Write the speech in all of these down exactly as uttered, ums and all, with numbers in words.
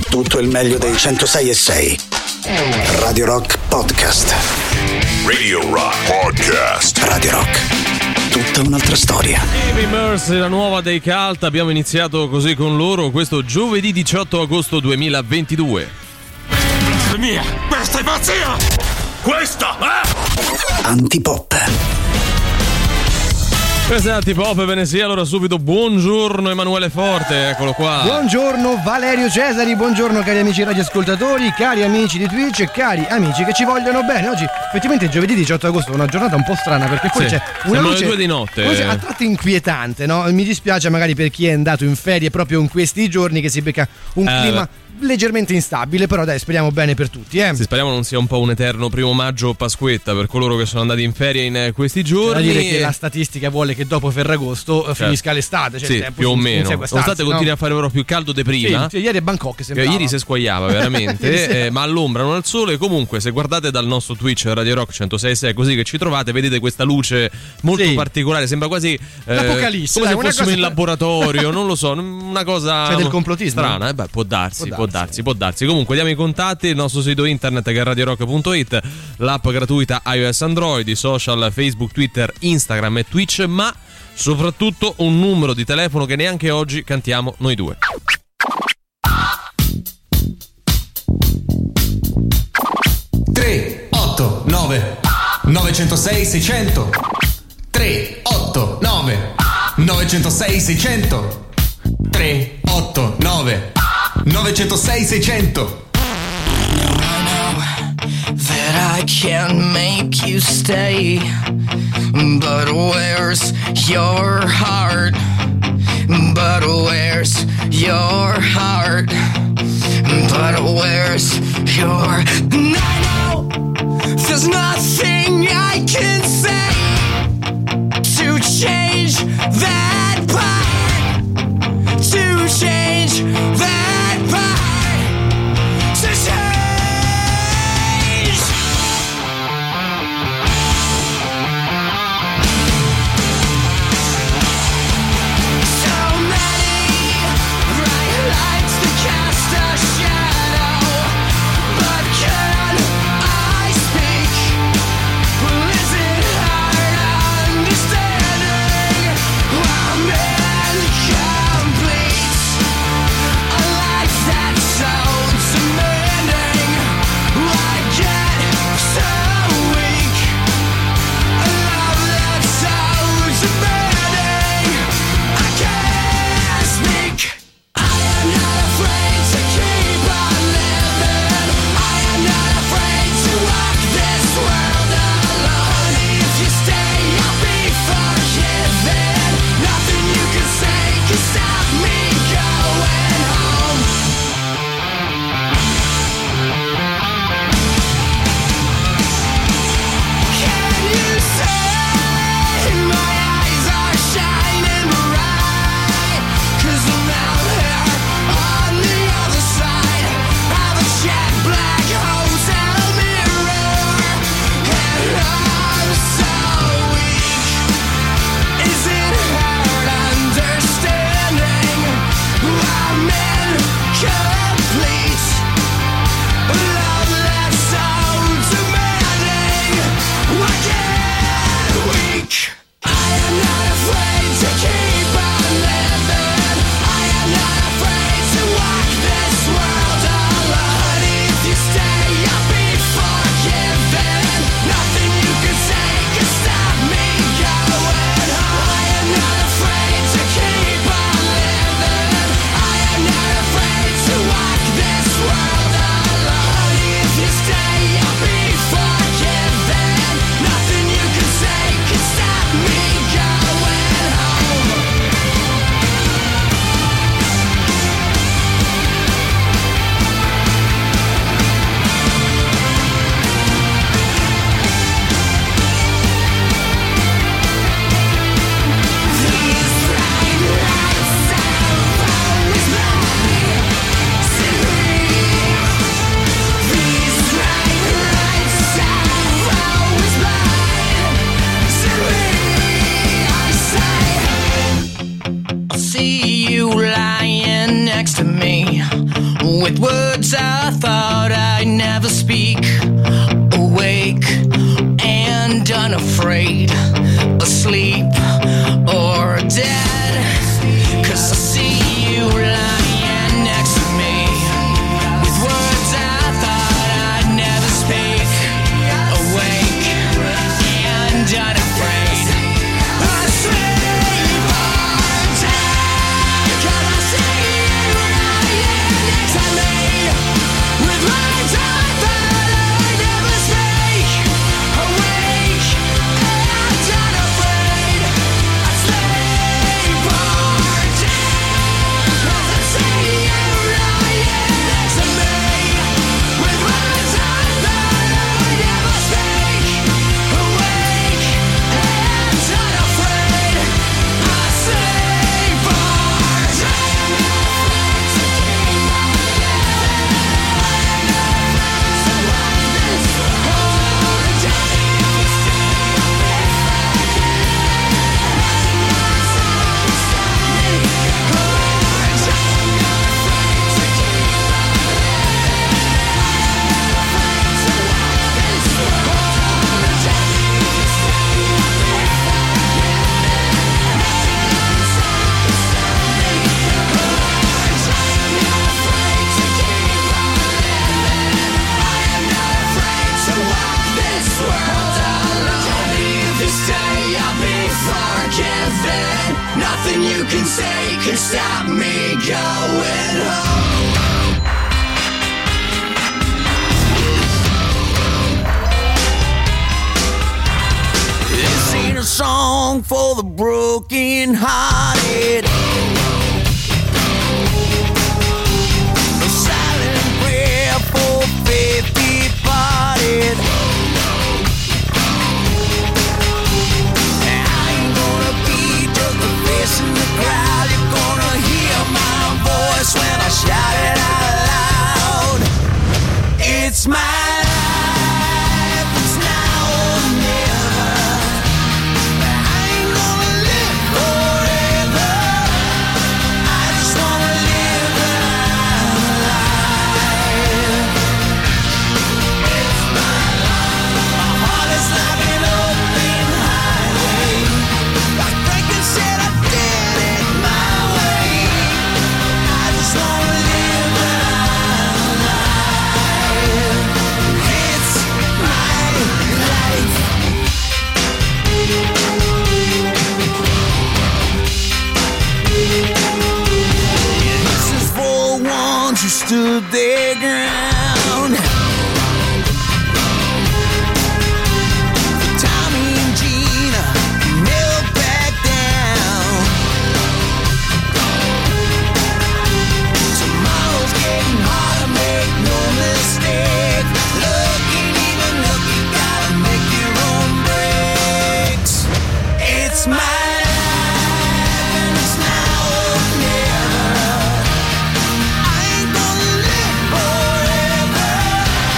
tutto il meglio dei centosei e sei. Radio Rock Podcast. Radio Rock Podcast. Radio Rock. Tutta un'altra storia. Heavy Mercy, la nuova dei Cult. Abbiamo iniziato così con loro questo giovedì diciotto agosto duemilaventidue. Mia, questa è pazzia! Questa è Antipop. Questa è Antipop, ve ne sia. Allora subito buongiorno Emanuele Forte, eccolo qua. Buongiorno Valerio Cesari, buongiorno cari amici radioascoltatori, cari amici di Twitch e cari amici che ci vogliono bene. Oggi effettivamente è giovedì diciotto agosto, una giornata un po' strana perché poi Sì, c'è una luce, le due di notte. luce a tratti inquietante, no? Mi dispiace magari per chi è andato in ferie proprio in questi giorni che si becca un Eh, clima leggermente instabile, però dai, speriamo bene per tutti, eh. Sì, speriamo non sia un po' un eterno primo maggio o Pasquetta per coloro che sono andati in ferie in eh, questi C'è da giorni. dire che la statistica vuole che dopo Ferragosto Certo. finisca l'estate, cioè sì, il tempo più o si- meno. inizia a Nonostante starsi, continui no? a fare però più caldo di prima. Sì, sì, ieri a Bangkok Che sembrava. ieri si squagliava veramente, Ieri sera. eh, ma all'ombra, non al sole. Comunque, se guardate dal nostro Twitch Radio Rock centosei e sei, così che ci trovate, vedete questa luce molto Sì. particolare. Sembra quasi eh, L'Apocalisse, come dai, se una fossimo cosa- in laboratorio. Non lo so, una cosa C'è del complottismo? strana. Eh beh, può darsi, Può può darsi. darsi, può darsi. Comunque, diamo i contatti: il nostro sito internet che è radio rock punto it, l'app gratuita iOS Android, i social Facebook, Twitter, Instagram e Twitch, ma soprattutto un numero di telefono che neanche oggi cantiamo noi due. tre otto nove nove zero sei sei zero zero tre otto nove nove zero sei sei zero zero tre otto nove nove zero sei sei zero zero. That I can make you stay, but where's your heart? But where's your heart? But where's your... I know there's nothing I can say to change that part, to change that part, to change. Cast a shadow, but can with words I thought I'd never speak. Awake and unafraid, asleep or dead, 'cause I see you lying next to me, with words I thought I'd never speak. Awake and unafraid, asleep or dead, 'cause I see you lying next to me, with words I thought I'd never speak. Awake and unafraid, asleep or dead, 'cause I see you lying next to me, with words I thought I'd never speak. Awake and unafraid, asleep or nothing you can say can stop me going home. This ain't a song for the broken hearted, a silent prayer for faith departed. In the crowd, you're gonna hear my voice when I shout it out loud. It's my life, it's now or never. I ain't gonna live forever. I just wanna live alive. It's my life. My heart is like an open highway. Like Franklin said, I who stood their ground. Tommy and Gina never back down. Tomorrow's getting harder, make no mistake. Look and even look, you gotta make your own breaks. It's my forever.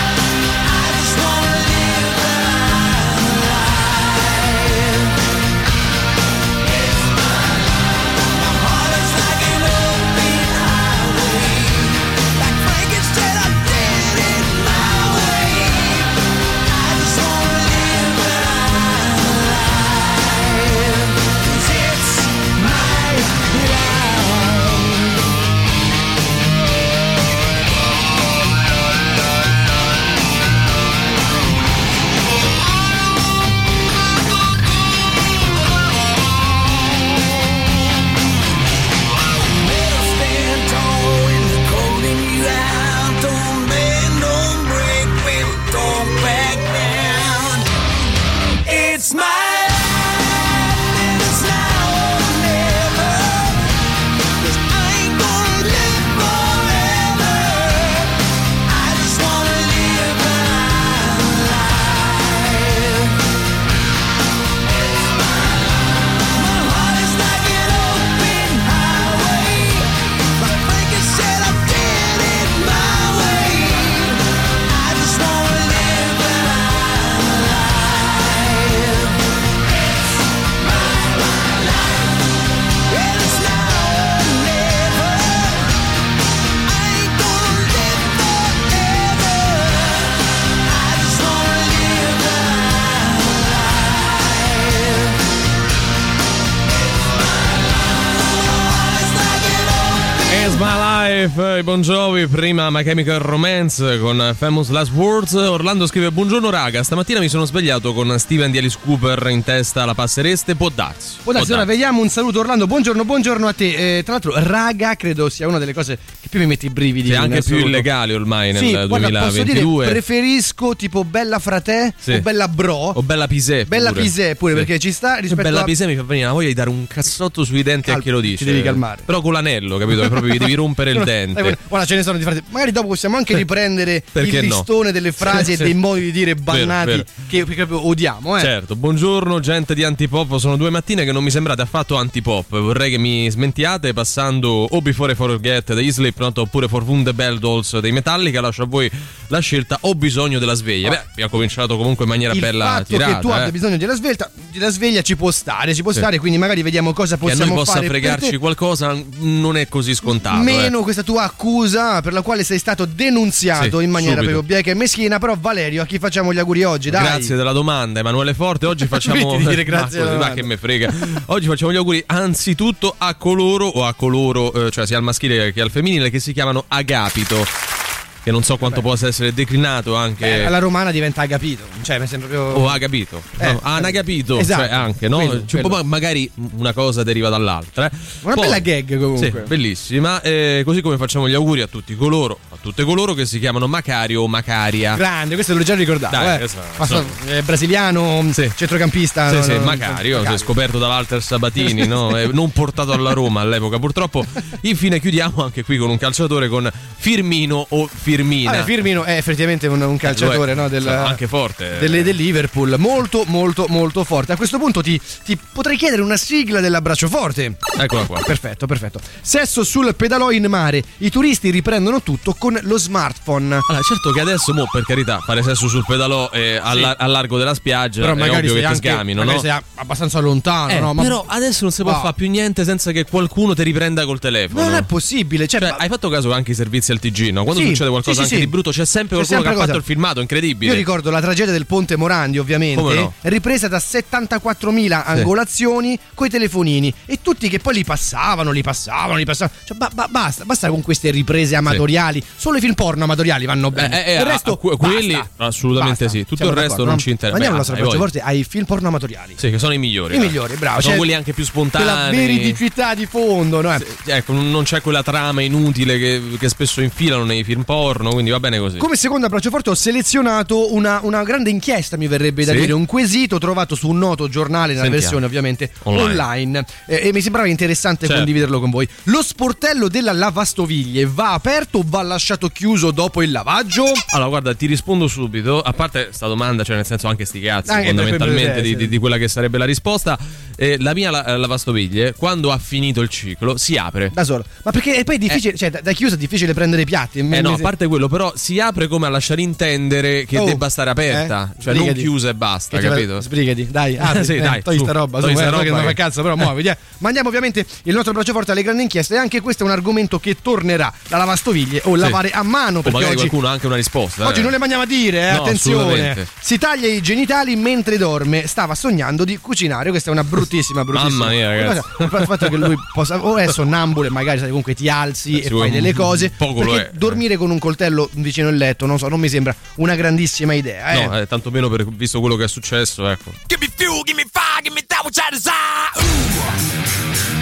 Life, Bon Jovi, prima My Chemical Romance con Famous Last Words. Orlando scrive: buongiorno raga, stamattina mi sono svegliato con Steven di Alice Cooper in testa, la passereste? Può darsi. Può darsi, ora vediamo un saluto Orlando, buongiorno, buongiorno a te. Eh, tra l'altro raga credo sia una delle cose che più mi mette i brividi. Sì, anche più assoluto. illegale ormai nel sì, guarda, duemilaventidue. posso dire, preferisco tipo Bella Frate sì. o Bella Bro o Bella Pisè Bella pure. Pisè pure sì. perché ci sta rispetto Bella a... Pisè mi fa venire la voglia di dare un cazzotto sui denti Cal- a chi lo dice. Ti devi calmare. Però con l'anello, capito? Che proprio gli devi rompere il dente. Guarda, ce ne sono di frasi. Magari dopo possiamo anche riprendere il listone no? delle frasi sì, e dei modi di dire bannati vero, vero. Che, che proprio odiamo, eh. Certo, buongiorno gente di Antipop, sono due mattine che non mi sembrate affatto antipop. Vorrei che mi smentiate passando o Before I Forget degli Slipknot oppure For Wunderbar Dolls dei Metallica. Lascio a voi la scelta, ho bisogno della sveglia. Beh, abbiamo cominciato comunque in maniera il bella tirata. Il fatto che tu eh. abbia bisogno della sveglia, della sveglia ci può stare, ci può sì. stare, quindi magari vediamo cosa possiamo che a noi fare. Possa fregarci qualcosa non è così scontato. Meno eh. questa tua accusa per la quale sei stato denunziato sì, in maniera subito. proprio bieca e meschina. Però Valerio, a chi facciamo gli auguri oggi? Dai. Grazie della domanda, Emanuele Forte. Oggi facciamo di dire grazie ma, ma che me frega. Oggi facciamo gli auguri anzitutto a coloro o a coloro, eh, cioè sia al maschile che al femminile, che si chiamano Agapito. Che non so quanto Beh. possa essere declinato anche. Eh, alla romana diventa agapito. Cioè, mi sembra proprio. O agapito. Eh, no, anagapito. Esatto. Cioè, anche, no? Quello, cioè, quello. Magari una cosa deriva dall'altra. Eh. Una Poi, bella gag comunque. Sì, bellissima. Eh, così come facciamo gli auguri a tutti coloro, a tutte coloro che si chiamano Macario o Macaria. Grande, questo l'ho già ricordato. Dai, eh. esatto. so, eh, brasiliano, sì. centrocampista. Sì, no, sì, no, Macario, Macario. scoperto da Walter Sabatini, no? eh, non portato alla Roma all'epoca, purtroppo. Infine chiudiamo anche qui con un calciatore, con Firmino o Firmina. Allora, Firmino è effettivamente un, un calciatore, no, del, anche forte delle, del Liverpool, molto molto molto forte. A questo punto ti, ti potrei chiedere una sigla dell'abbraccio forte. Eccola qua. Perfetto, perfetto. Sesso sul pedalò in mare, i turisti riprendono tutto con lo smartphone. Allora, certo che adesso, mo, per carità, fare sesso sul pedalò eh, al, sì. al largo della spiaggia però è magari ovvio che anche, ti sgamino, no? sei abbastanza lontano, eh, no? Ma... Però adesso non si può oh. fare più niente senza che qualcuno ti riprenda col telefono. Non è possibile, cioè, cioè ma... hai fatto caso che anche i servizi al T G, no? Quando sì, succede qualcosa sì, sì, anche sì. di brutto c'è sempre c'è qualcuno sempre che ha cosa. fatto il filmato, incredibile. Io ricordo la tragedia del Ponte Morandi, ovviamente, no? ripresa da settantaquattromila sì. angolazioni coi telefonini e tutti che poi li passavano, li passavano, li passavano. Cioè, ba- ba- basta, basta con queste riprese amatoriali. Sì. Solo i film porno amatoriali vanno bene. Eh, eh, il resto, a, a, quelli basta, assolutamente basta. sì. Tutto Siamo il resto non no? ci interessa. Andiamo Beh, alla nostra volte ai film porno amatoriali. Sì, che sono i migliori. I dai. migliori, bravo. Sono cioè, quelli anche più spontanei. La veridicità di fondo, no? Sì, ecco, non c'è quella trama inutile che, che spesso infilano nei film porno, quindi va bene così. Come secondo abbraccio forte ho selezionato una, una grande inchiesta, mi verrebbe da sì? dire, un quesito trovato su un noto giornale nella Sentiamo. versione ovviamente online, online eh, e mi sembrava interessante certo. condividerlo con voi. Lo sportello della lavastoviglie va aperto o va lasciato chiuso dopo il lavaggio? Allora guarda, ti rispondo subito. A parte sta domanda, cioè nel senso anche sti cazzi Anche fondamentalmente per- di, di, di quella che sarebbe la risposta. eh, La mia la- lavastoviglie quando ha finito il ciclo si apre Da solo. Ma perché e poi è difficile, eh. cioè da, da chiusa è difficile prendere i piatti. Eh no, a parte quello, però si apre come a lasciare intendere che Oh, debba stare aperta, eh? cioè Sbrigati. non chiusa e basta, Che capito? Va, sbrigati, dai, apri, sì, eh, dai, togli su, sta roba, su, togli sta eh, roba che non che- fa cazzo, però muoviti. Eh. Mandiamo ovviamente il nostro braccio forte alle grandi inchieste e anche questo è un argomento che tornerà. La lavastoviglie o Sì. lavare a mano, O perché magari oggi qualcuno ha anche una risposta. Oggi eh. non le mandiamo a dire, eh, No, attenzione. assolutamente. Si taglia i genitali mentre dorme. Stava sognando di cucinare. Questa è una bruttissima, bruttissima. Mamma mia, ragazzi. cosa. Il fatto che lui possa. O è sonnambulo, e magari sai, comunque ti alzi e Sì, fai un- delle cose. poco lo perché è. dormire con un coltello vicino al letto, non so, non mi sembra una grandissima idea. Eh. No, eh, tanto meno per visto quello che è successo, ecco. Give me fuel, give me fire, give me that which I desire. Ooh.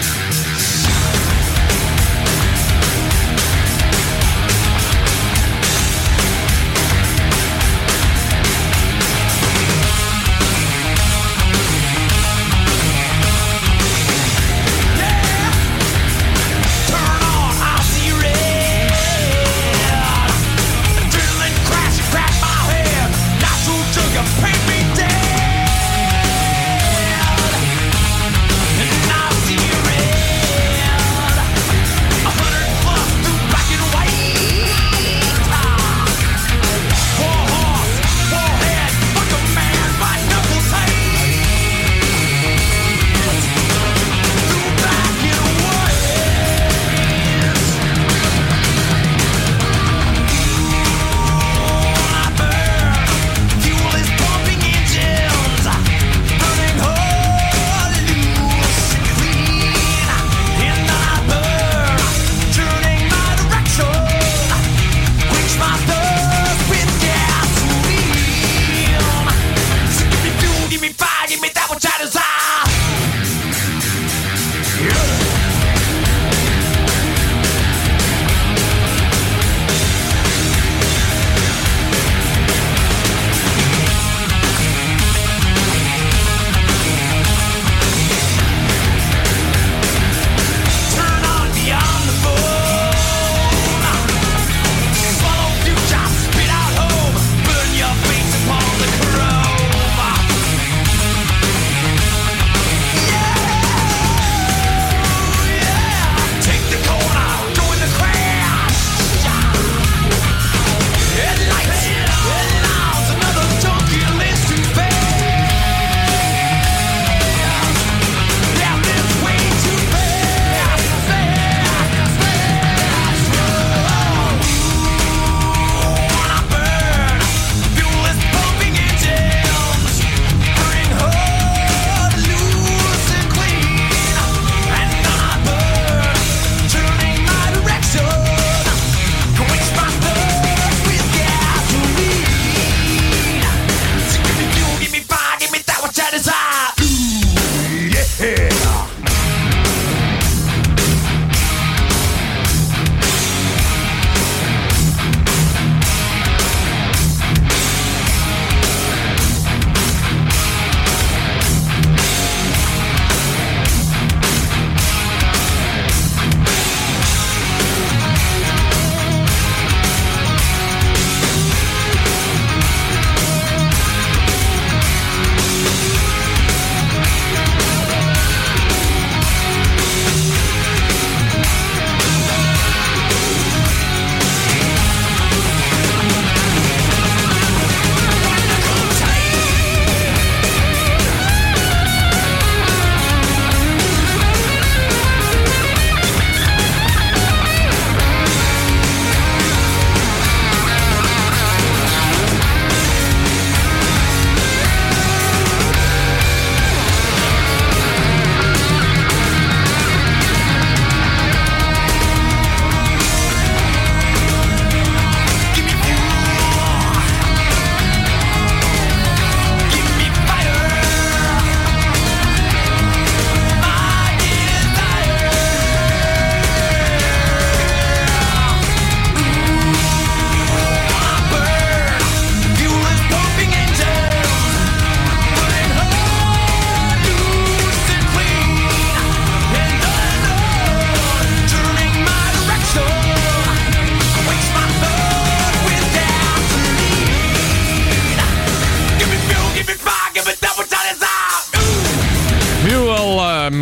Turn on, I see red. Adrenaline crash, crack my head. Natural sugar, paint me dead.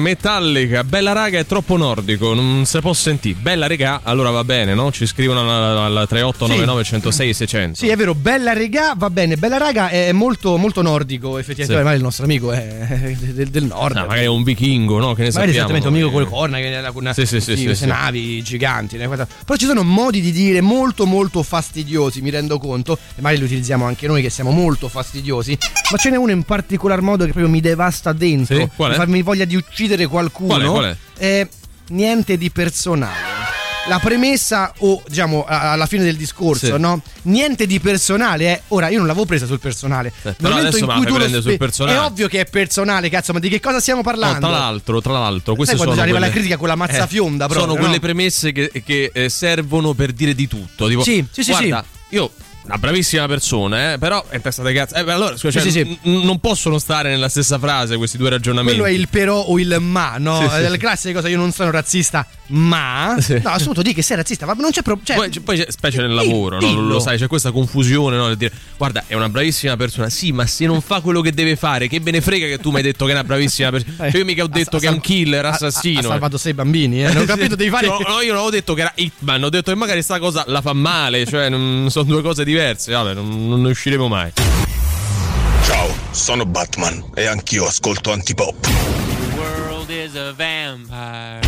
Metallica, bella raga, è troppo nordico, non si può sentire. Bella regà, allora va bene, no? Ci scrivono al tre otto nove nove uno zero sei sei zero zero. Sì, è vero, bella regà, va bene. Bella raga è molto, molto nordico, effettivamente. Sì. Magari il nostro amico è del, del nord. No, magari è un vichingo, no? Che ne magari sappiamo. esattamente un amico con le corna, che ha una, sì, sì, sì, sì, queste sì. navi giganti. Né? Però ci sono modi di dire molto, molto fastidiosi, mi rendo conto. E magari li utilizziamo anche noi, che siamo molto fastidiosi. Ma ce n'è uno in particolar modo che proprio mi devasta dentro. Sì? Qual è? Mi fa mi voglia di uccidere qualcuno. Qual è? Qual è? Eh, niente di personale. La premessa o diciamo alla fine del discorso, sì. no? Niente di personale, eh. Ora io non l'avevo presa sul personale. Eh, però adesso me la fai prendere sul personale. È ovvio che è personale, cazzo, ma di che cosa stiamo parlando? No, tra l'altro, tra l'altro, queste Sai quando sono arriva quelle... la critica con la mazza eh, fionda proprio, sono no? quelle premesse che, che eh, servono per dire di tutto. Tipo, sì, sì, sì, guarda, sì. io una bravissima persona, eh, però è testa di cazzo. Eh, allora, cioè, sì, sì, n- n- non possono stare nella stessa frase questi due ragionamenti. Quello è il però o il ma, no? Sì, sì, Delle sì. classiche cose, io non sono razzista, ma Sì. no, assolutamente di che sei razzista, ma non c'è problema. Cioè, Poi, poi c'è- specie nel Dillo, lavoro, no? dillo. Lo sai, c'è questa confusione, no? Nel dire, guarda, è una bravissima persona, sì, ma se non fa quello che deve fare, che me ne frega che tu mi hai detto che è una bravissima persona. Cioè, io mica ho detto Ha- che è un killer, ha- assassino. Ha, ha salvato sei bambini, eh. Non ho capito, devi fare. No, no, io non ho detto che era Hitman, ho detto che magari sta cosa la fa male, cioè non, sono due cose diverse, vabbè, non, non ne usciremo mai. Ciao, sono Batman e anch'io ascolto Antipop. The world is a vampire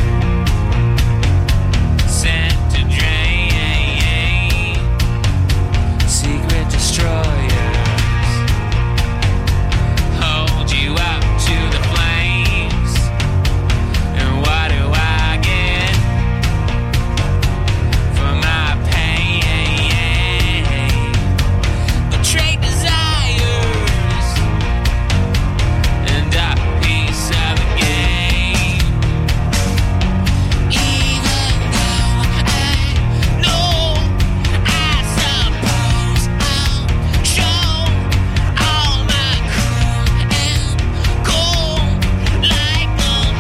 sent to drain secret destroyers hold you up to the flames. And what do I get for my pain? Betrayed desires and a piece of the game. Even though I know, I suppose I'll show all my crew and go like a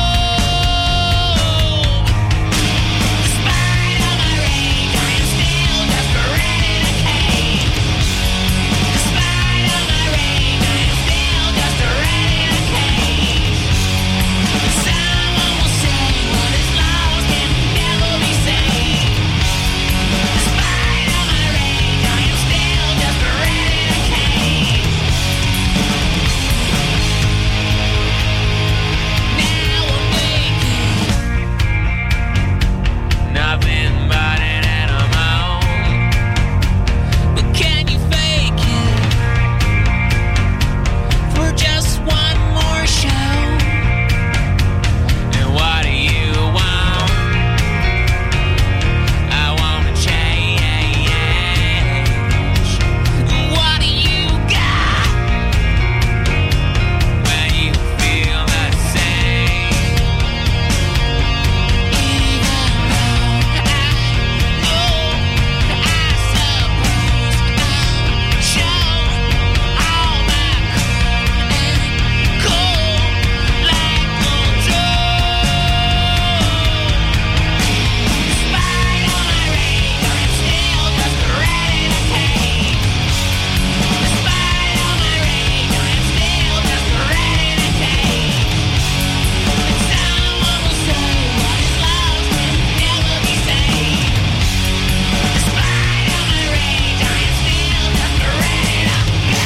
Joe. Despite all my rage, I am still just a rat in a cage. Despite all my rage, I am still just a rat in a cage. Someone will say what is lost can never be saved. Despite all my rage, I am still just a rat in a cage. Now I'm making nothing but an animal. But can you fake it for just one more show? And what do you want? I wanna change. What do you got when you feel the same? Even though I know, I suppose I'll show all my crew and go like a Joe. Despite all my rage, I'm still just a rat in a cage. Despite all my rage, I'm still just a rat in a cage. And someone will say what is lost can never be saved. Despite all my rage, I am still just a rat in a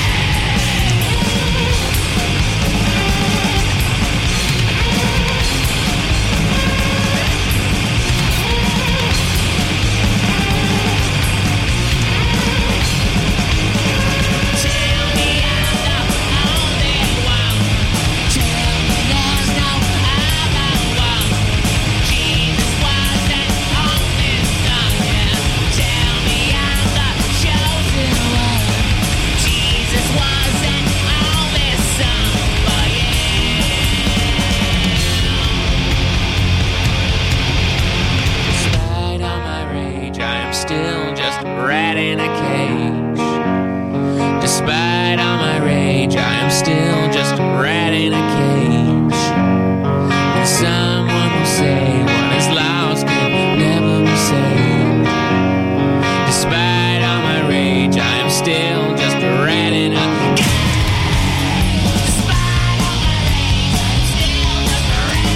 Tell me I'm the only one. Tell me there's no other one. Jesus wasn't on this song, yeah. Tell me I'm the chosen one. Jesus wasn't on this song, but yeah. Despite all my rage, I am still just a rat in a cage. Despite all my rage, I am still just a rat in a cage. And someone will say what is lost can never be saved. Despite all my rage, I am still just a rat in a cage. Despite all my rage, I am still just a rat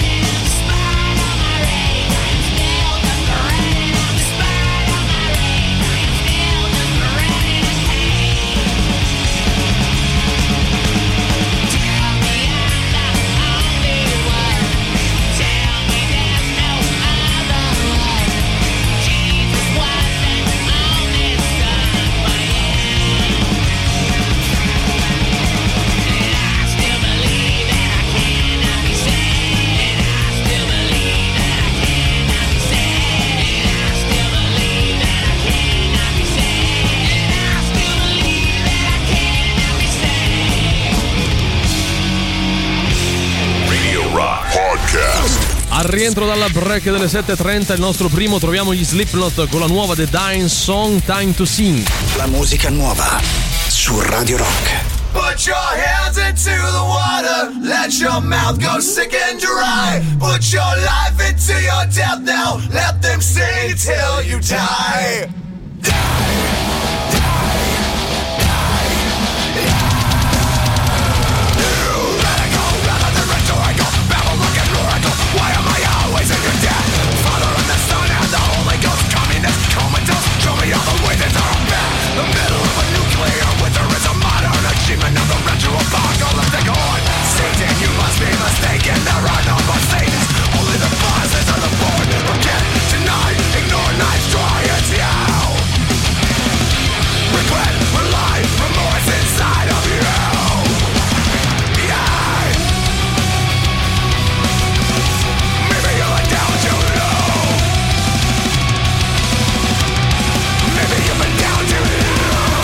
rientro dalla break delle sette e trenta, il nostro primo, troviamo gli Slipknot con la nuova The Dying Song, Time to Sing. La musica nuova su Radio Rock. Put your hands into the water, let your mouth go sick and dry. Put your life into your death now, let them sing till you die. Die, die, die, die. You radical, rather than rhetorical, babble like an oracle. Why am I always in your debt? Father and the Son and the Holy Ghost, communist, comatose, show me all the ways that are bad. The middle of a nuclear winter is a modern achievement of the retro-apocalyptic horde. Satan, you must be mistaken, there are no more Satans, only the bosses of the board. Forget, deny, ignore, nice, try, it's you. Regret, rely, remorse inside of you. Yeah. Maybe you went down too low. Maybe you've been down too low.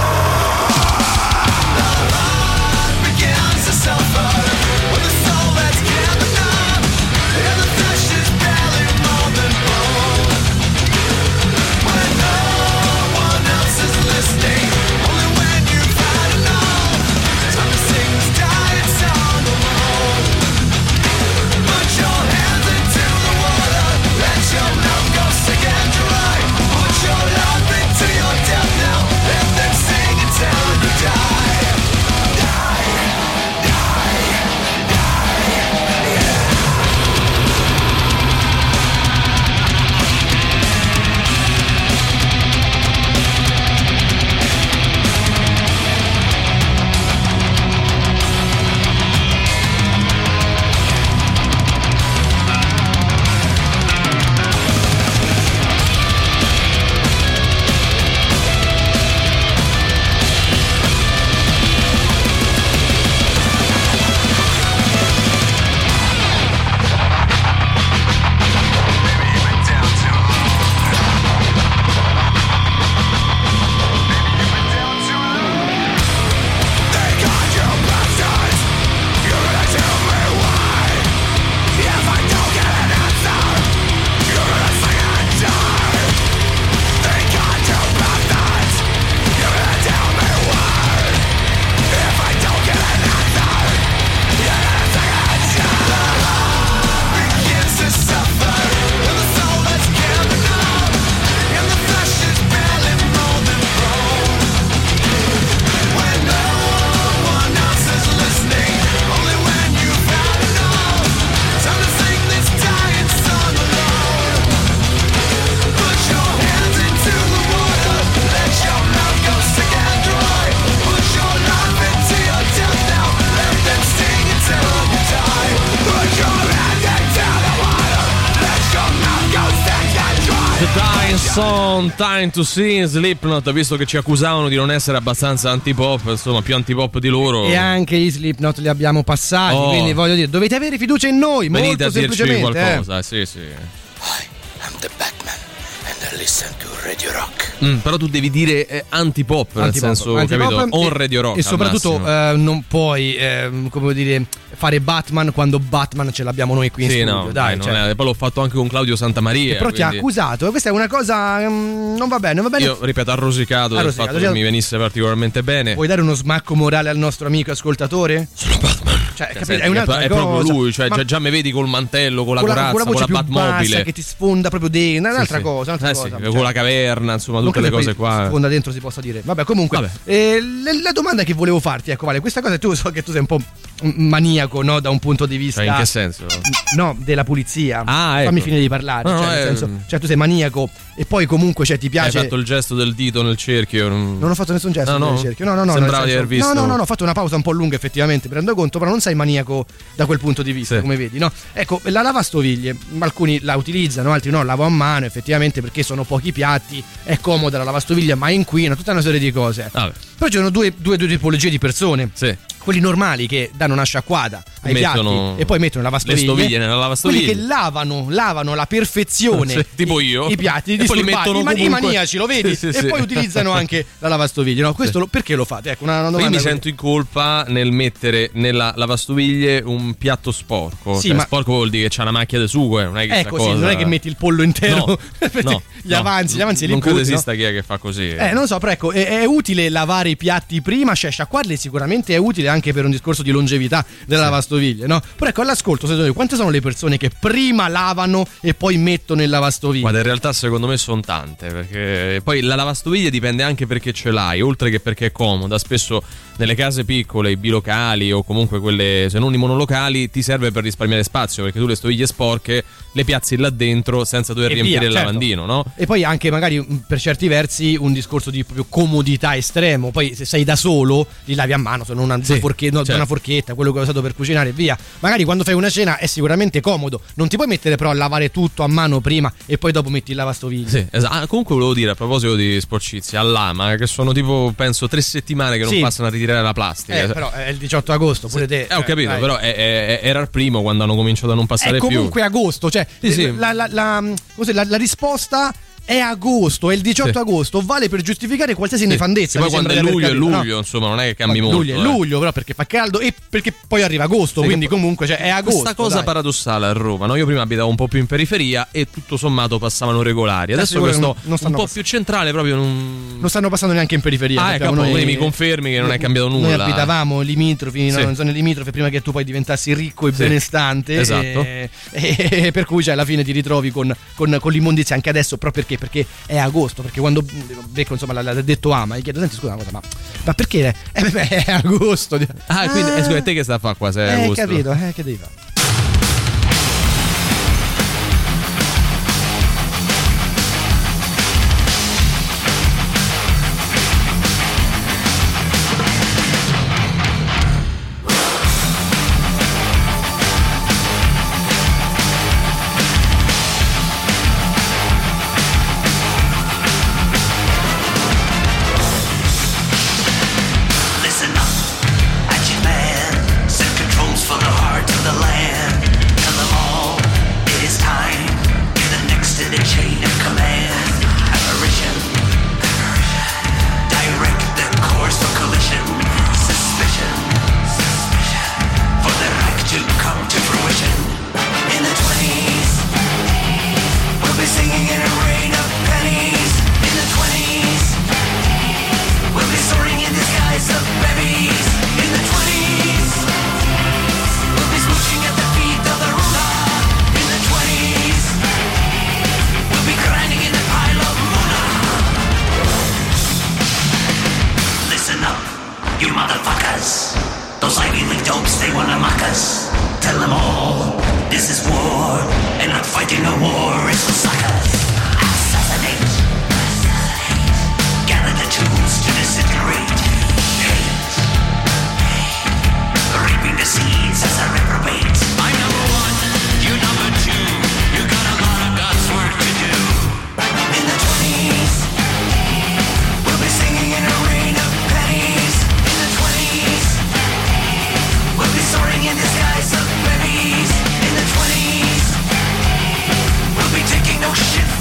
The heart begins to suffer when the soul lets get enough, and the flesh is barely more than bone. When no one else is listening, only when you've had enough, time to sing this dying song alone. Put your hands into the water, let your mouth go sick and dry. Put your life into your death now, let them sing until you die. Die, die, die, yeah. Song, Time to Sing, Slipknot, visto che ci accusavano di non essere abbastanza antipop, insomma più antipop di loro. E anche gli Slipknot li abbiamo passati, Oh. quindi voglio dire, dovete avere fiducia in noi, Venite molto a dirci semplicemente. qualcosa, eh. eh, sì sì. Hi, I'm the Batman and I listen to Radio Rock. Mm, però tu devi dire eh, antipop, nel Antipop, senso, antipop, capito? e- On Radio Rock. E al soprattutto massimo. eh, non puoi, eh, come dire, fare Batman quando Batman ce l'abbiamo noi qui in Sì, studio. no, dai, non cioè. è- poi l'ho fatto anche con Claudio Santamaria. Però ti ha quindi accusato, e questa è una cosa. mm, non va bene, non va bene. Io, ripeto, arrosicato del Arrosicato, fatto cioè- che mi venisse particolarmente bene. Puoi dare uno smacco morale al nostro amico ascoltatore? Sono Batman. Cioè, Cioè, capito? senti, È un'altra è cosa. proprio lui, cioè Ma già, già mi vedi col mantello, con la con la, corazza, con la con voce la più Batmobile. bassa che ti sfonda proprio dentro, è un'altra Sì, sì. cosa, un'altra Eh cosa. sì, Cioè, con la caverna, insomma, non tutte le credo cose poi qua. sfonda dentro si possa dire. Vabbè, comunque, Vabbè. eh, le- la domanda che volevo farti, ecco, Vale, questa cosa tu so che tu sei un po' maniaco, no, da un punto di vista. Cioè, in che senso? No, della pulizia. Ah, ecco. Fammi finire di parlare. No, cioè, no, nel eh, senso, cioè, tu sei maniaco e poi comunque cioè, ti Hai piace. fatto il gesto del dito nel cerchio. Non Non ho fatto nessun gesto Ah, no? nel cerchio. No, no, no. Sembrava nel di senso- aver visto. No, no, no, no, ho fatto una pausa un po' lunga, effettivamente, mi rendo conto, però non sei maniaco da quel punto di vista, Sì. come vedi, no? Ecco, la lavastoviglie, alcuni la utilizzano, altri no, lavo a mano, effettivamente, perché sono pochi piatti, è comoda la lavastoviglie, ma inquina, tutta una serie di cose. Vabbè. Però ci sono due, due, due tipologie di persone. Sì. Quelli normali che danno una sciacquata ai mettono piatti e poi mettono la lavastoviglie, le stoviglie nella lavastoviglie, quelli che lavano lavano alla perfezione sì, tipo io i, i piatti e poi li mettono i, comunque... i maniaci, lo vedi? Sì, sì, e sì. poi utilizzano anche la lavastoviglie, no? Questo sì. lo, perché lo fate? Ecco, una, una domanda. Io mi così. sento in colpa nel mettere nella lavastoviglie un piatto sporco. Sì, cioè, ma... sporco vuol dire che c'è una macchia di sugo, eh. Non è che ecco, sta sì, cosa... non è che metti il pollo intero, no, no, gli no. avanzi, gli avanzi li non credo butti, esista no? chi è che fa così. Eh, non lo so, però ecco, è, è utile lavare i piatti prima, cioè sciacquarli sicuramente è utile anche per un discorso di longevità della sì. lavastoviglie, no? Però ecco, all'ascolto, secondo voi, quante sono le persone che prima lavano e poi mettono in lavastoviglie? Guarda, in realtà secondo me sono tante, perché poi la lavastoviglie dipende anche perché ce l'hai, oltre che perché è comoda. Spesso nelle case piccole, i bilocali o comunque quelle, se non i monolocali, ti serve per risparmiare spazio, perché tu le stoviglie sporche le piazzi là dentro senza dover E riempire via, il certo. lavandino, no? E poi anche magari per certi versi un discorso di proprio comodità estremo. Poi se sei da solo li lavi a mano, sono una, Sì, forchetta, no, certo. una forchetta, quello che hai usato per cucinare e via. Magari quando fai una cena è sicuramente comodo, non ti puoi mettere però a lavare tutto a mano prima e poi dopo metti il lavastoviglie. Sì, esatto. Ah, comunque volevo dire a proposito di sporcizie, all'Ama, che sono tipo penso tre settimane che non Sì. passano a ritirare la plastica. Eh, però è il diciotto agosto, pure te. Eh, ho capito, dai. però è, è, era il primo quando hanno cominciato a non passare È più. comunque agosto, cioè Sì, sì. La, la, la, cos'è, la, la risposta è agosto, è il diciotto Sì. agosto, vale per giustificare qualsiasi Sì. nefandezza. E poi mi quando è sembra di luglio è aver capito, luglio, no? insomma, non è che cambi Vabbè, molto. luglio è eh. luglio, però perché fa caldo e perché poi arriva agosto, Sì, quindi che- comunque cioè, è agosto. Questa cosa dai. paradossale a Roma, no? Io prima abitavo un po' più in periferia e tutto sommato passavano regolari. Adesso sicuro che questo non- non stanno un po' pass- più centrale proprio non... Non stanno passando neanche in periferia. Ah, ecco, sappiamo, quindi mi confermi che non è cambiato nulla. Noi abitavamo limitrofi, Sì. no, in zone limitrofe prima che tu poi diventassi ricco e Sì. benestante. Esatto. E, e per cui cioè, alla fine ti ritrovi con, con, con l'immondizia anche adesso, però perché? Perché è agosto, perché quando becco insomma l'ha detto ama, gli chiedo, senti scusa una cosa, ma, ma perché? Eh, beh, è agosto. Ah, quindi eh, scusa, te che sta a fare qua se è Eh, agosto? capito, eh, che devi fare? Listen up, action man. Set controls for the heart of the land. Tell them all it is time. You're the next in the chain of command. Apparition. Direct the course for collision. Suspicion. For the wreck to come to fruition. In the twenties, we'll be singing in a rain of pennies. In the twenties. We'll be soaring in the skies of babies. In the twenties, we'll be smooching at the feet of the ruler. In the twenties, we'll be grinding in the pile of moolah. Listen up, you motherfuckers. Those Ivy League dopes, they wanna mock us. Tell them all, this is war, and not fighting a war is for suckers. Assassinate. Gather the tools to disintegrate. Hate. Reaping the seeds as a reprobate. I'm number one, you number two. You got a lot of God's work to do. In the twenties, we'll be singing in a rain of pennies. In the twenties, we'll be soaring in the skies of babies. In the twenties, we'll be taking no shit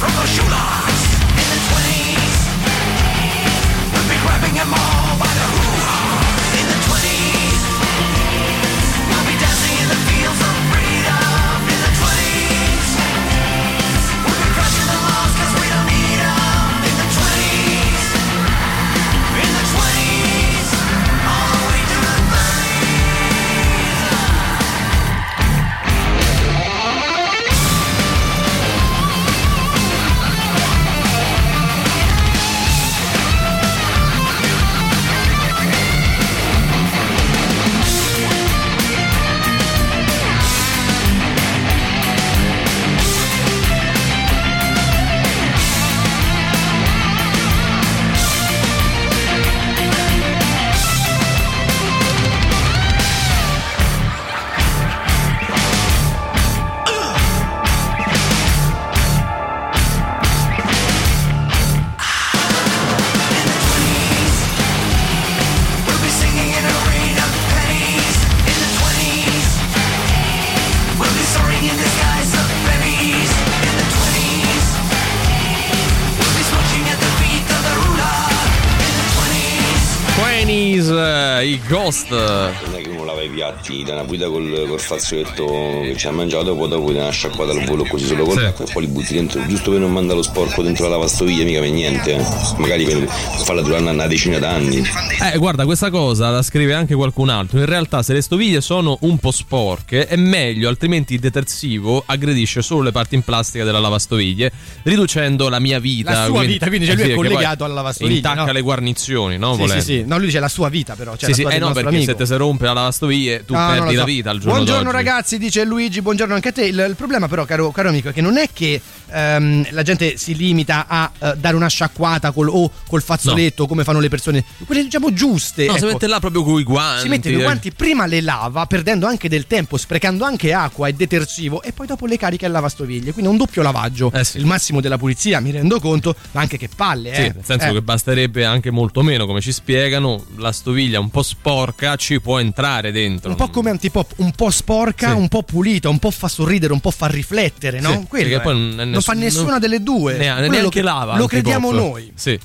Chinese, i Ghost. Non è che uno lava i piatti, da una guida col, col fazzoletto che ci ha mangiato, poi dopo da una sciacquata al volo così solo col sì. E poi li butti dentro, giusto per non mandare lo sporco dentro la lavastoviglie, mica per niente, eh. Magari per farla durare una decina d'anni. Eh, guarda, questa cosa la scrive anche qualcun altro. In realtà, se le stoviglie sono un po' sporche, è meglio, altrimenti il detersivo aggredisce solo le parti in plastica della lavastoviglie, riducendo la mia vita. La sua quindi, vita, quindi cioè lui è collegato alla lavastoviglie. Intacca no? le guarnizioni, no? Sì, sì, sì. No, lui dice la sua vita, però. Cioè sì, la sì, eh no, perché amico. se te si rompe la lavastoviglie, tu no, perdi so. la vita al giorno buongiorno d'oggi. Ragazzi, dice Luigi, buongiorno anche a te. Il, il problema, però, caro, caro amico, è che non è che um, la gente si limita a uh, dare una sciacquata col, o col fazzoletto, no. come fanno le persone, quelle diciamo giuste. No, ecco. si mette là proprio coi guanti. Si mette i guanti, prima le lava, perdendo anche del tempo, sprecando anche acqua e detersivo, e poi dopo le carica in lavastoviglie. Quindi è un doppio lavaggio. Eh sì. Il massimo della pulizia, mi rendo conto, ma anche che palle, eh. Sì, nel senso eh. che basterebbe anche molto meno, come ci spiegano, la stoviglia un po' sporca ci può entrare dentro. Un po' come Antipop, un po' sporca, sì. un po' pulita, un po' fa sorridere, un po' fa riflettere, no? Sì, Quello poi non, non ness- fa nessuna non, delle due. Ne- neanche lo, lava. Lo crediamo noi. Sì.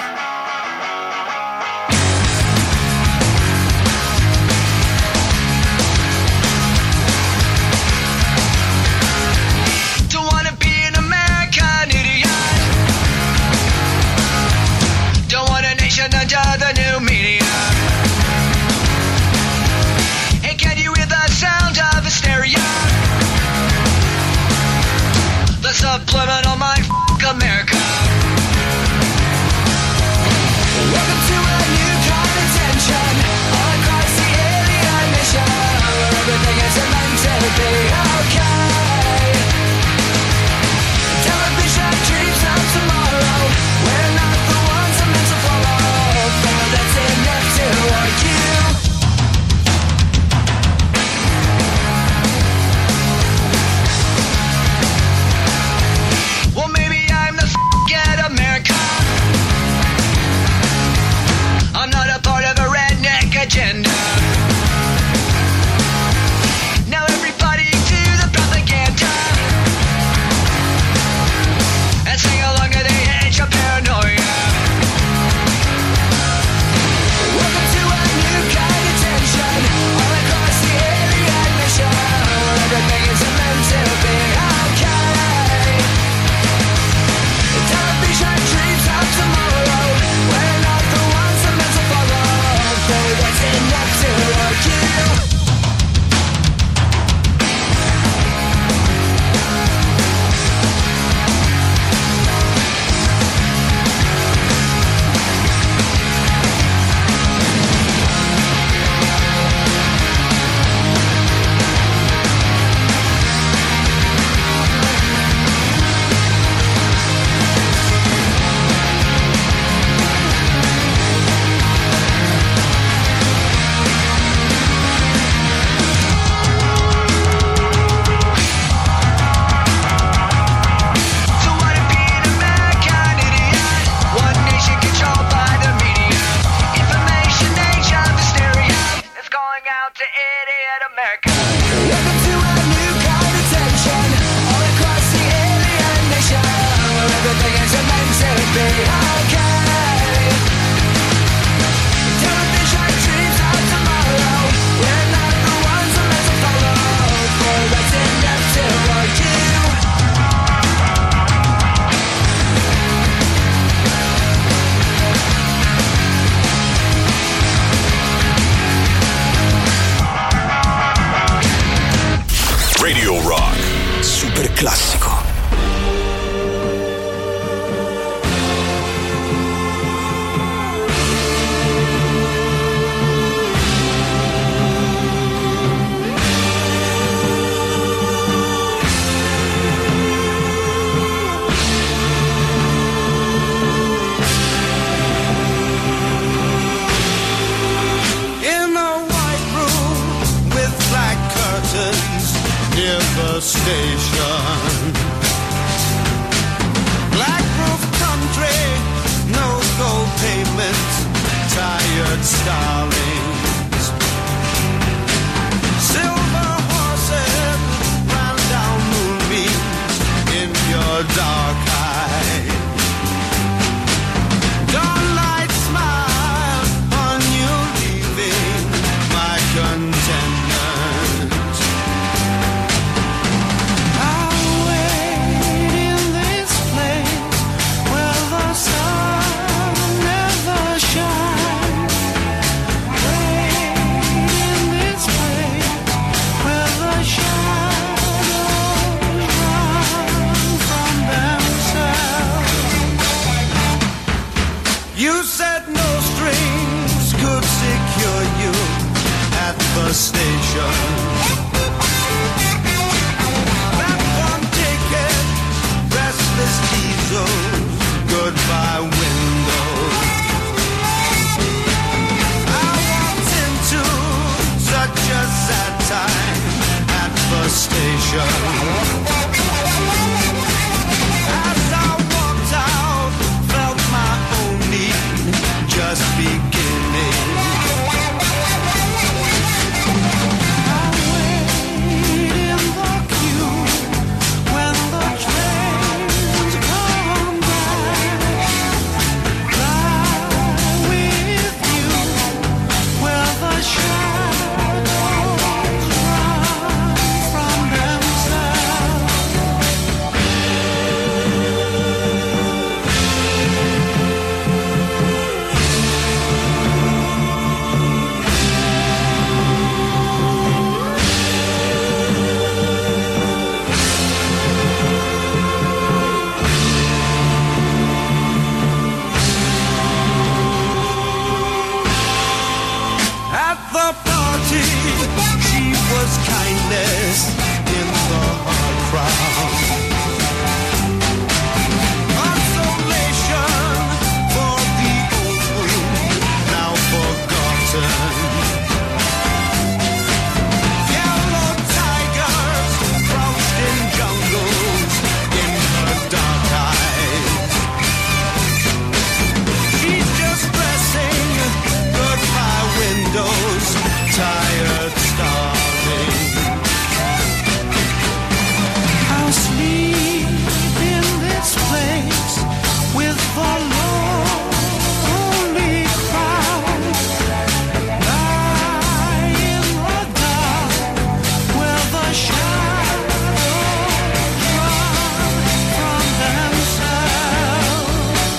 Under the new media. Hey, can you hear the sound of hysteria? The subliminal mind f*** America. Welcome to a new kind of tension all across the alien mission, where everything is meant to be okay. Television dreams of tomorrow, we're not the ones I'm meant to follow. That's enough to argue. Well, maybe I'm the f***ing America. I'm not a part of a redneck agenda. Now everybody do the propaganda and sing along to the age of paranoia. Welcome to a new kind of tension all across the alien mission, where everything is meant to be okay. Television dreams of tomorrow, we're not the ones I'm meant to follow. Baby, that's enough to argue. So what if being American idiot? One nation controlled by the media. Information age of hysteria. It's calling out to idiot America. Welcome to a new kind of tension all across the alien nation, where everything is meant to be okay. Television dreams of tomorrow, we're not the ones I'm meant to follow. Boy, that's enough to argue. Radio Rock. Super classico. In a white room with black curtains near the station. Black roof country, no gold pavement, tired starlings. Silver horses ran down moonbeams in your dark eyes. Dawnlight smile on you said no strings could secure you at the station. Platform ticket, restless diesels, goodbye windows. I walked into such a sad time at the station. As I walked out, felt my own need just beginning. I wait in the queue when the trains come back. Lie with you where the shadows run from themselves. At the party, she was kindness in the hard crowd. Consolation for the old wound, now forgotten. Yellow tigers crouched in jungles in her dark eyes. She's just pressing goodbye windows, tired, starving. I'll sleep in this place with the lonely crowd. Lie in the dark where the shadows run from themselves.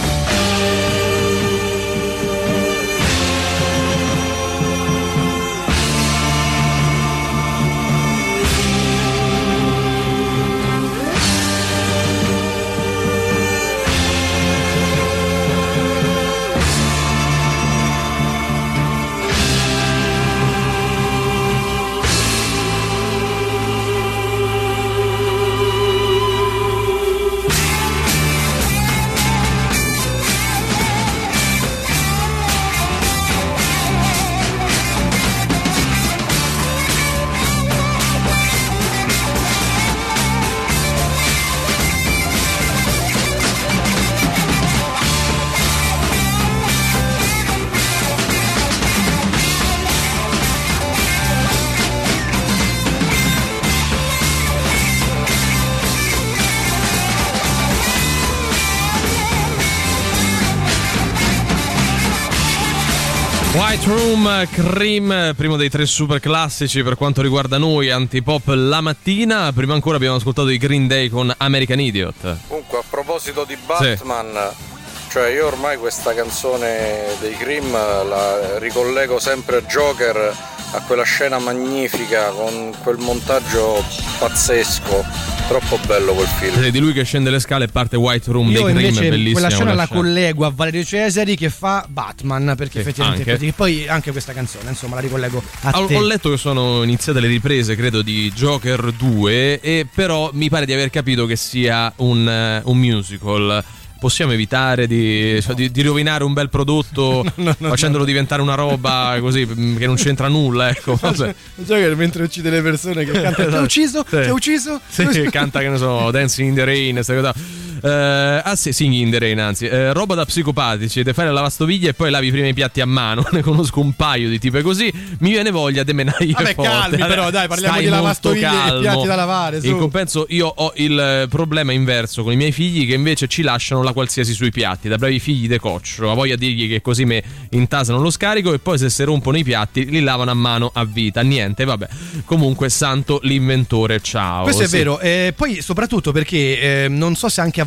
White Room, Cream, primo dei tre super classici per quanto riguarda noi, antipop la mattina. Prima ancora abbiamo ascoltato i Green Day con American Idiot. Comunque, a proposito di Batman, sì. Cioè io ormai questa canzone dei Cream la ricollego sempre a Joker, a quella scena magnifica con quel montaggio pazzesco. Troppo bello quel film. Di lui che scende le scale e parte White Room Io dei Cream, è bellissima. Quella scena la scena. collego a Valerio Cesari che fa Batman, perché Sì, effettivamente anche. e poi anche questa canzone, insomma, la ricollego a Ho, te. ho letto che sono iniziate le riprese, credo, di Joker due, e però mi pare di aver capito che sia un, uh, un musical. Possiamo evitare di, cioè, di, di rovinare un bel prodotto no, no, no, facendolo no. diventare una roba così che non c'entra nulla, ecco. Vabbè. Joker mentre uccide le persone che canta ti ha ucciso? Sì. Ti ha ucciso? Sì, canta, che ne so, Dancing in the Rain, queste cose. Uh, ah sì, Singing in the Rain, anzi, uh, roba da psicopatici, te fai la lavastoviglie e poi lavi prima i piatti a mano. Ne conosco un paio di tipe così. Mi viene voglia di menare. Vabbè, forte. calmi, però, dai, parliamo Stai di molto lavastoviglie e calmo. piatti da lavare, su. In compenso io ho il problema inverso con i miei figli, che invece ci lasciano la qualsiasi sui piatti, da bravi figli de coccio. Ha voglia di dirgli che così me intasano lo scarico e poi se si rompono i piatti li lavano a mano a vita. Niente, vabbè. Comunque, santo l'inventore, ciao. Questo è sì. vero, eh, poi soprattutto perché eh, non so se anche a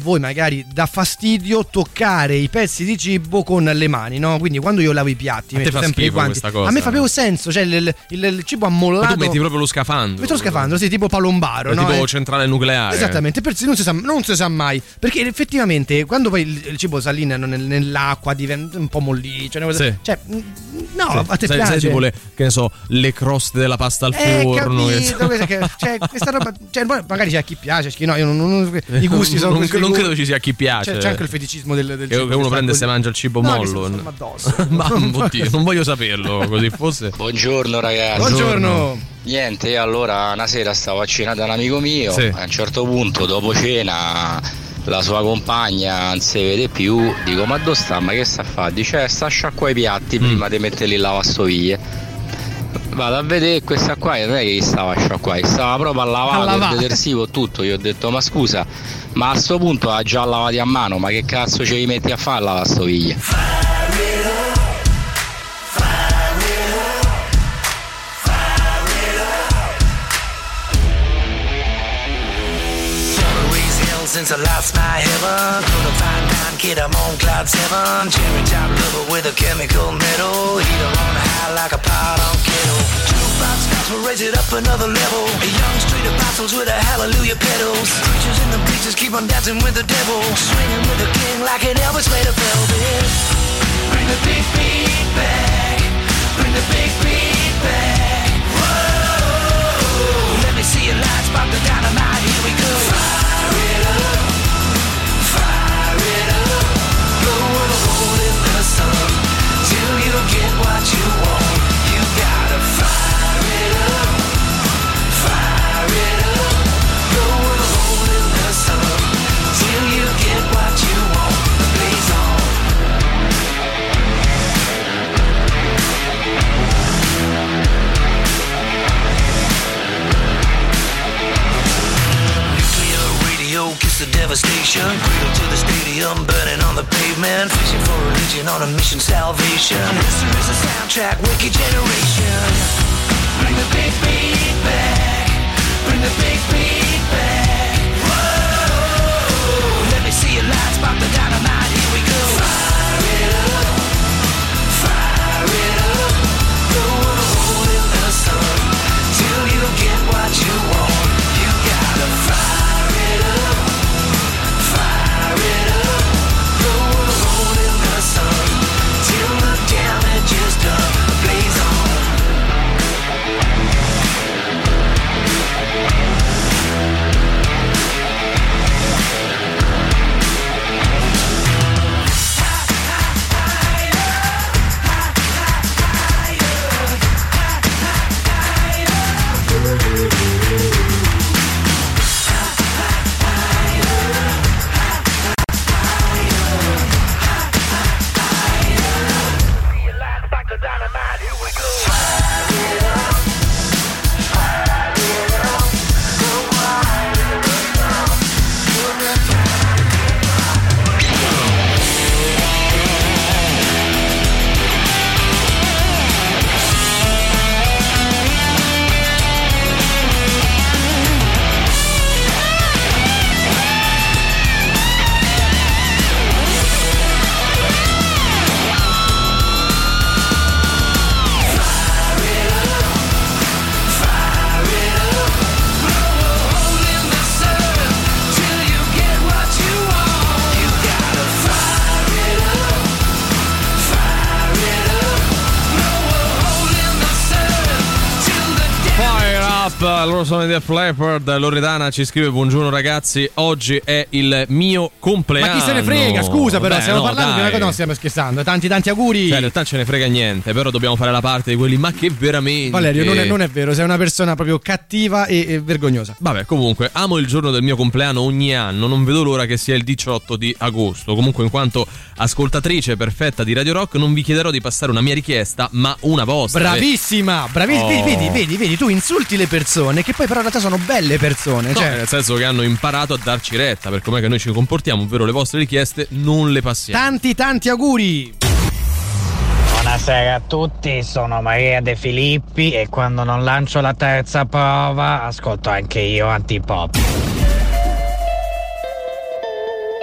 voi magari dà fastidio toccare i pezzi di cibo con le mani, no? Quindi quando io lavo i piatti, a metto sempre i guanti. Cosa, a me fa proprio senso, cioè il, il, il cibo ammollato. Ma tu metti proprio lo scafandro. Metto lo scafandro, sì, tipo palombaro, no? Tipo eh? centrale nucleare. Esattamente, per, non, si sa, non si sa mai. Perché effettivamente quando poi il, il cibo s'allinea nel, nell'acqua diventa un po' molliccio. Sì. Cioè, no, sì. a te sai, piace? sai tipo le, che ne so, le croste della pasta al eh, forno. Capito, che... che, cioè, questa roba, cioè, magari c'è a chi piace, chi no, io non, non, i gusti sono non, questi non gusti. credo ci sia chi piace. C'è, c'è anche il feticismo del, del che, cibo che uno prende e così. se mangia il cibo no, mollo. Che addosso. Ma oddio, non voglio saperlo, così fosse. Buongiorno ragazzi. Buongiorno. Niente, allora una sera stavo a cena da un amico mio, sì. A un certo punto dopo cena la sua compagna non si vede più, dico ma dove sta, ma che sta a fare? Dice sta a sciacquare i piatti mm. prima di metterli in lavastoviglie. Vado a vedere questa qua non è che stava a sciacquare, stava proprio a lavare con il detersivo e tutto. Io ho detto ma scusa, ma a sto punto ha già lavati a mano, ma che cazzo ce li metti a fare la lavastoviglie? Since I lost my heaven, couldn't find nine, kid, I'm on cloud seven. Cherry top lover with a chemical metal, heater on high like a pot on kettle. Jukebox gospel, raise it up another level. A young street apostles with a hallelujah pedals. Preachers in the bleachers keep on dancing with the devil, swinging with the king like an Elvis made of velvet. Bring the big beat back, bring the big beat back. Whoa, let me see your lights, pop the dynamite, here we go. Fire it up. Till you get what you want, you gotta fire it up, fire it up. Go with a hole in the sun, till you get what you want, blaze on. Nuclear radio, kiss the devastation. Cradle to the stadium, burning on the pavement. Fishing for religion on a mission, salvation. History is a soundtrack, wicked generation. Bring the big beat back, bring the big beat back. Whoa, let me see your lights, pop the dynamite, here we go. Fire it up, fire it up. Go with a hole in the sun, till you get what you want. You gotta fire it up, fire it up. Go with a hole in the sun, till the damage is done. Blaze on. Loro sono i Def Leppard. Loredana ci scrive: buongiorno ragazzi, oggi è il mio compleanno. Ma chi se ne frega, scusa, però Beh, stiamo no, parlando dai. di una cosa, non stiamo scherzando. Tanti tanti auguri. Cioè, in realtà ce ne frega niente, però dobbiamo fare la parte di quelli, ma che veramente. Valerio, non è, non è vero, sei una persona proprio cattiva e, e vergognosa. Vabbè, comunque, amo il giorno del mio compleanno ogni anno, non vedo l'ora che sia il diciotto di agosto. Comunque, in quanto ascoltatrice perfetta di Radio Rock, non vi chiederò di passare una mia richiesta, ma una vostra. Bravissima, bravissima. Oh. Vedi, vedi, vedi, vedi, tu insulti le persone che poi però in realtà sono belle persone. No, Cioè, nel senso che hanno imparato a darci retta per com'è che noi ci comportiamo, ovvero le vostre richieste non le passiamo. tanti tanti auguri. Buonasera a tutti, sono Maria De Filippi e quando non lancio la terza prova ascolto anche io Antipop.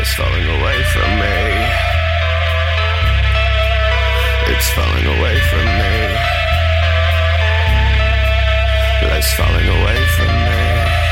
It's falling away from me. It's falling away from me. Life's falling away from me.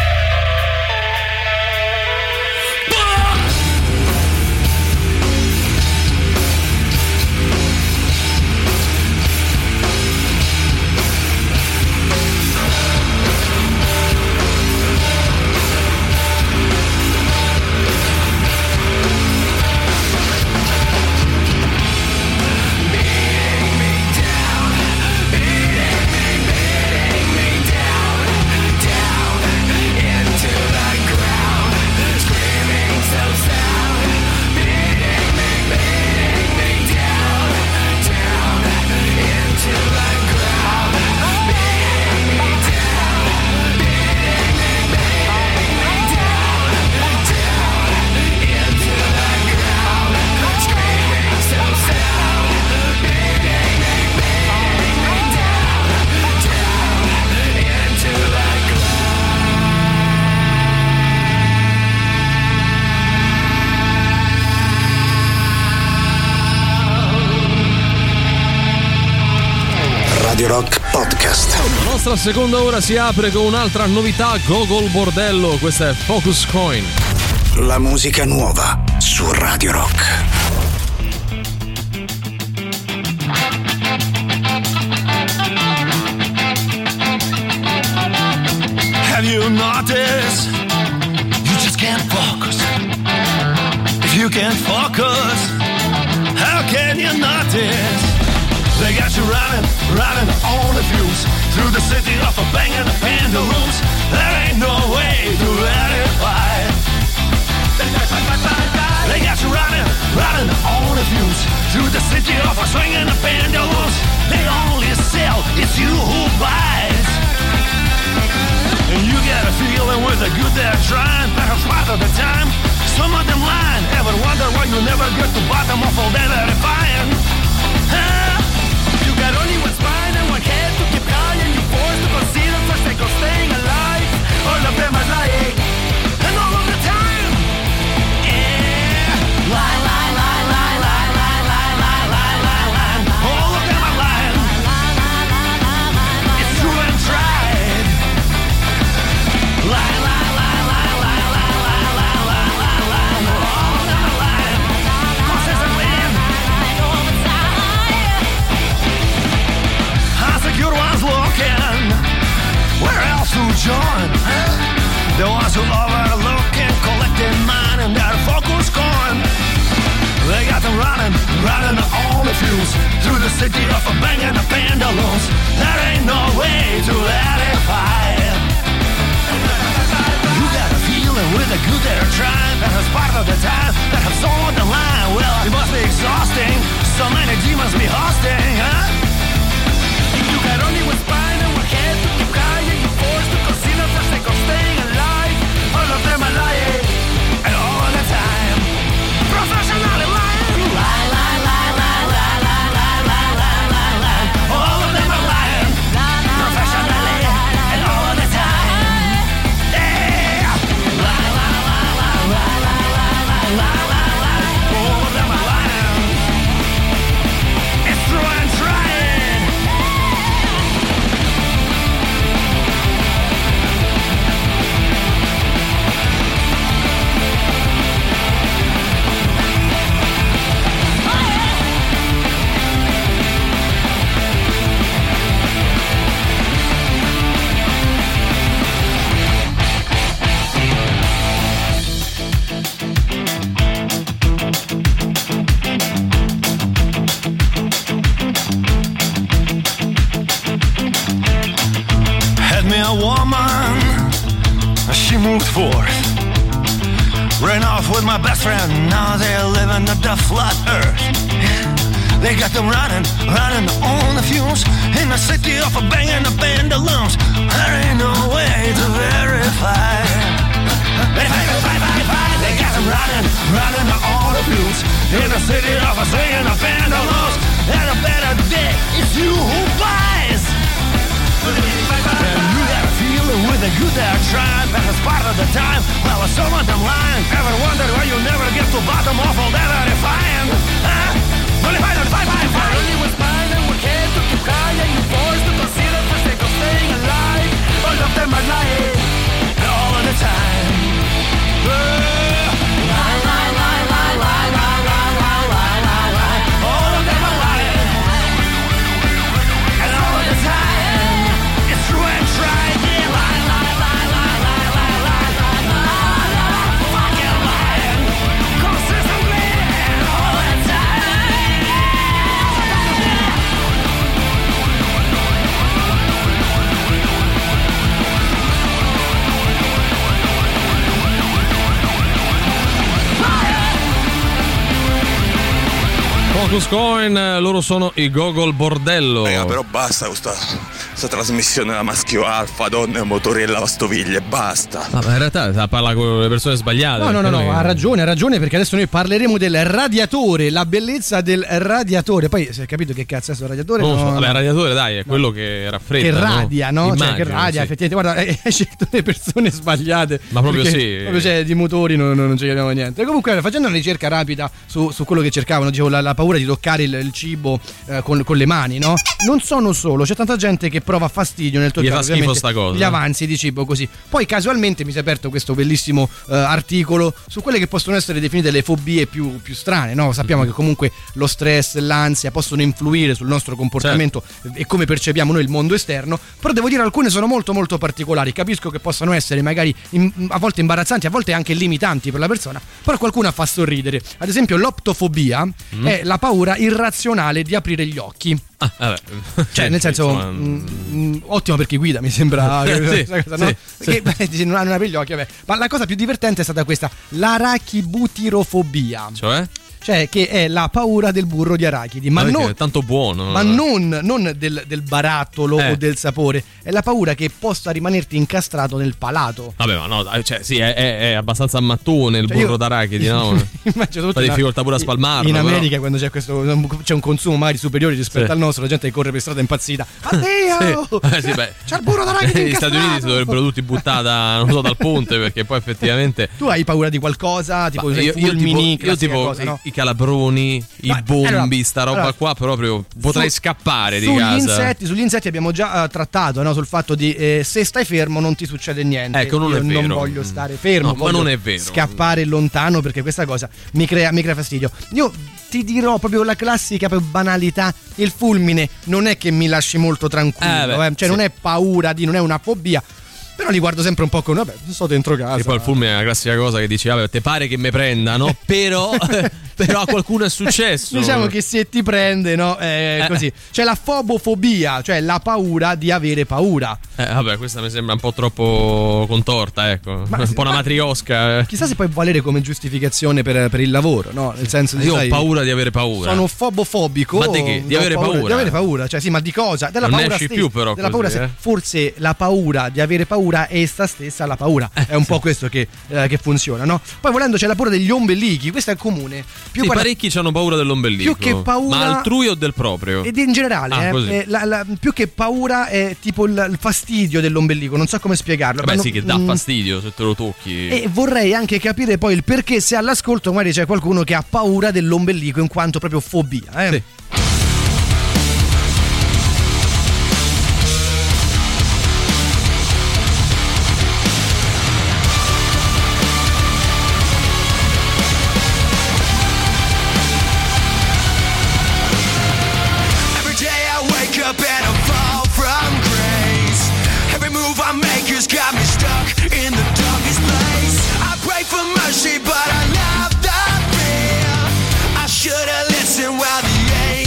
Radio Rock Podcast. La nostra seconda ora si apre con un'altra novità, Gogol Bordello, questa è Focus Coin. La musica nuova su Radio Rock. Have you noticed? You just can't focus. If you can't focus, how can you notice? They got you running, running on the fuse through the city of a banging the pendulums. There ain't no way to verify. They got you running, running on the fuse through the city of a swinging the pendulums. They only sell, it's you who buys. And you get a feeling with the good they're trying, perhaps part of the time. Some of them lying. Ever wonder why you never get to bottom of all they verifying? Huh? You got only one spine and one head to keep calling. You forced to consider for sake of staying alive. All of them are lying, and all of the time. Yeah. Lie, lie, lie, lie, lie, lie, lie, lie, lie, lie, lie. All of them are lying. It's true and tried. Lie, lie, lie, lie, lie, lie, lie, lie, lie, lie, lie. All of them are lying. Causes a win. Insecure ones looking, where else to join? The ones who overlook and collecting mine and their focus gone. They got them running, running on the fuse through the city of a banging the pendulums. There ain't no way to verify. You got a feeling with the good they're trying, that has part of the time, that have sold the line. Well, it must be exhausting, so many demons be hosting, huh? You got only one spine and one head to keep crying. You forced to consider for sake of staying alive. All of them are lying, and all the time. Professionally lying. Lie, lie, lie, lie, lie, lie, lie, lie, lie, lie, lie. All of them are lying. Professionally, and all the time. Yeah. Lie, lie, lie, lie, lie, lie, lie, lie, lie, lie. All of them are lying. It's true and trying. A woman, she moved forth, ran off with my best friend. Now they're living the flat earth. They got them running, running on the fumes in the city of a banging the pendulums. There ain't no way to verify. They got them running, running on the fumes in the city of a swinging the pendulums. And a better day, it's you who buys. And you got a feeling with the good they're trying, but it's part of the time. Well, some of them lying. Ever wonder why you never get to buy? Focus Coin, loro sono i Gogol Bordello. Raga, però basta questa, questa trasmissione da maschio alfa, donne, motori e lavastoviglie, basta. Ma in realtà parla con le persone sbagliate. No, no, no, no, noi... ha ragione, ha ragione, perché adesso noi parleremo del radiatore, la bellezza del radiatore. Poi si è capito che cazzo è questo radiatore? Non no, so, no, vabbè, il no. radiatore, dai, è quello che raffredda. Che radia, no? Immagino, cioè, che radia, sì. effettivamente. Guarda, hai scelto le persone sbagliate. Ma proprio perché sì. Proprio, cioè, di motori non, non ci capiamo niente. Comunque, facendo una ricerca rapida su, su quello che cercavano, dicevo, la, la paura di toccare il, il cibo eh, con, con le mani, no? Non sono solo, c'è tanta gente che prova fastidio nel toccare Gli fa schifo ovviamente sta cosa. gli avanzi di cibo così. Poi casualmente mi si è aperto questo bellissimo eh, articolo su quelle che possono essere definite le fobie più, più strane, no? Sappiamo che comunque lo stress, l'ansia possono influire sul nostro comportamento, certo, e come percepiamo noi il mondo esterno, però devo dire alcune sono molto molto particolari. Capisco che possano essere magari in, a volte imbarazzanti, a volte anche limitanti per la persona, però qualcuna fa sorridere. Ad esempio l'optofobia mm. è la paura irrazionale di aprire gli occhi. Ah, vabbè. Cioè, nel senso, Insomma, mh, ottimo per chi guida, mi sembra. Sì, cosa, no? sì, Perché sì. non apri gli occhi, vabbè. Ma la cosa più divertente è stata questa: l'arachibutirofobia. Cioè? Cioè, che è la paura del burro di arachidi, ma, ma non è tanto buono, ma non, non del, del barattolo eh. o del sapore, è la paura che possa rimanerti incastrato nel palato. Vabbè, ma no, cioè, sì, è, è, è abbastanza mattone il Cioè, burro io- d'arachidi, no? Fa difficoltà pure a spalmarlo. In però. America, quando c'è questo c'è un consumo magari superiore rispetto Sì. al nostro, la gente che corre per strada impazzita. Addio! Sì. Eh, sì, beh. C'è il burro d'arachidi Negli Stati incastrato! Uniti si dovrebbero tutti buttata, non so, dal ponte, perché poi effettivamente. Tu hai paura di qualcosa? Tipo Ma i io, io fulmini, tipo, io classica tipo cosa, i, no? i calabroni, i Ma- bombi, allora- sta roba allora, qua proprio potrei su- scappare di sugli casa. Insetti, sugli insetti abbiamo già uh, trattato, no? Sul fatto di eh, se stai fermo non ti succede niente. Ecco, non Io è vero. non voglio stare fermo, No, ma voglio non è vero. scappare lontano, perché questa cosa mi crea, mi crea fastidio. Io ti dirò proprio la classica proprio banalità: il fulmine non è che mi lasci molto tranquillo, Eh, beh, eh. Cioè sì. non è paura di, non è una fobia. Però li guardo sempre un po' con, vabbè, sto dentro casa. E poi il fulmine è la classica cosa che dici, vabbè, te pare che mi prenda, no? Però, però a qualcuno è successo. Diciamo che se ti prende, no? È Eh. così. C'è la fobofobia, cioè la paura di avere paura. Eh, vabbè, questa mi sembra un po' troppo contorta, ecco. Ma- un po' una ma- matriosca. Chissà se può valere come giustificazione per, per il lavoro, no? Nel senso di, Io ho sai, paura di avere paura. sono fobofobico. Ma di che? Di ho avere paura? Di avere paura, cioè sì, ma di cosa? Della Non paura esci stessa. più, però, della così, paura stessa. eh. Forse la paura di avere paura è essa stessa la paura. È un po' questo che, eh, che funziona, no? Poi volendo c'è la paura degli ombelichi, questo è comune. Più Sì, guarda- parecchi hanno paura dell'ombelico. più che paura- Ma altrui o del proprio? Ed in generale, Ah, eh, così. eh, la- la- più che paura è tipo il, il fastidio dell'ombelico, non so come spiegarlo. Vabbè, Ma sì, non- che dà mm, fastidio se te lo tocchi. E vorrei anche capire poi il perché, se all'ascolto magari c'è qualcuno che ha paura dell'ombelico in quanto proprio fobia. Eh? Sì. Every day I wake up and I fall from grace. Every move I make has got me stuck in the darkest place. I pray for mercy, but I love the fear. I should've listened while the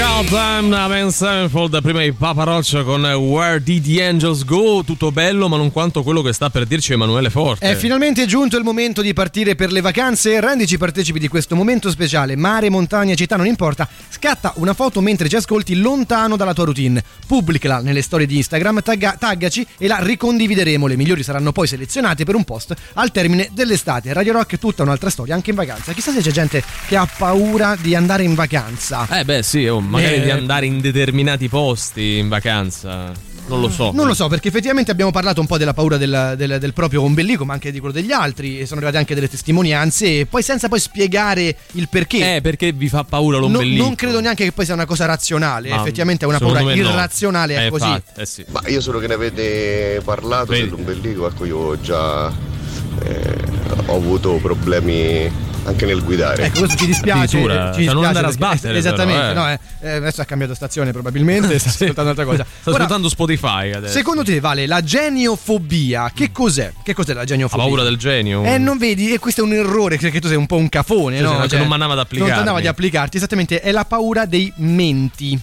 Goddamn, Ben Sevenfold, prima di Papa Roach con Where Did the Angels Go? Tutto bello, ma non quanto quello che sta per dirci Emanuele Forte. È finalmente giunto il momento di partire per le vacanze. Rendici partecipi di questo momento speciale. Mare, montagna, città, non importa. Scatta una foto mentre ci ascolti lontano dalla tua routine. Pubblicala nelle storie di Instagram, tagga, taggaci e la ricondivideremo. Le migliori saranno poi selezionate per un post al termine dell'estate. Radio Rock è tutta un'altra storia, anche in vacanza. Chissà se c'è gente che ha paura di andare in vacanza. Eh beh sì, oh, magari Eh. di andare in determinati posti in vacanza. Non lo so. Non lo so, perché effettivamente abbiamo parlato un po' della paura del, del, del proprio ombelico, ma anche di quello degli altri, e sono arrivate anche delle testimonianze, e poi senza poi spiegare il perché. Eh, perché vi fa paura No, l'ombelico? non credo neanche che poi sia una cosa razionale, Ma effettivamente è una secondo paura me no. irrazionale, è Eh, così. infatti, eh sì. Ma io solo che ne avete parlato Vedi. dell'ombelico, ecco, io ho già eh, ho avuto problemi anche nel guidare. Ecco, questo ci dispiace. Addirittura, ci cioè non dispiace andare a perché- sbattere, Esattamente, però, eh. no, eh, eh, adesso ha cambiato stazione probabilmente, sta ascoltando un'altra cosa. Sto Ora, ascoltando Spotify adesso. secondo te, Vale, la geniofobia, che cos'è? Che cos'è la La geniofobia? paura del genio? Eh, non vedi? E questo è un errore, perché tu sei un po' un cafone, Sì, no? sì, no, che non m'andava ad applicarmi. Non ti andava di applicarti, esattamente, è la paura dei menti.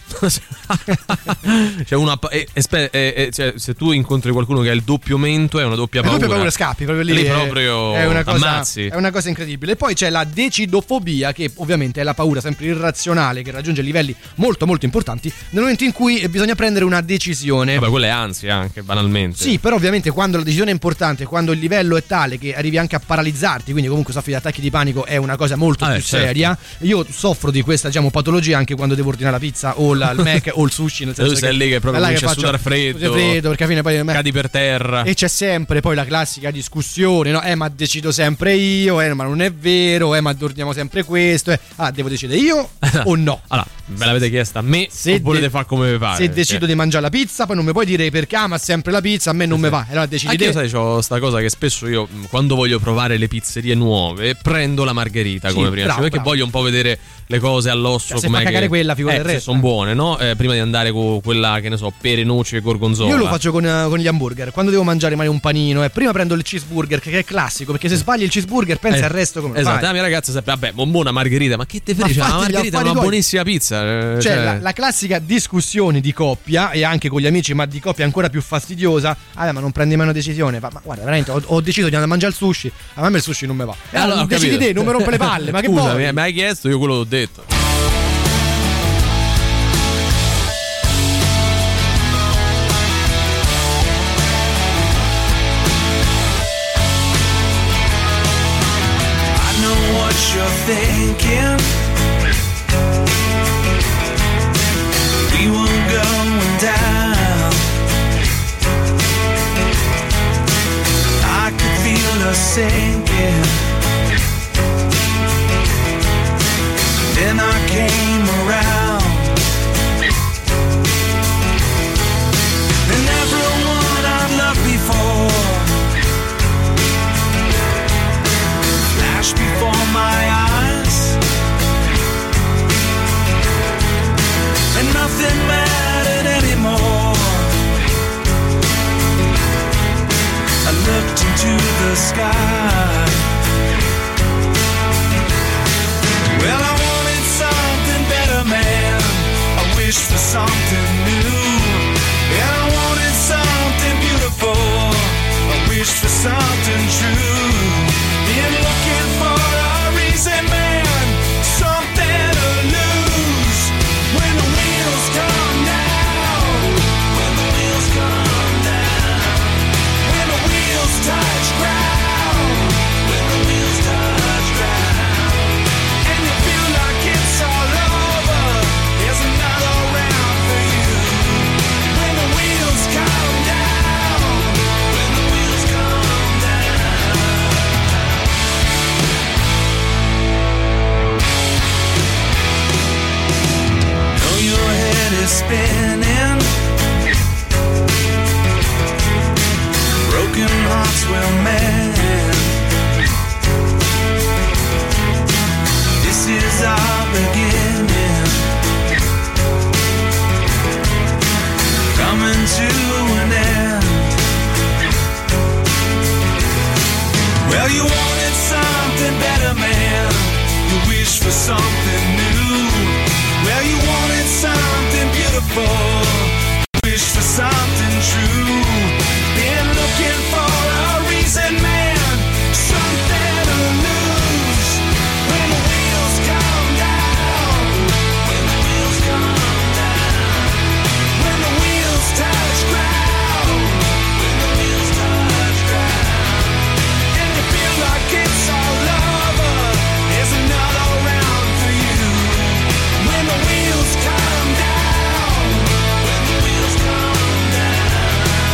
Cioè una pa- eh, espe- eh, eh, cioè, se tu incontri qualcuno che ha il doppio mento è una doppia È paura. proprio paura, scappi, proprio lì. Lì è- proprio è una cosa, ammazzi. è una cosa incredibile. E poi c'è la decidofobia, che ovviamente è la paura sempre irrazionale, che raggiunge livelli molto molto importanti nel momento in cui bisogna prendere una decisione. Vabbè, quella è ansia anche, banalmente. Sì, però ovviamente quando la decisione è importante, quando il livello è tale che arrivi anche a paralizzarti, quindi comunque soffri di attacchi di panico, è una cosa molto Ah, più eh, certo. seria. Io soffro di questa, diciamo, patologia anche quando devo ordinare la pizza o la, il Mac o il sushi, nel senso Tu sei lì che proprio è là cominci a faccio- sudare freddo, freddo, perché alla fine poi cadi per terra. e c'è sempre poi la classica discussione, no? Eh, ma decido sempre io, eh, ma non è vero, eh, ma ordiniamo sempre questo, eh. Ah, devo decidere io o no? Allora, me l'avete chiesta a me Se o volete de- fare come vi pare? Se decido Cioè, di mangiare la pizza, poi non mi puoi dire perché, ah, ma sempre la pizza, a me non mi va. Allora decidi anche te. io, sai, c'ho sta cosa che spesso io, mh, quando voglio provare le pizzerie nuove, prendo la margherita Sì, come prima, bravo, cioè, perché bravo. voglio un po' vedere le cose all'osso. Se com'è fa cagare che- quella, figura eh, del se resto. sono buone, no? Eh, prima di andare con quella, che ne so, pere, noci e gorgonzola. Io lo faccio con, eh, con gli hamburger. Quando devo mangiare magari un panino, eh, prima prendo il cheeseburger, che è classico, perché se sbagli il cheeseburger pensa Eh, al resto come lo esatto, fai. la mia ragazza sempre, vabbè, bombona margherita, ma che te frega? Ma Cioè, la fatti gli margherita è affari una tuoi. buonissima pizza. eh, Cioè, cioè- la, la classica discussione di coppia, e anche con gli amici, ma di coppia ancora più fastidiosa. Ah, ma non prendi mai una decisione. Ma, ma guarda, veramente, ho, ho deciso di andare a mangiare il sushi. A me il sushi non mi va. Eh, allora, ho decidi capito. te, non mi rompe le palle. Ma che Scusa, vuoi? mi mi hai chiesto, io quello l'ho detto. I know what you're thinking. We were going down. I could feel us sinking. Then I came around. And everyone I've loved before flashed before my eyes, and nothing mattered anymore. I looked into the sky. Well, I wanted something better, man. I wished for something new, and I wanted something beautiful. I wished for something true. Been looking for a reason, man, something to lose. When the wheels come down, when the wheels come down, when the wheels touch ground, when the wheels touch ground, and you feel like it's all over, there's another round for you. When the wheels come down, when the wheels come down. Know your head is spinning, broken hearts will mend. This is our beginning, coming to an end. Well, you wanted something better, man. You wished for something new. Well, you wanted something before. Wish for something true. Been looking for a reason, man. Something to lose. When the wheels come down. When the wheels come down. When the wheels touch ground. When the wheels touch ground. And you feel like it's all over. There's another round for you. When the wheels come down. When the wheels come down.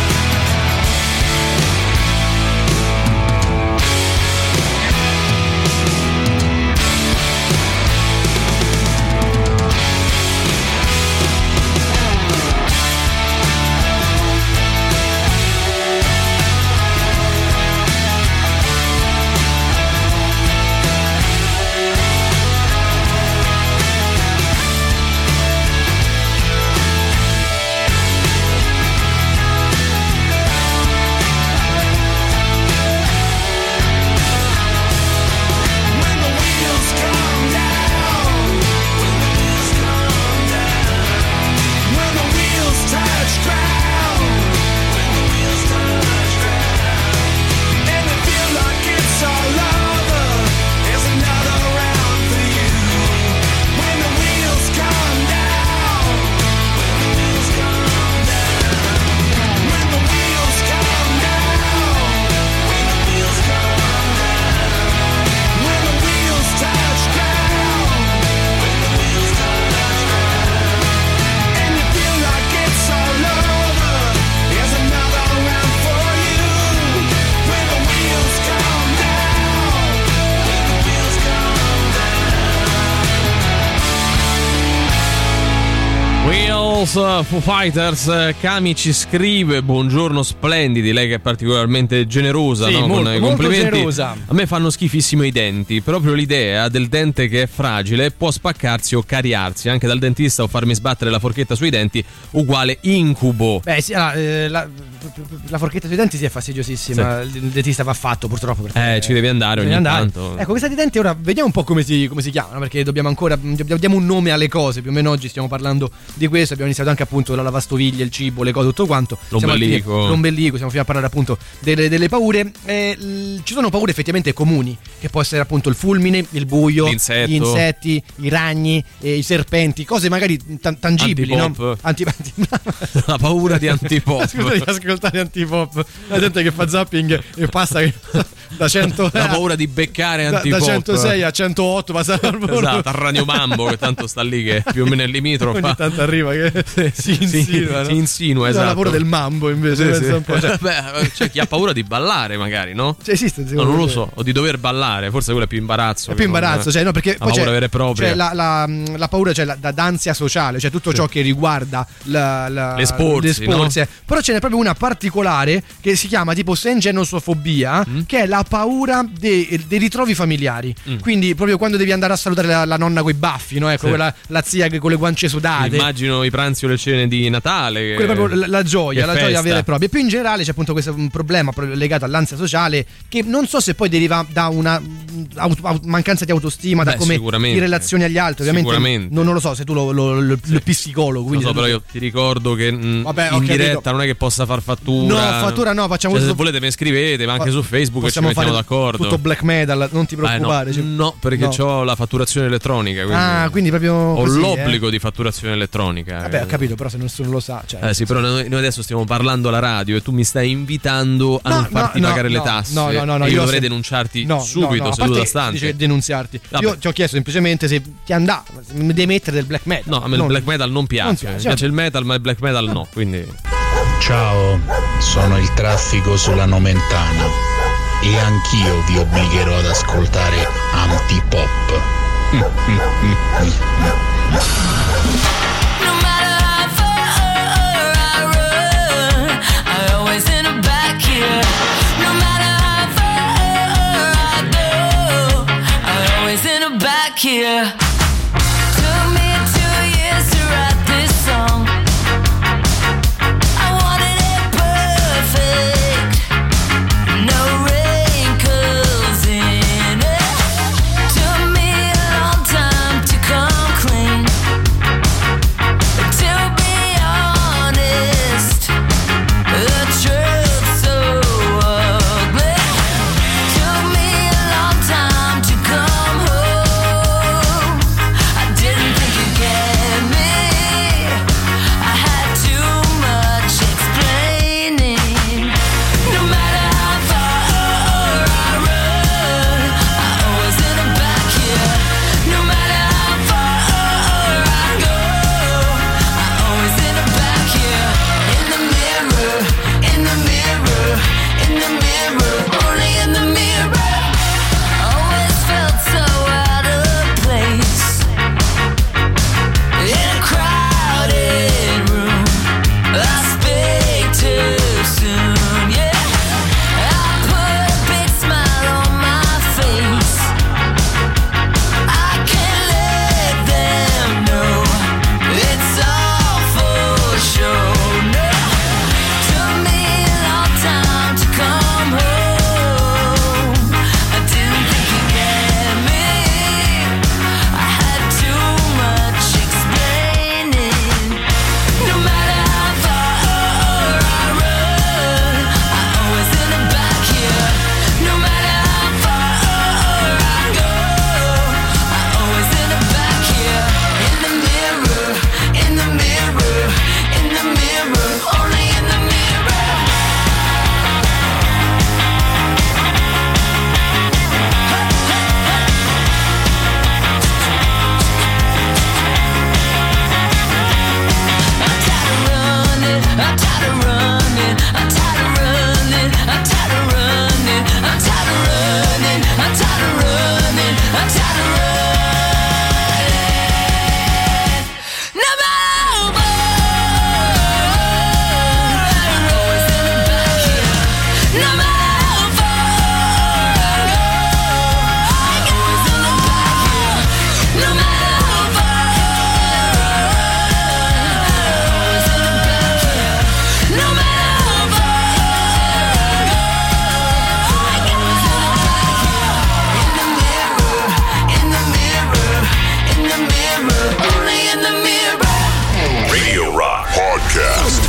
When the wheels come down. When the wheels come down. When the wheels touch ground. When the wheels touch ground. And you feel like it's all over. There's another round for you. When the wheels come down. When the wheels come down. When the wheels come down. When the wheels come down. When the wheels touch ground. When the wheels touch ground. And you feel like it's all over. There's another round for you. When the wheels come down. When the wheels come down. Wheels, uh, Foo Fighters. uh, Cami ci scrive: buongiorno splendidi, lei che è particolarmente generosa, Sì, no? molto- Con i molto complimenti. generosa. A me fanno schifissimo i denti. Proprio l'idea del dente che è fragile può spaccarsi o cariarsi anche dal dentista o farmi sbattere la forchetta sui denti, uguale incubo. Beh, sì, allora, eh, la, la forchetta sui denti sì, è fastidiosissima. Il dentista va fatto purtroppo. Perché Eh, ci devi andare ogni bisogna andare. tanto. Ecco, questa di denti ora vediamo un po' come si, come si chiamano, perché dobbiamo ancora diamo un nome alle cose. Più o meno oggi stiamo parlando di questo. Abbiamo iniziato anche appunto la lavastoviglie, il cibo, le cose, tutto quanto. Siamo L'ombelico. al fine- L'ombelico, siamo fino a parlare appunto delle, delle paure. Eh, l- ci sono paure effettivamente comuni, che può essere appunto il fulmine, il buio, L'insetto. gli insetti, i ragni, eh, i serpenti, cose magari tan- tangibili, Antipop. no? Anti- anti- La paura di antipop. Scusate di ascoltare antipop. La gente che fa zapping e passa che- da cento La paura di beccare da, antipop. da centosei a centootto passa al volo. Esatto, al Radio Mambo, che tanto sta lì, che più o meno è limitrofa. Ogni tanto arriva che si insinua, no? si insinua, No, esatto. la paura del mambo invece, Sì, pensa sì. un po', cioè- Beh, c'è chi ha paura di ballare, magari, no? Cioè, esiste, No, secondo non lo me. so, o di dover ballare, forse quello è più imbarazzo. È più imbarazzo, cioè, no, perché la poi paura c'è, vera e propria. c'è la, la, la paura, cioè la, da- d'ansia sociale, cioè tutto ciò che riguarda la, la- L'esporsi, l'esporsi, eh. Però ce n'è proprio una particolare che si chiama tipo sengenosofobia, Mm. che è la paura dei, dei ritrovi familiari. Mm. Quindi proprio quando devi andare a salutare la, la nonna coi baffi, no? Ecco, Sì. quella, la zia che con le guance sudate. Immagino i pranzi o le cene di Natale. che- Quella è proprio la, la gioia, che la gioia festa. vera e propria. E più in generale c'è appunto questo un problema proprio legato all'ansia sociale, che non so se poi deriva da una mm, auto- auto- mancanza di autostima, da Beh, come sicuramente. di relazioni agli altri. Ovviamente Sicuramente. non, non lo so se tu lo, lo, lo- lo psicologo. Lo Quindi so, se tu- però io ti ricordo che mh, Vabbè, ho in capito. diretta non è che possa far fattura. No, fattura no, facciamo Cioè, se tutto- volete mi scrivete, ma anche su Facebook e ci possiamo mettiamo fare d'accordo. tutto black metal, non ti Eh, preoccupare. no, cioè- no, perché no. ho la fatturazione elettronica. Quindi Ah, quindi proprio ho così, l'obbligo di fatturazione elettronica. Vabbè, ho capito, però se nessuno lo sa, cioè, Eh sì, però noi, noi adesso stiamo parlando alla radio e tu mi stai invitando a No, non no, farti no, pagare le no, tasse. no, no, no, no, e io, io dovrei se- denunciarti No, subito, no, no, a seduta parte stante. dice denunziarti. Vabbè. Io ti ho chiesto semplicemente se ti andava, mi devi mettere del black metal. No, a me il Non- black metal non piace. non piace, Mi piace il metal, ma il black metal no. Quindi. Ciao, sono il traffico sulla Nomentana e anch'io vi obbligherò ad ascoltare Antipop. No matter how far I run, I always end up back here. No matter how far I go, I always end up back here. Took me two years to write this song. I wanted it perfect, no wrinkles in it. Took me a long time to come clean.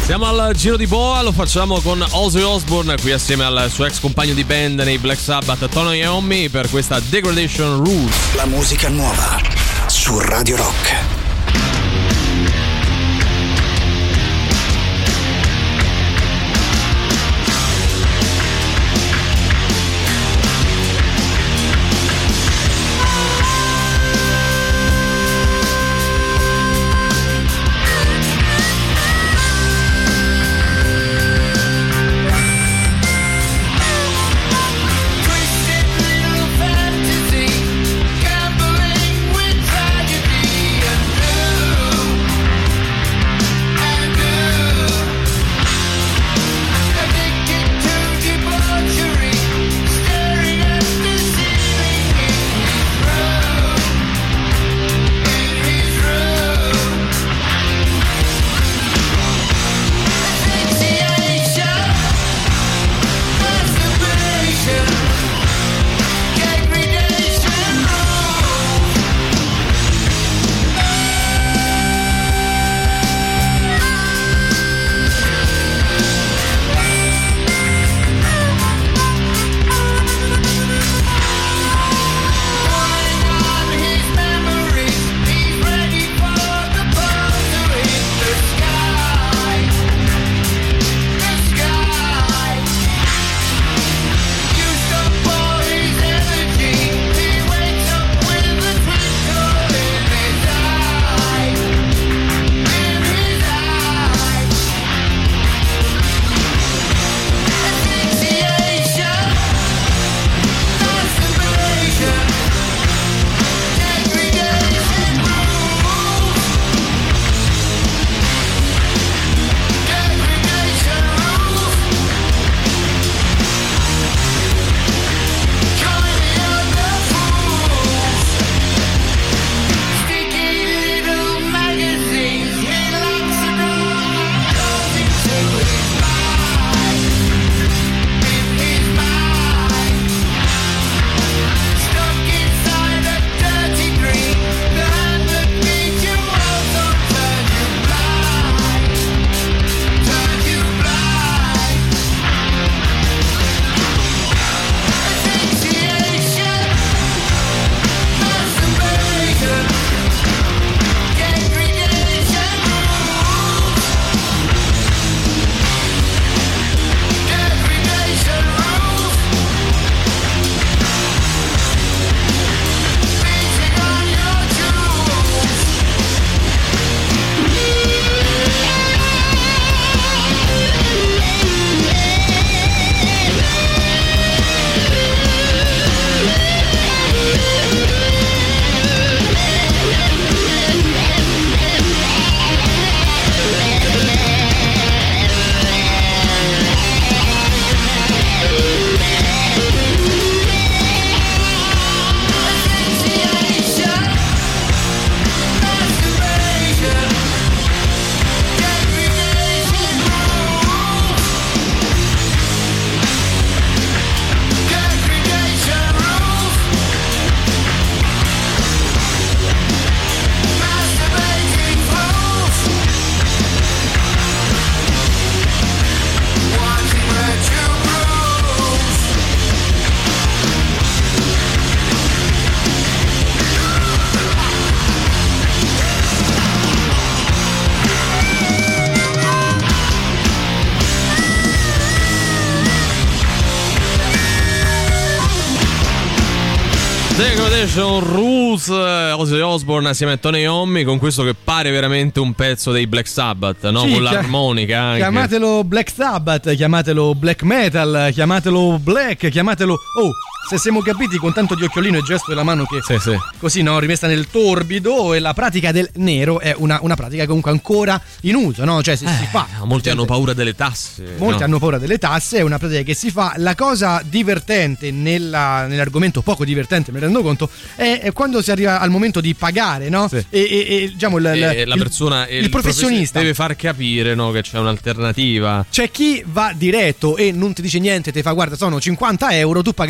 Siamo al giro di boa, lo facciamo con Ozzy Osbourne qui assieme al suo ex compagno di band nei Black Sabbath, Tony Iommi, per questa Degradation Rules. La musica nuova su Radio Rock. Degradation Rules, Ozzy Osbourne assieme a Tony Iommi, con questo che pare veramente un pezzo dei Black Sabbath, no? Sì, con chia- l'armonica anche. Chiamatelo Black Sabbath, chiamatelo Black Metal, chiamatelo Black, chiamatelo... Oh, se siamo capiti con tanto di occhiolino e gesto della mano che sì, sì. così, no, rimessa nel torbido, e la pratica del nero è una, una pratica comunque ancora in uso, no? Cioè se eh, si fa. Molti hanno paura delle tasse. Molti no? hanno paura delle tasse, è una pratica che si fa. La cosa divertente nella, nell'argomento, poco divertente, mi rendo conto, è, è quando si arriva al momento di pagare, no? Sì. E, e, e diciamo il, e il, la persona, il, il, il professionista deve far capire, no, che c'è un'alternativa. C'è chi va diretto e non ti dice niente, ti fa guarda sono cinquanta euro, tu paghi cinquanta euro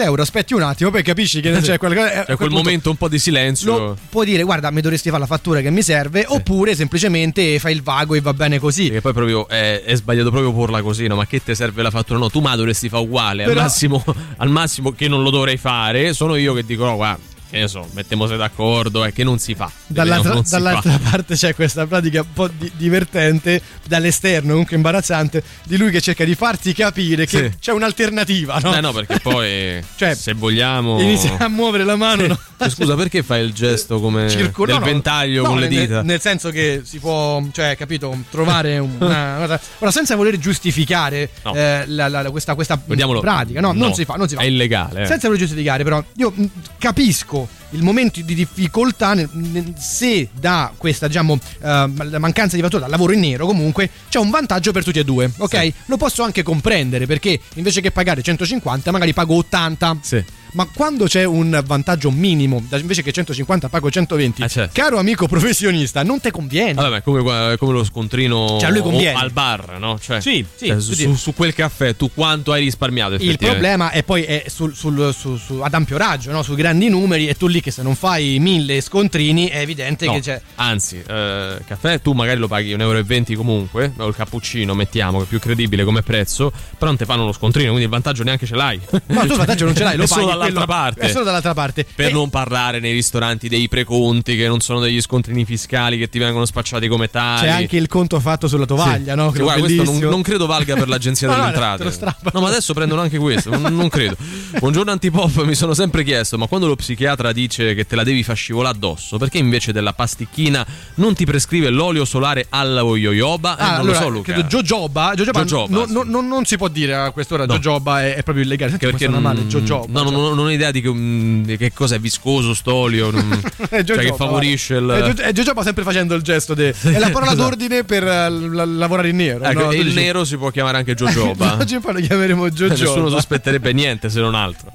euro, aspetti un attimo, poi capisci che c'è qualcosa. Cioè, quel momento un po' di silenzio. Lo puoi dire, guarda, mi dovresti fare la fattura che mi serve, sì. Oppure semplicemente fai il vago e va bene così. Perché poi proprio è, è sbagliato proprio porla così, no? Ma che ti serve la fattura? No, tu ma dovresti fare uguale. Però... Al massimo, al massimo che non lo dovrei fare, sono io che dico, no, guarda, che ne so, mettiamoci d'accordo, è che non si fa. Dall'altra, non si dall'altra fa. parte c'è questa pratica un po' di, divertente, dall'esterno, comunque imbarazzante, di lui che cerca di farti capire che sì. c'è un'alternativa, no? Eh no, perché poi cioè, se vogliamo inizia a muovere la mano, no? Scusa, perché fai il gesto come Circo, del no, no, ventaglio no, con le nel, dita? Nel senso che si può, cioè, capito, trovare una, una ora senza voler giustificare no. eh, la, la, questa, questa Vediamolo, pratica, no, no, non si fa, non si fa. È illegale. Eh. Senza voler giustificare, però, io mh, capisco il momento di difficoltà nel, nel, se da questa, diciamo, uh, mancanza di fattura, dal lavoro in nero, comunque c'è un vantaggio per tutti e due, ok? Sì. Lo posso anche comprendere, perché invece che pagare centocinquanta magari pago ottanta. Sì. Ma quando c'è un vantaggio minimo, invece che centocinquanta pago centoventi, eh certo. Caro amico professionista, non te conviene. Vabbè, è come, come lo scontrino, cioè, lui conviene. al bar, no? Cioè, sì, sì, cioè, su, su quel caffè tu quanto hai risparmiato? Il problema è poi è sul, sul, su, su, ad ampio raggio, no? Sui grandi numeri, e tu lì che se non fai mille scontrini è evidente no, che c'è. Anzi, eh, caffè tu magari lo paghi un euro e venti comunque, o il cappuccino mettiamo che è più credibile come prezzo, però non te fanno lo scontrino, quindi il vantaggio neanche ce l'hai. Ma tu il vantaggio non ce l'hai, lo è paghi solo dall'altra quello, parte. È solo dall'altra parte. Per e... non parlare nei ristoranti dei preconti, che non sono degli scontrini fiscali che ti vengono spacciati come tali. C'è anche il conto fatto sulla tovaglia, sì. no? Sì, guarda, questo non, non credo valga per l'agenzia no, delle no, entrate. No, ma adesso prendono anche questo, non, non credo. Buongiorno Antipop, mi sono sempre chiesto, ma quando lo psichiatra dice che te la devi far scivolare addosso, perché invece della pasticchina non ti prescrive l'olio solare alla jojoba? Ah, eh, non allora, lo so, Luca. credo jojoba, jojoba, jojoba no, sì. no, no, non si può dire a quest'ora no. jojoba è, è proprio illegale, perché, perché non male, jojoba. No, no, no, non ho idea di che, di che cosa è viscoso st'olio, non, cioè che favorisce vale. il È jojoba sempre facendo il gesto de, è la parola esatto. d'ordine per uh, la, lavorare in nero. Ecco, no? il dici... nero si può chiamare anche jojoba. Oggi poi lo chiameremo jojoba. Nessuno sospetterebbe niente se non altro.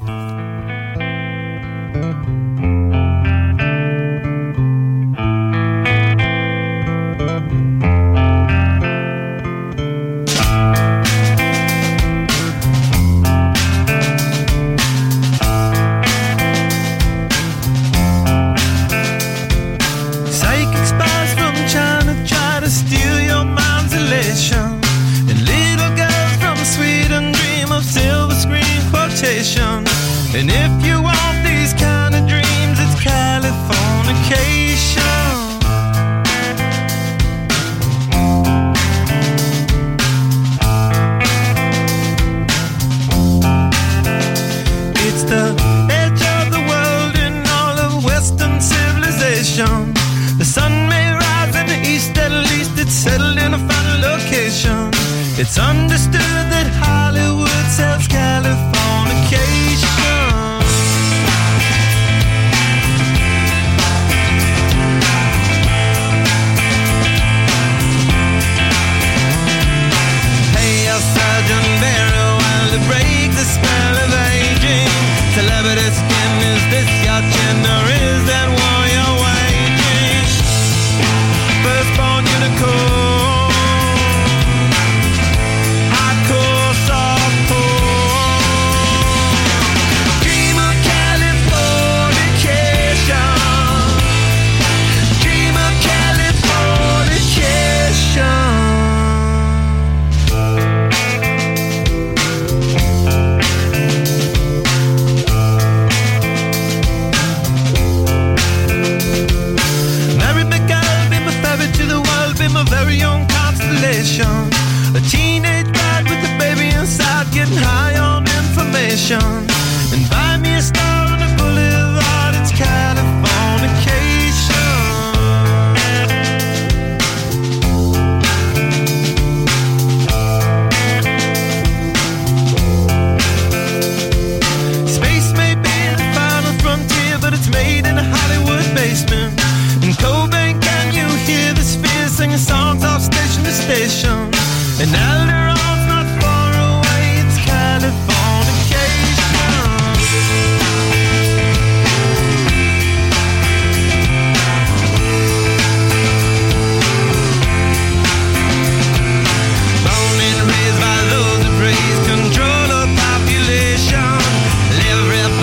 And if you want these kind of dreams, it's Californication. It's the edge of the world in all of Western civilization. The sun may rise in the east, at least it's settled in a final location. It's understood that Hollywood sells Californication. Pay your surgeon very well to break the spell of aging. Celebrity skin, is this your chin or is that war you're waging? Firstborn unicorn. A teenage bride with a baby inside, getting high on information. And buy me a star on a boulevard, it's Californication. Space may be the final frontier, but it's made in a Hollywood basement. In Cobain, can you hear the spheres singing songs off station to station? And Alderon's not far away, it's Californication. Born and raised by those that praise control of population. Live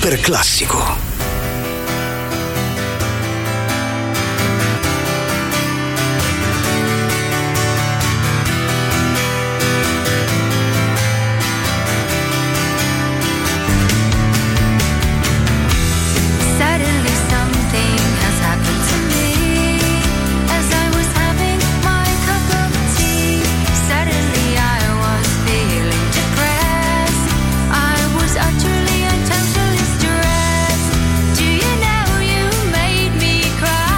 super classico. Utterly and totally stressed. Do you know you made me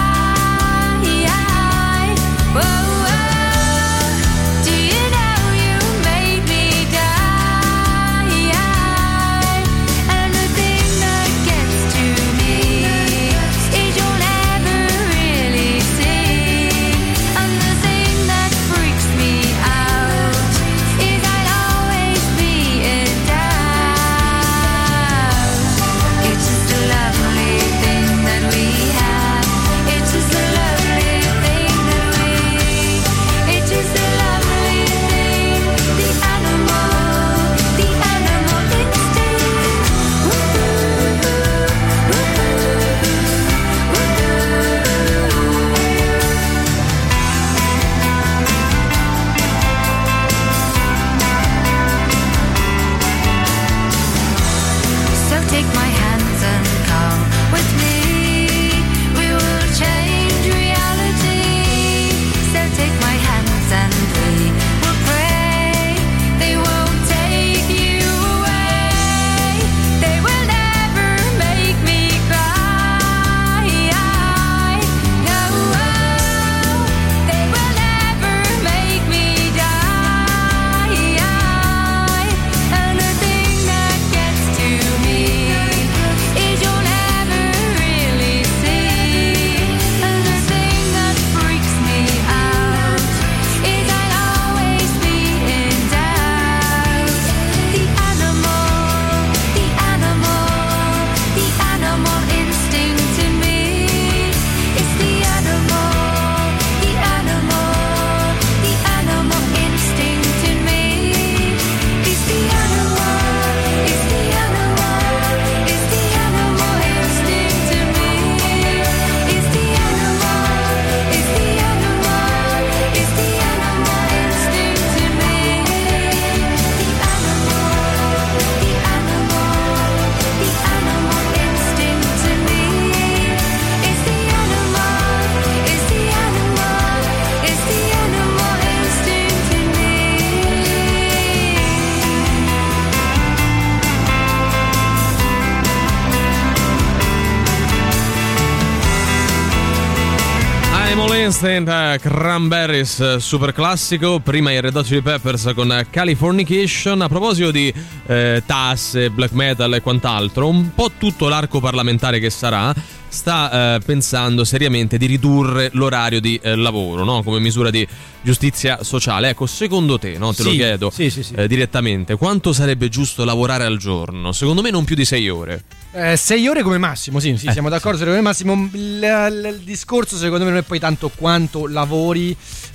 Instant, Cranberries, super classico. Prima i Red Hot Chili Peppers con Californication. A proposito di eh, tasse, black metal e quant'altro, un po' tutto l'arco parlamentare che sarà sta eh, pensando seriamente di ridurre l'orario di eh, lavoro, no? Come misura di giustizia sociale. Ecco, secondo te, no? Te sì, lo chiedo sì, sì, sì. Eh, direttamente, quanto sarebbe giusto lavorare al giorno? Secondo me non più di sei ore. Eh, sei ore come massimo, sì, sì, Eh, siamo d'accordo, sei ore come massimo. Il, il, il discorso secondo me non è poi tanto quanto lavori,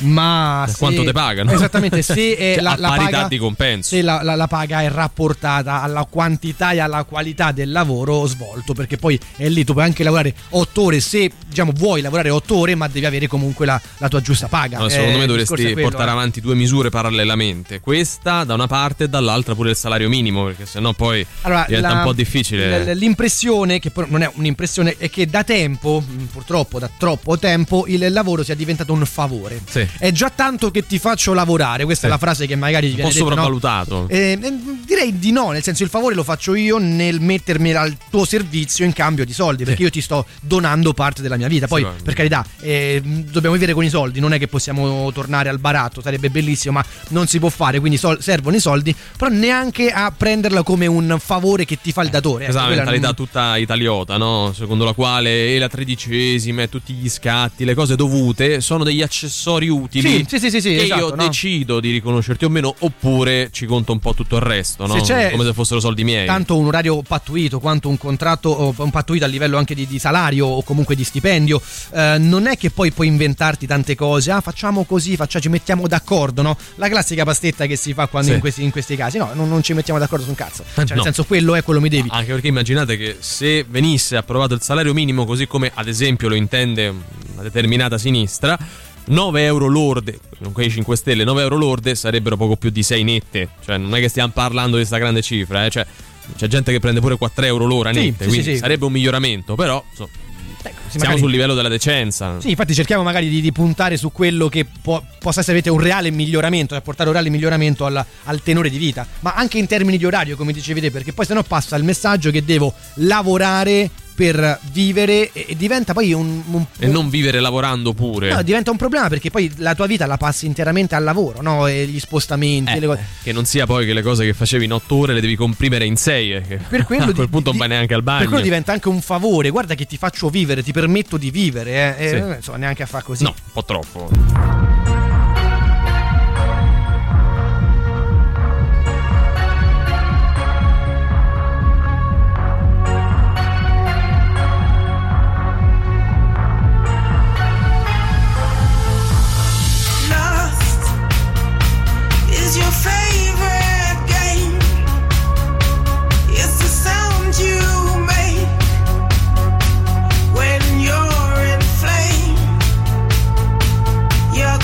ma se, quanto te pagano. Esattamente, se è Cioè, la, a la parità paga, di compenso. se la, la, la paga è rapportata alla quantità e alla qualità del lavoro svolto, perché poi è lì, tu puoi anche lavorare otto ore, se diciamo vuoi lavorare otto ore, ma devi avere comunque la, la tua giusta paga. No, secondo eh, me il discorso dovresti è quello, portare eh. avanti due misure parallelamente, questa da una parte e dall'altra pure il salario minimo, perché sennò poi Allora, diventa la- un po' difficile. l- L'impressione, che però non è un'impressione, è che da tempo, mh, purtroppo da troppo tempo, il lavoro sia diventato un favore. Sì. È già tanto che ti faccio lavorare, questa Sì. è la frase che magari Un viene po' detta, no? sopravvalutato. Eh, eh, direi di no, nel senso, il favore lo faccio io nel mettermi al tuo servizio in cambio di soldi, perché io ti sto donando parte della mia vita. Poi, Sì, per carità, eh, dobbiamo vivere con i soldi, non è che possiamo tornare al baratto, sarebbe bellissimo, ma non si può fare, quindi sol- servono i soldi, però neanche a prenderla come un favore che ti fa il datore. Questa è ecco, la quella mentalità non- tutta italiota, no? Secondo la quale e la tredicesima e tutti gli scatti, le cose dovute sono degli accessori utili. Sì, sì, sì, sì, sì, che esatto, io no? decido di riconoscerti o meno, oppure ci conto un po' tutto il resto, no? Se c'è Come se fossero soldi miei. tanto un orario pattuito quanto un contratto o un pattuito a livello anche di, di salario o comunque di stipendio, eh, non è che poi puoi inventarti tante cose. Ah, facciamo così, facciamo, ci mettiamo d'accordo, no? La classica pastetta che si fa quando Sì. in, questi, in questi casi, no, non, non ci mettiamo d'accordo su un cazzo, cioè no. nel senso, quello è, quello mi devi. Anche perché immaginate immaginate che se venisse approvato il salario minimo così come ad esempio lo intende una determinata sinistra, nove euro lorde, non quei cinque Stelle, nove euro lorde sarebbero poco più di sei nette. Cioè non è che stiamo parlando di questa grande cifra, eh? Cioè c'è gente che prende pure quattro euro l'ora Sì, nette, sì, quindi sì, sì. sarebbe un miglioramento, però insomma, Ecco, sì, siamo magari- sul livello della decenza. Sì, infatti cerchiamo magari di, di puntare su quello che può, possa essere un reale miglioramento, da portare un reale miglioramento alla- al tenore di vita, ma anche in termini di orario, come dicevi te, perché poi sennò passa il messaggio che devo lavorare per vivere e, e diventa poi un, un E non vivere lavorando pure. no, diventa un problema, perché poi la tua vita la passi interamente al lavoro, no? E gli spostamenti, Eh, le cose. Che non sia poi che le cose che facevi in otto ore le devi comprimere in sei. eh, che Per quello a quel di- punto di- non vai neanche al bagno. Per quello diventa anche un favore, guarda che ti faccio vivere, ti permetto di vivere, eh. Sì. E non so neanche a far così. No, un po' troppo. Lost is your favorite game. It's the sound you make when you're in flame. Your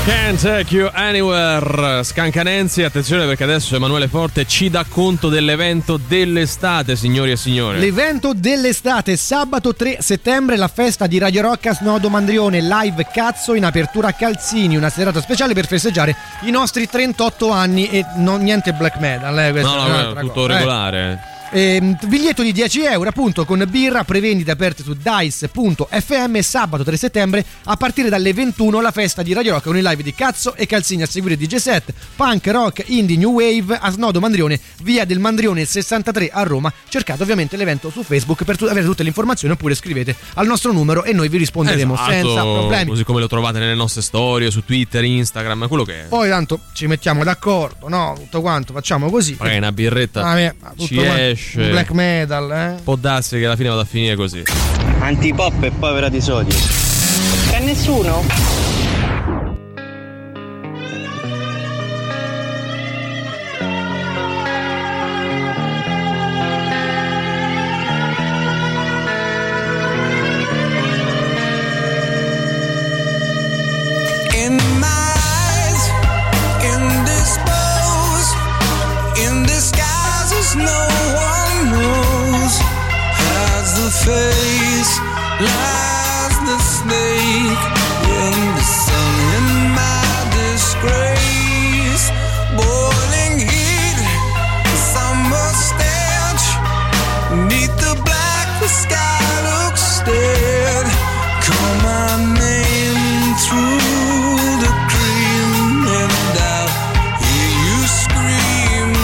Can't Take You Anywhere, Scancanensi. Attenzione perché adesso Emanuele Forte ci dà conto dell'evento dell'estate, signori e signori. L'evento dell'estate, sabato tre settembre, la festa di Radio Rock a Snodo Mandrione, live Cazzo in apertura a Calzini, una serata speciale per festeggiare i nostri trentotto anni e non niente black metal, eh, no, no, no, tutto cosa, regolare. Eh. Eh, biglietto di dieci euro appunto con birra, prevendite aperte su dice punto effe emme. Sabato tre settembre a partire dalle ventuno la festa di Radio Rock con i live di Cazzo e Calzini, a seguire D J set, punk, rock, indie, new wave a Snodo Mandrione, via del Mandrione sessantatré a Roma. Cercate ovviamente l'evento su Facebook per tu- avere tutte le informazioni, oppure scrivete al nostro numero e noi vi risponderemo esatto, senza problemi, così come lo trovate nelle nostre storie su Twitter, Instagram, quello che è. Poi tanto ci mettiamo d'accordo, no? Tutto quanto facciamo così. Magari una birretta ah, mia, ci esce. Black metal, eh? Può darsi che alla fine vada a finire così. Antipop e povera di sodio. C'è nessuno? In my eyes, indisposed, in disguises no one knows. Has the face, lies the snake in the sun. In my disgrace, boiling heat, summer stench. Neath the black, the sky looks dead. Call my name through the cream, and I'll hear you scream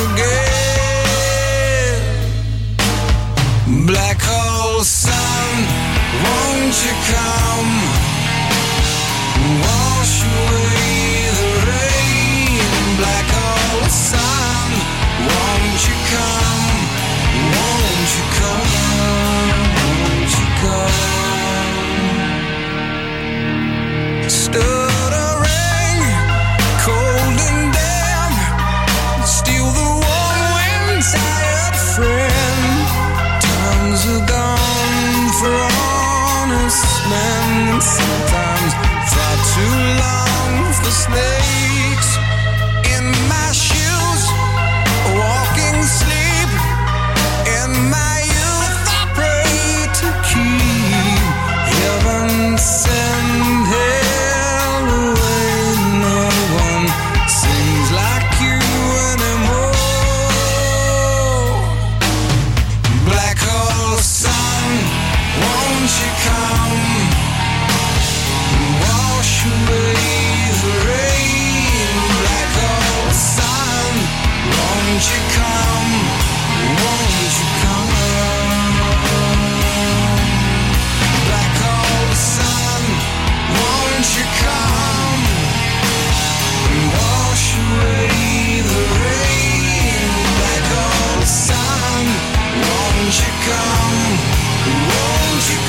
again. Black hole sun, won't you come? Wash away the rain. Black hole sun, won't you come? Won't you come? Won't you come? Stuttering, cold and damp, steal the warm wind, tired friend. Times are gone for honest men, sometimes far too long for snakes. In my shoes, walking sleep. In my youth, I pray to keep heaven send hell away. No one seems like you anymore. Black hole sun, won't you come? Wash away the rain. Black hole sun, won't you come? Won't you come? Black hole sun, won't you come? Wash away the rain. Black hole sun, won't you come? Won't you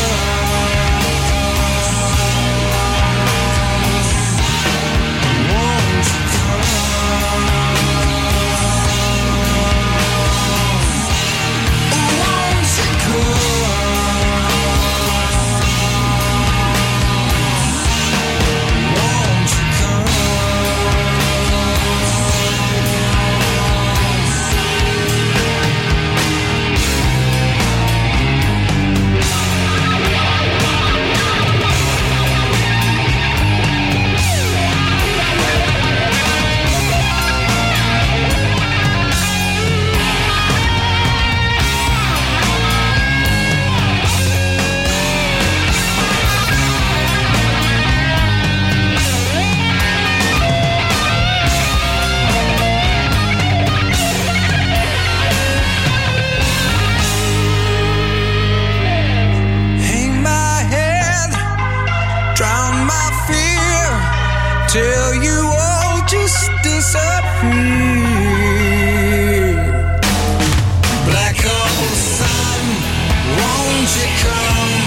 hang my head, drown my fear, till you all just disappear. Black hole sun, won't you come?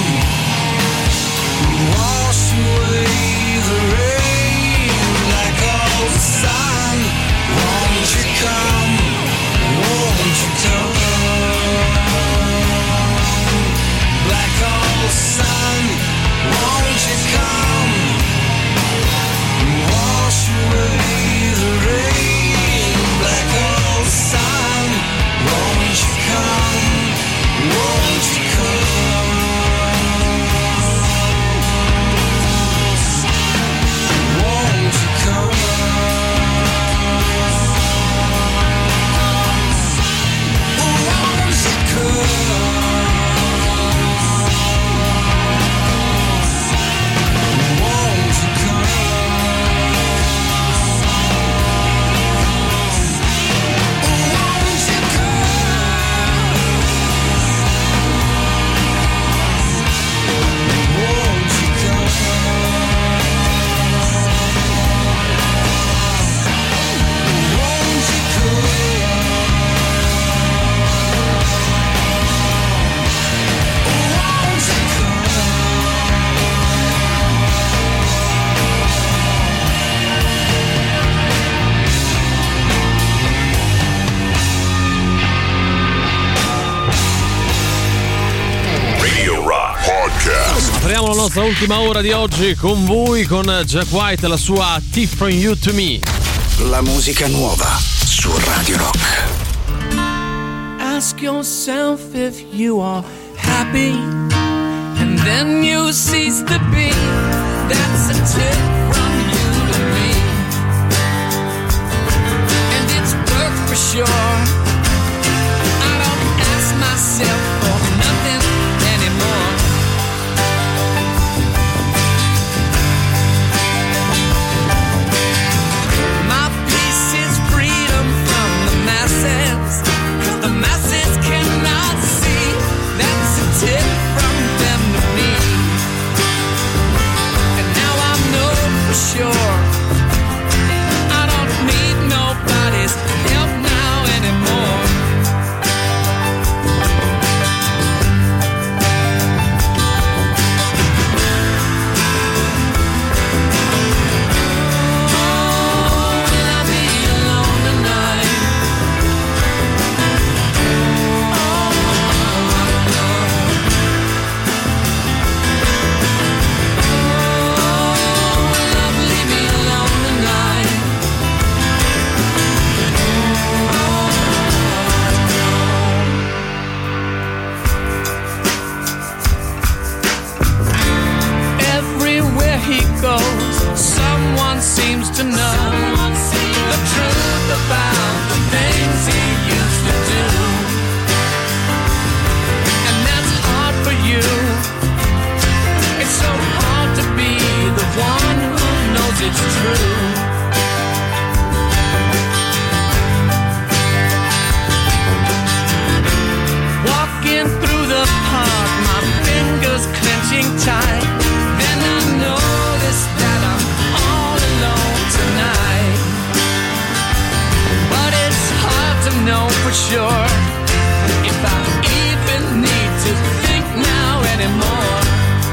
Wash away the rain. Black hole sun, won't you come? Won't you come? Black hole sun, won't you come? Apriamo la nostra ultima ora di oggi con voi, con Jack White e la sua Tip From You To Me. La musica nuova su Radio Rock. Ask yourself if you are happy, and then you cease to be. That's a tip from you to me, and it's work for sure. I don't ask myself for nothing anymore. My peace is freedom from the masses, 'cause the masses cannot see. That's a tip from them to me, and now I know for sure I don't need nobody's help now anymore. Everywhere he goes, someone seems to know the truth about the things he used to do, and that's hard for you. It's so hard to be the one who knows it's true. Walking through the park, my fingers clenching tight. Then I notice that I'm all alone tonight. But it's hard to know for sure if I even need to think now anymore.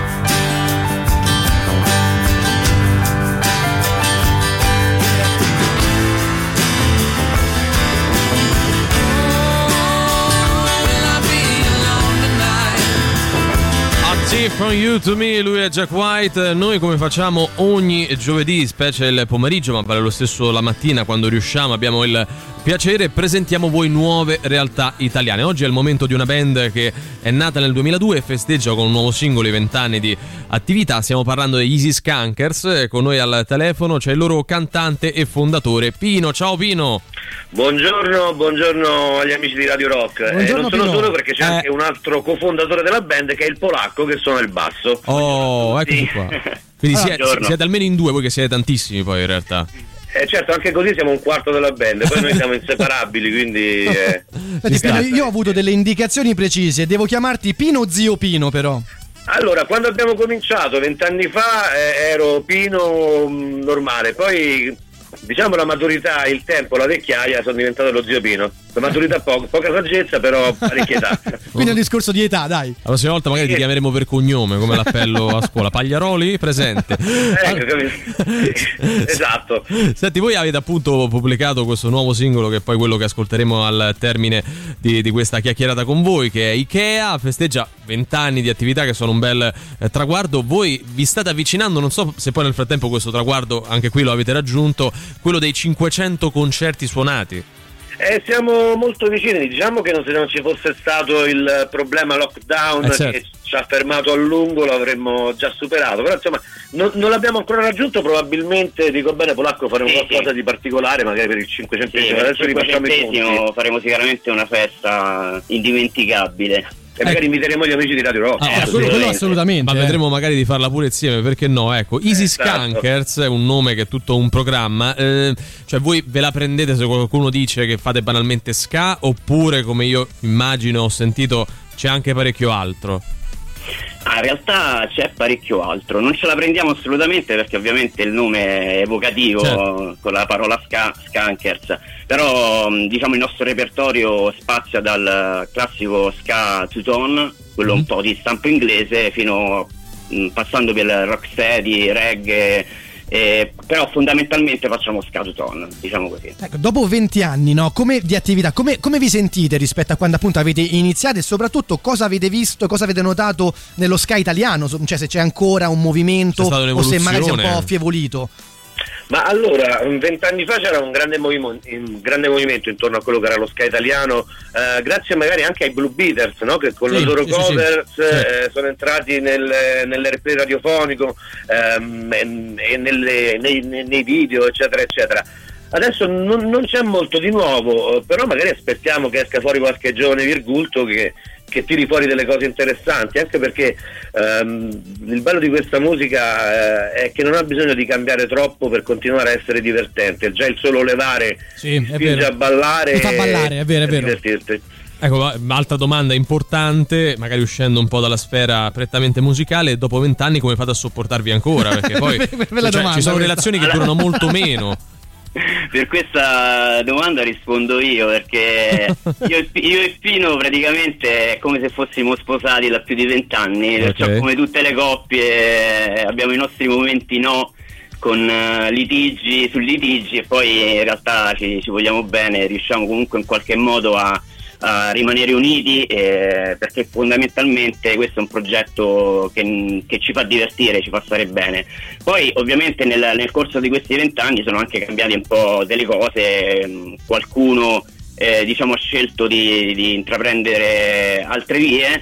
Tip From You To Me, lui è Jack White. Noi, come facciamo ogni giovedì, specie il pomeriggio, ma vale lo stesso la mattina quando riusciamo, abbiamo il piacere, presentiamo voi nuove realtà italiane. Oggi è il momento di una band che è nata nel duemiladue e festeggia con un nuovo singolo i vent'anni di attività. Stiamo parlando degli Easy Skankers. Con noi al telefono c'è il loro cantante e fondatore Pino. Ciao Pino. Buongiorno, buongiorno agli amici di Radio Rock. Eh, non sono Pino. solo, perché c'è Eh. anche un altro cofondatore della band che è il polacco che suona il basso. Oh, eccoci Sì. qua. Quindi siete, Buongiorno. siete almeno in due, voi che siete tantissimi poi in realtà. Eh, certo, anche così siamo un quarto della band, poi noi siamo inseparabili, quindi eh. Senti, Pino, io ho avuto delle indicazioni precise, devo chiamarti Pino Zio Pino però. Allora, quando abbiamo cominciato vent'anni fa eh, ero Pino mh, normale, poi diciamo la maturità, il tempo, la vecchiaia, sono diventato lo Zio Pino. La maturità poco, poca saggezza, però parecchia età. Quindi è un discorso di età, dai. La prossima volta magari ti chiameremo per cognome, come l'appello a scuola. Pagliaroli, presente. Ecco, capito? Esatto. Senti, voi avete appunto pubblicato questo nuovo singolo, che è poi quello che ascolteremo al termine di, di questa chiacchierata con voi, che è Ikea. Festeggia vent'anni di attività, che sono un bel eh, traguardo. Voi vi state avvicinando, non so se poi nel frattempo questo traguardo anche qui lo avete raggiunto, quello dei cinquecento concerti suonati. Eh, siamo molto vicini, diciamo che non se non ci fosse stato il problema lockdown Eh, certo. che ci ha fermato a lungo l'avremmo già superato, però insomma non, non l'abbiamo ancora raggiunto. Probabilmente, dico bene polacco, faremo Sì, qualcosa sì. di particolare magari per il cinquecentesimo. Sì, Adesso rifacciamo i conti cinquecentesimo faremo sicuramente una festa indimenticabile. e magari inviteremo gli amici di Radio Rock. Ah, Eh, quello, quello assolutamente. Ma eh. vedremo magari di farla pure insieme, perché no? Ecco, Easy Esatto. Skankers è un nome che è tutto un programma. Eh, cioè, voi ve la prendete se qualcuno dice che fate banalmente ska, oppure, come io immagino, ho sentito, c'è anche parecchio altro? Ah, in realtà c'è parecchio altro, non ce la prendiamo assolutamente, perché ovviamente il nome è evocativo, Certo. con la parola ska, skankers, però mh, diciamo il nostro repertorio spazia dal classico ska two-tone, quello un po' di stampo inglese, fino mh, passando per rocksteady, reggae, Eh, però fondamentalmente facciamo ska tuton, diciamo così. Ecco, dopo venti anni, no, come di attività, come, come vi sentite rispetto a quando appunto avete iniziato, e soprattutto cosa avete visto, cosa avete notato nello ska italiano, cioè se c'è ancora un movimento o se magari si è un po' affievolito? Ma allora, vent'anni fa c'era un grande, movimo- un grande movimento intorno a quello che era lo ska italiano, eh, grazie magari anche ai Blue Beaters, no? Che con sì, le loro sì, covers sì, sì. Eh, sono entrati nel, nell'R P radiofonico ehm, e nelle, nei, nei video, eccetera, eccetera. Adesso non, non c'è molto di nuovo, però magari aspettiamo che esca fuori qualche giovane virgulto che, che tiri fuori delle cose interessanti, anche perché ehm, il bello di questa musica eh, è che non ha bisogno di cambiare troppo per continuare a essere divertente. Già il solo levare sì, ti spinge a ballare, ti fa ballare, è vero, è vero. Divertirti. Ecco, altra domanda importante, magari uscendo un po' dalla sfera prettamente musicale: dopo vent'anni come fate a sopportarvi ancora? Perché poi cioè, domanda, ci sono relazioni che durano molto meno. Per questa domanda rispondo io, perché io, io e Pino praticamente è come se fossimo sposati da più di vent'anni, perciò okay. Come tutte le coppie abbiamo i nostri momenti no, con uh, litigi su litigi, e poi in realtà ci, ci vogliamo bene, riusciamo comunque in qualche modo a a rimanere uniti, eh, perché fondamentalmente questo è un progetto che, che ci fa divertire, ci fa stare bene. Poi ovviamente nel, nel corso di questi vent'anni sono anche cambiate un po' delle cose, qualcuno eh, diciamo ha scelto di, di intraprendere altre vie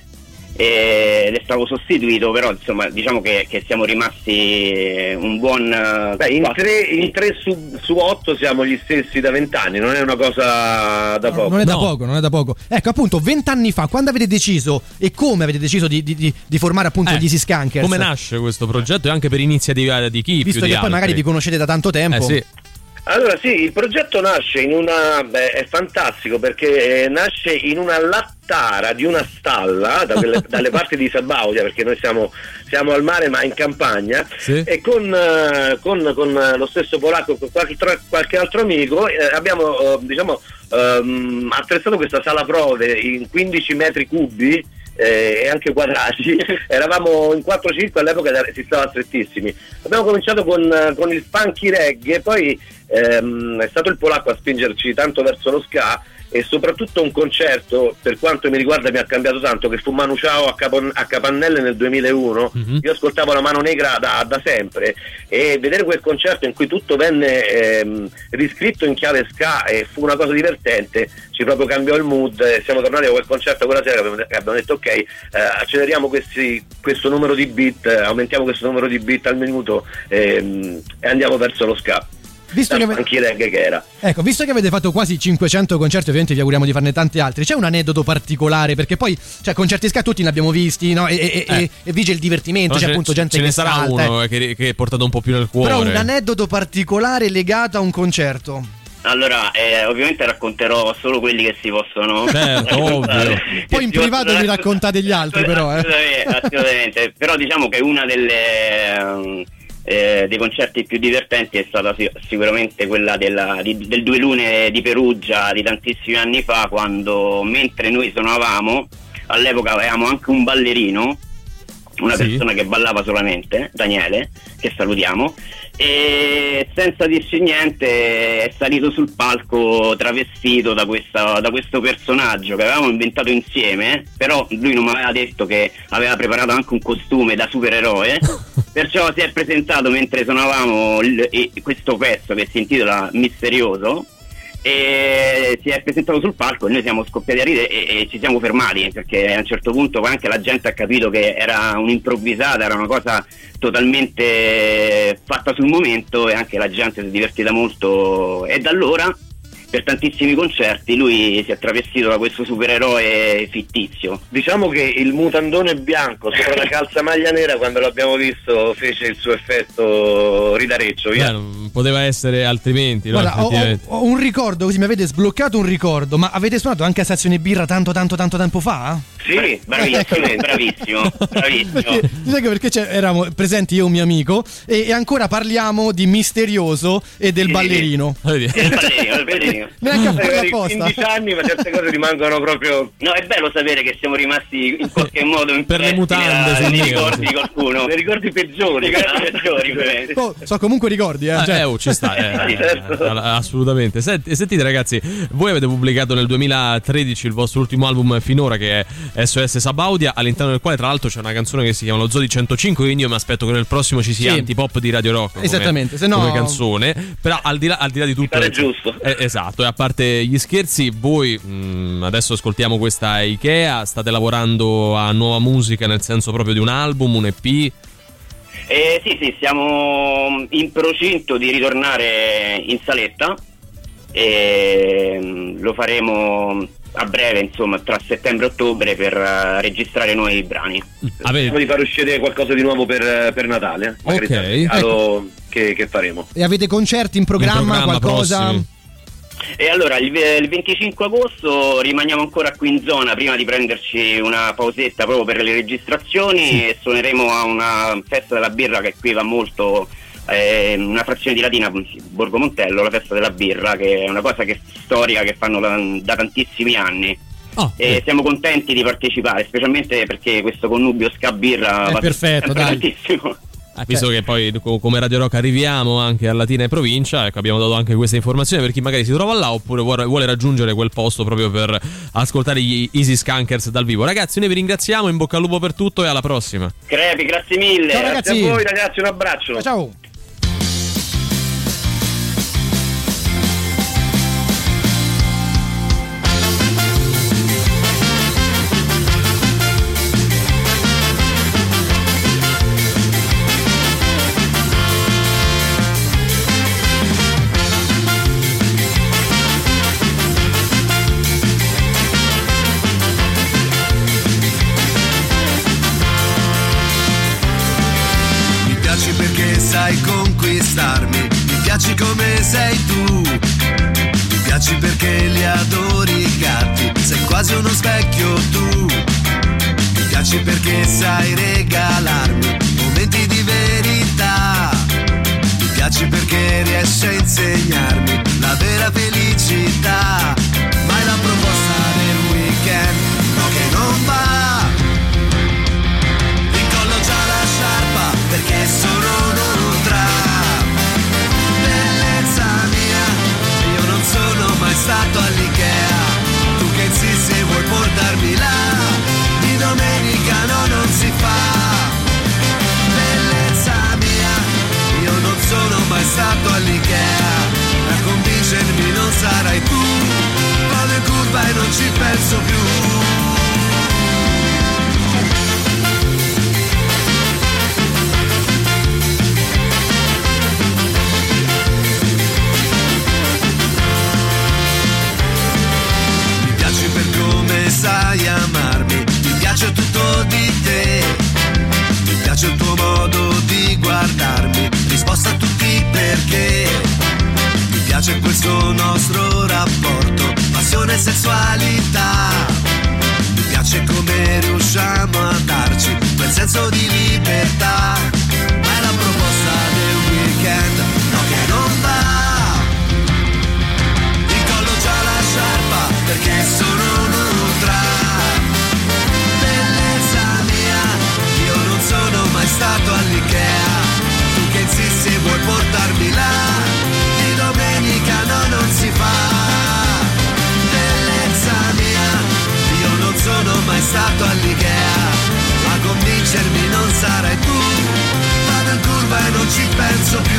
ed è stato sostituito, però insomma diciamo che, che siamo rimasti un buon Beh, in tre, in tre su, su otto siamo gli stessi da vent'anni, non è una cosa da no, poco. Non è da no. poco, non è da poco. Ecco, appunto, vent'anni fa, quando avete deciso e come avete deciso di, di, di formare appunto eh, gli Easy Skankers? Come nasce questo progetto e anche per iniziativa di chi? Visto più che di poi altri. magari vi conoscete da tanto tempo. Eh sì. Allora sì, il progetto nasce in una, beh, è fantastico perché nasce in una lattara di una stalla da quelle, dalle parti di Sabaudia, perché noi siamo, siamo al mare ma in campagna, sì. E con, con, con lo stesso polacco, con qualche, qualche altro amico eh, abbiamo eh, diciamo ehm, attrezzato questa sala prove in quindici metri cubi eh, e anche quadrati. Eravamo in quattro cinque, all'epoca si stava strettissimi. Abbiamo cominciato con, con il funky reggae, poi ehm, è stato il polacco a spingerci tanto verso lo ska, e soprattutto un concerto, per quanto mi riguarda mi ha cambiato tanto, che fu Manu Chao a, Capon- a Capannelle nel duemilauno. Mm-hmm. Io ascoltavo la Mano Negra da, da sempre, e vedere quel concerto in cui tutto venne ehm, riscritto in chiave ska e fu una cosa divertente, ci proprio cambiò il mood. Siamo tornati a quel concerto quella sera e abbiamo detto ok, eh, acceleriamo questi, questo numero di beat, aumentiamo questo numero di beat al minuto ehm, e andiamo verso lo ska. Visto che, anche reggae che era. Ecco, visto che avete fatto quasi cinquecento concerti, ovviamente vi auguriamo di farne tanti altri. C'è un aneddoto particolare? Perché poi, cioè, concerti ska tutti ne abbiamo visti, no? E, e, eh. e, e vige il divertimento, no, c'è appunto gente ce che ne sarà salta, uno eh. che, che è portato un po' più nel cuore. Però un aneddoto particolare legato a un concerto. Allora, eh, ovviamente racconterò solo quelli che si possono. Certo, ovvio. Poi in privato mi raccontate gli altri, però. Eh. Assolutamente, assolutamente. Però diciamo che una delle. Um, Eh, dei concerti più divertenti è stata sicuramente quella della, di, del Due Lune di Perugia di tantissimi anni fa, quando mentre noi suonavamo, all'epoca avevamo anche un ballerino, una sì. persona che ballava solamente, Daniele, che salutiamo, e senza dirci niente è salito sul palco travestito da, questa, da questo personaggio che avevamo inventato insieme, però lui non mi aveva detto che aveva preparato anche un costume da supereroe. Perciò si è presentato mentre suonavamo il, questo pezzo che si intitola Misterioso, e si è presentato sul palco e noi siamo scoppiati a ridere e, e ci siamo fermati, perché a un certo punto anche la gente ha capito che era un'improvvisata, era una cosa totalmente fatta sul momento, e anche la gente si è divertita molto, e da allora per tantissimi concerti lui si è travestito da questo supereroe fittizio. Diciamo che il mutandone bianco sopra la calzamaglia nera, quando l'abbiamo visto, fece il suo effetto ridareccio. Beh, non poteva essere altrimenti. Guarda, no? ho, ho un ricordo, così mi avete sbloccato un ricordo. Ma avete suonato anche a Stazione Birra tanto tanto tanto tempo fa? Sì, bravissimo, bravissimo, bravissimo. Sai che perché eravamo presenti io e un mio amico e, e ancora parliamo di Misterioso e del Sì, ballerino. Il ballerino, il ballerino. Neanche a farlo Magari apposta. quindici anni, ma certe cose rimangono proprio. No, è bello sapere che siamo rimasti in qualche modo Per le impressi mutande nella- sul nei nero, ricordi sì. di qualcuno. Dei ricordi peggiori. Dei ricordi peggiori, ovviamente. Oh, so comunque ricordi, eh. Eh, Cioè, eh, oh, ci sta, eh, Sì, certo. eh, assolutamente. Senti- sentite ragazzi, voi avete pubblicato nel duemilatredici il vostro ultimo album finora, che è S O S Sabaudia, all'interno del quale tra l'altro c'è una canzone che si chiama Lo Zoo di centocinque, quindi io mi aspetto che nel prossimo ci sia Sì. Antipop di Radio Rock come, Esattamente, se no- come canzone. Però al di là, al di là di tutto, pare giusto. eh, esatto, e a parte gli scherzi, voi mh, adesso ascoltiamo questa Ikea, state lavorando a nuova musica, nel senso proprio di un album, un E P? Eh, sì, sì, siamo in procinto di ritornare in saletta e mm, lo faremo a breve, insomma, tra settembre e ottobre per eh, registrare nuovi brani. Speriamo di far uscire qualcosa di nuovo per, per Natale. eh. Magari Ok. sarà il regalo che, che faremo. E avete concerti in programma, In programma qualcosa? prossimi. E allora il, ve- il venticinque agosto rimaniamo ancora qui in zona prima di prenderci una pausetta proprio per le registrazioni e suoneremo a una festa della birra che qui va molto, eh, una frazione di Latina, Borgo Montello, la festa della birra, che è una cosa che storica che fanno da, da tantissimi anni. Oh, E siamo contenti di partecipare, specialmente perché questo connubio ska birra È va perfetto, sempre dai. tantissimo. Visto che poi co- come Radio Rock arriviamo anche a Latina e provincia, ecco, abbiamo dato anche questa informazione per chi magari si trova là oppure vuole, vuole raggiungere quel posto proprio per ascoltare gli Easy Skunkers dal vivo. Ragazzi, noi vi ringraziamo, in bocca al lupo per tutto e alla prossima. Crepi, grazie mille. Ciao, Grazie ragazzi. a voi ragazzi, un abbraccio. Ciao. Mi piaci perché sai conquistarmi, mi piaci come sei tu, mi piaci perché li adori i gatti, sei quasi uno specchio tu, mi piaci perché sai regalarmi momenti di verità, mi piaci perché riesci a insegnarmi la vera felicità, ma è la proposta del weekend, no che non va. Incollo già la sciarpa perché sono nutra. Bellezza mia, io non sono mai stato all'Ikea. Tu che insisti e vuoi portarmi là, di domenica no non si fa. Bellezza mia, io non sono mai stato all'Ikea. A convincermi non sarai tu. Vado in curva e non ci penso più. Mi piaci per come sai amarmi, mi piace tutto di te, mi piace il tuo modo di guardarmi, risposta a tutti perché, mi piace questo nostro rapporto, passione e sessualità, mi piace come riusciamo a darci quel senso di libertà, ma è la proposta del weekend, no che non va. Incollo già la sciarpa perché sono nutra. Bellezza mia, io non sono mai stato all'Ikea. Tu che insisti e vuoi portarmi là, di domenica no non si fa. Bellezza mia, io non sono mai stato all'Ikea. A convincermi non sarai tu. Vado in curva e non ci penso più.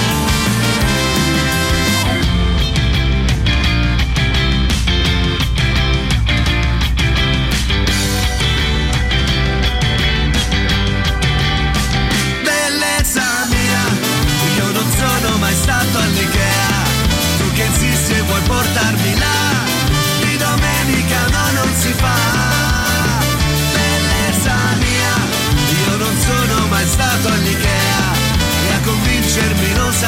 Bellezza mia, io non sono mai stato all'Ikea. Tu che insisti e vuoi portarmi là, di domenica no non si fa. Bellezza mia, io non sono mai stato all'Ikea. E a convincermi non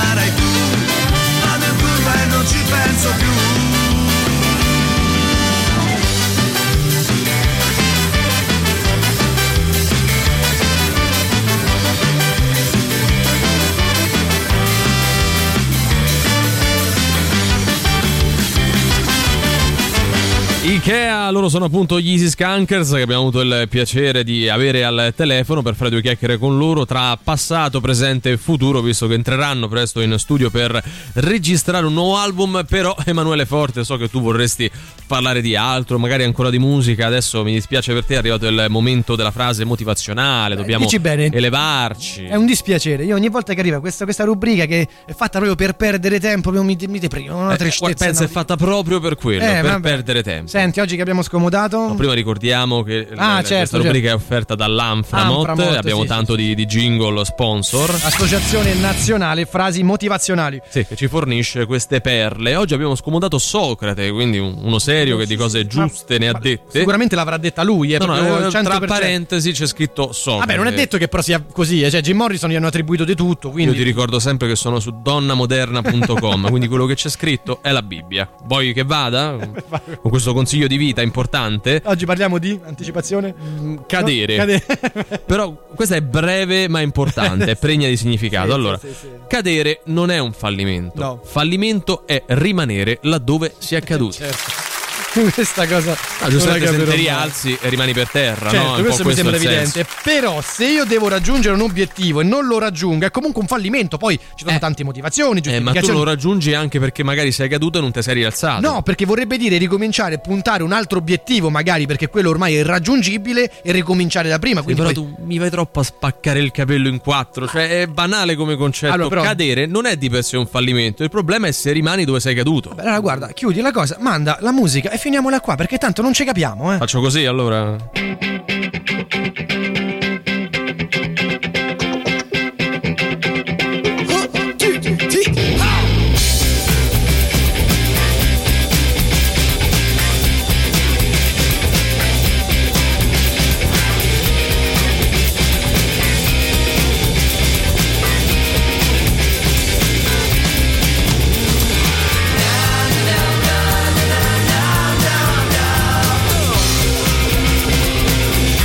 Ikea, loro sono appunto gli Easy Skunkers, che abbiamo avuto il piacere di avere al telefono per fare due chiacchiere con loro tra passato, presente e futuro, visto che entreranno presto in studio per registrare un nuovo album. Però Emanuele Forte, so che tu vorresti parlare di altro, magari ancora di musica. Adesso mi dispiace per te, è arrivato il momento della frase motivazionale, dobbiamo dici bene. elevarci. È un dispiacere, io ogni volta che arriva questa, questa rubrica che è fatta proprio per perdere tempo, proprio mi, mi deprimo, una Eh, tristezza. pensa, no? è fatta proprio per quello, Eh, per vabbè. perdere tempo. Senti, oggi che abbiamo scomodato, No, prima ricordiamo che Ah, la- certo, questa rubrica è offerta dall'Anframot, Anframot, abbiamo sì, tanto di, di jingle sponsor. Associazione Nazionale Frasi Motivazionali. Sì, che ci fornisce queste perle. Oggi abbiamo scomodato Socrate, quindi un- uno serio che di cose giuste ne ha dette. Sicuramente l'avrà detta lui, eh, No, no, proprio eh, al cento tra per cento. parentesi c'è scritto Socrate. Vabbè, non è detto che però sia così, eh. Cioè Jim Morrison gli hanno attribuito di tutto, quindi Io ti ricordo sempre che sono su donnamoderna punto com, quindi quello che c'è scritto è la Bibbia. Vuoi che vada? Con questo consiglio di vita importante. oggi parliamo di anticipazione. Cadere. No, cadere. Però questa è breve ma importante, è pregna di significato. Sì, Allora, sì, sì, sì. cadere non è un fallimento. No. Fallimento è rimanere laddove si è caduti. Certo. Questa cosa Ah, giustamente non se la ti capirò rialzi e rimani per terra, Certo, no? È un questo po' mi sembra il senso. evidente. Però se io devo raggiungere un obiettivo e non lo raggiungo, è comunque un fallimento. Poi ci sono tante motivazioni, Eh, ma tu giustificazioni. lo raggiungi anche perché magari sei caduto e non ti sei rialzato. No, perché vorrebbe dire ricominciare, puntare un altro obiettivo, magari perché quello ormai è irraggiungibile, e ricominciare da prima. Sì, Quindi però poi- tu mi vai troppo a spaccare il capello in quattro, cioè è banale come concetto. Allora, però- Cadere non è di per sé un fallimento, il problema è se rimani dove sei caduto. Beh, allora guarda, chiudi la cosa, manda la musica e finiamola qua, perché tanto non ci capiamo, eh. Faccio così allora. Now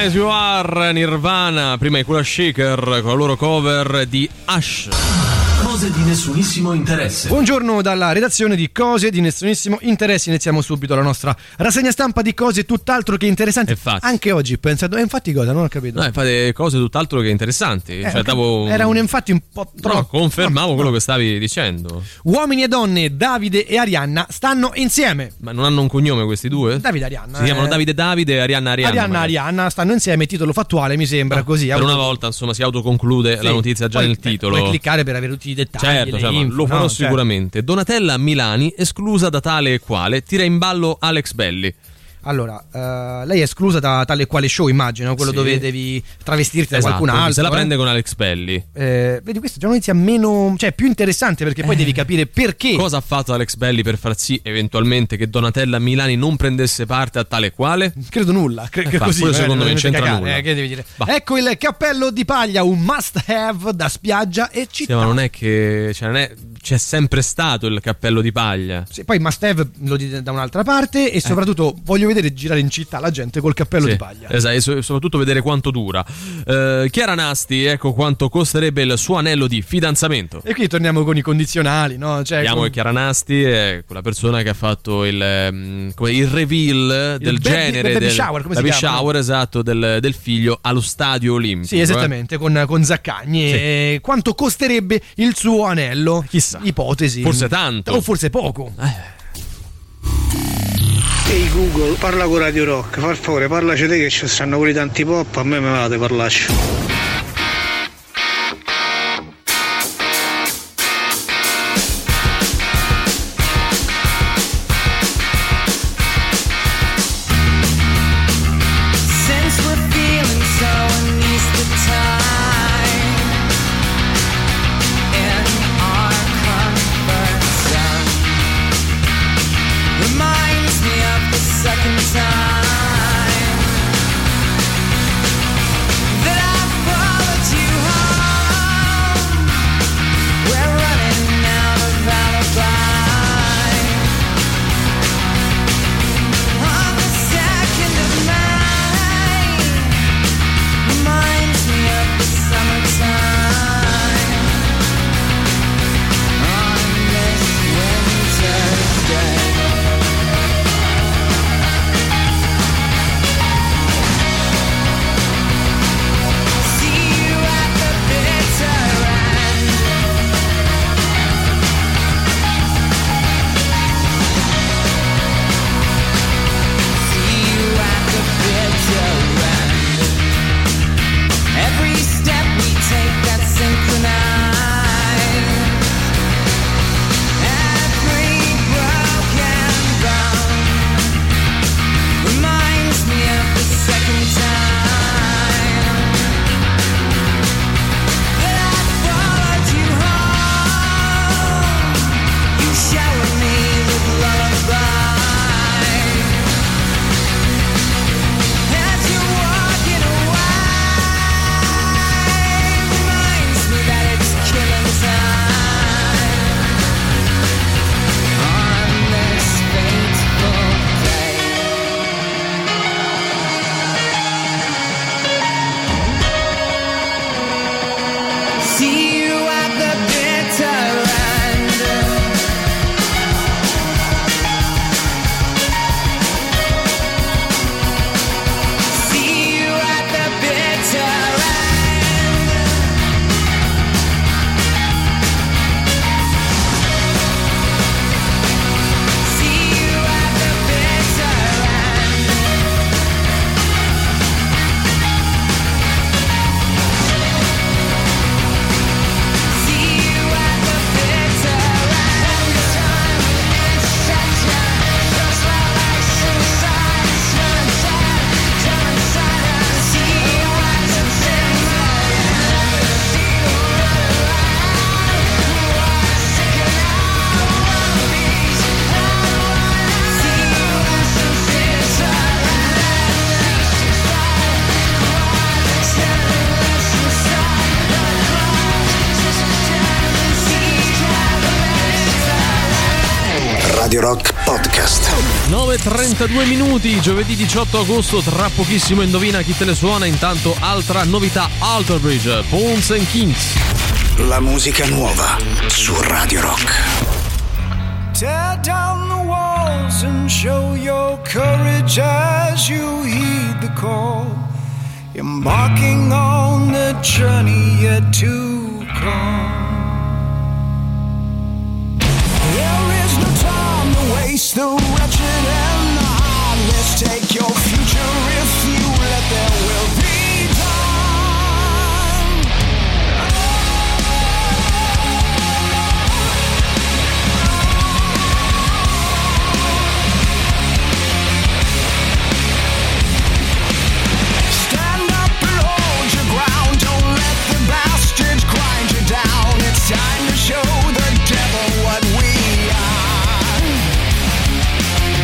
As You Are, Nirvana, prima i Kula Shaker con la loro cover di Hush. Cose di nessunissimo interesse. Buongiorno dalla redazione di Cose di nessunissimo interesse. Iniziamo subito la nostra rassegna stampa di cose tutt'altro che interessanti. Infatti. Anche oggi pensando, e infatti cosa? Non ho capito. No, infatti cose tutt'altro che interessanti. Eh, cioè, davo... Era un infatti un po' troppo. No, confermavo no, quello no. che stavi dicendo. Uomini e donne, Davide e Arianna stanno insieme. Ma non hanno un cognome questi due? Davide e Arianna. Si chiamano eh. Davide Davide e Arianna Arianna. Arianna e Arianna stanno insieme, titolo fattuale mi sembra, Ah, così. Per auto... una volta insomma si autoconclude Sì. la notizia già Poi, nel beh, titolo. Puoi cliccare per avere tutti i dettagli. Certo, le cioè, ma info, lo farò no? sicuramente. Donatella Milani esclusa da tale e quale, tira in ballo Alex Belli. Allora, uh, lei è esclusa da tale e quale show, immagino, quello Sì. dove devi travestirti da Esatto, qualcun altro. se la eh? prende con Alex Belli. Eh, vedi, questa è già una notizia meno, cioè più interessante, perché poi Eh. devi capire perché. Cosa ha fatto Alex Belli per far sì eventualmente che Donatella Milani non prendesse parte a tale e quale? Credo nulla, cre- Eh, che fa, così. pure eh, secondo me non c'entra cagare, nulla. eh, che devi dire? Bah. Ecco il cappello di paglia, un must have da spiaggia e città. Sì, ma non è che cioè, non è, c'è sempre stato il cappello di paglia. Sì, poi must have lo dite da un'altra parte e soprattutto voglio vedere girare in città la gente col cappello Sì, di paglia. esatto, e so- soprattutto vedere quanto dura. Eh, Chiara Nasti, ecco quanto costerebbe il suo anello di fidanzamento. E qui torniamo con i condizionali, no? Cioè, Vediamo con- che Chiara Nasti è quella persona che ha fatto il, ehm, come- il reveal del baby- genere baby del shower, come si baby chiama, no? shower, esatto, del, del figlio allo stadio olimpico. Sì, esattamente, con, con Zaccagni. Sì. E quanto costerebbe il suo anello? Chissà. Ipotesi. Forse tanto. O forse poco. Ehi Google, parla con Radio Rock, per favore parlaci te che ci stanno quelli tanti pop, a me me va di parlarci. Since we're feeling so uneased the time in our comfort zone reminds me of the second time that I followed you home. We're running out of alibi on the second of May. Reminds me of the summertime on this winter's day. See you at the bitter end. See you at the bitter end. Every step we take that's synchronized. Every broken bone reminds me of the second time that I followed you home. You showered me with lullaby. As you're walking away, reminds me that it's killing time on this fateful day. See you at the bitter end. See you at the bitter end. See you at the bitter end. See you at the bitter end. Time and section, just like suicide. Turn inside, turn inside. See you at the bitter end. See you Radio Rock Podcast. Podcast. nove e trentadue minuti, giovedì diciotto agosto, tra pochissimo indovina chi te le suona. Intanto altra novità, Alter Bridge, Pawns and Kings. La musica nuova su Radio Rock. Tear down the walls and show your courage as you heed the call. Embarking on the journey yet to come. There is no time to waste, the wretched and the heartless. Take your future if you let, there will be time. Stand up and hold your ground, don't let the bastards grind you down. It's time to show the devil what we are.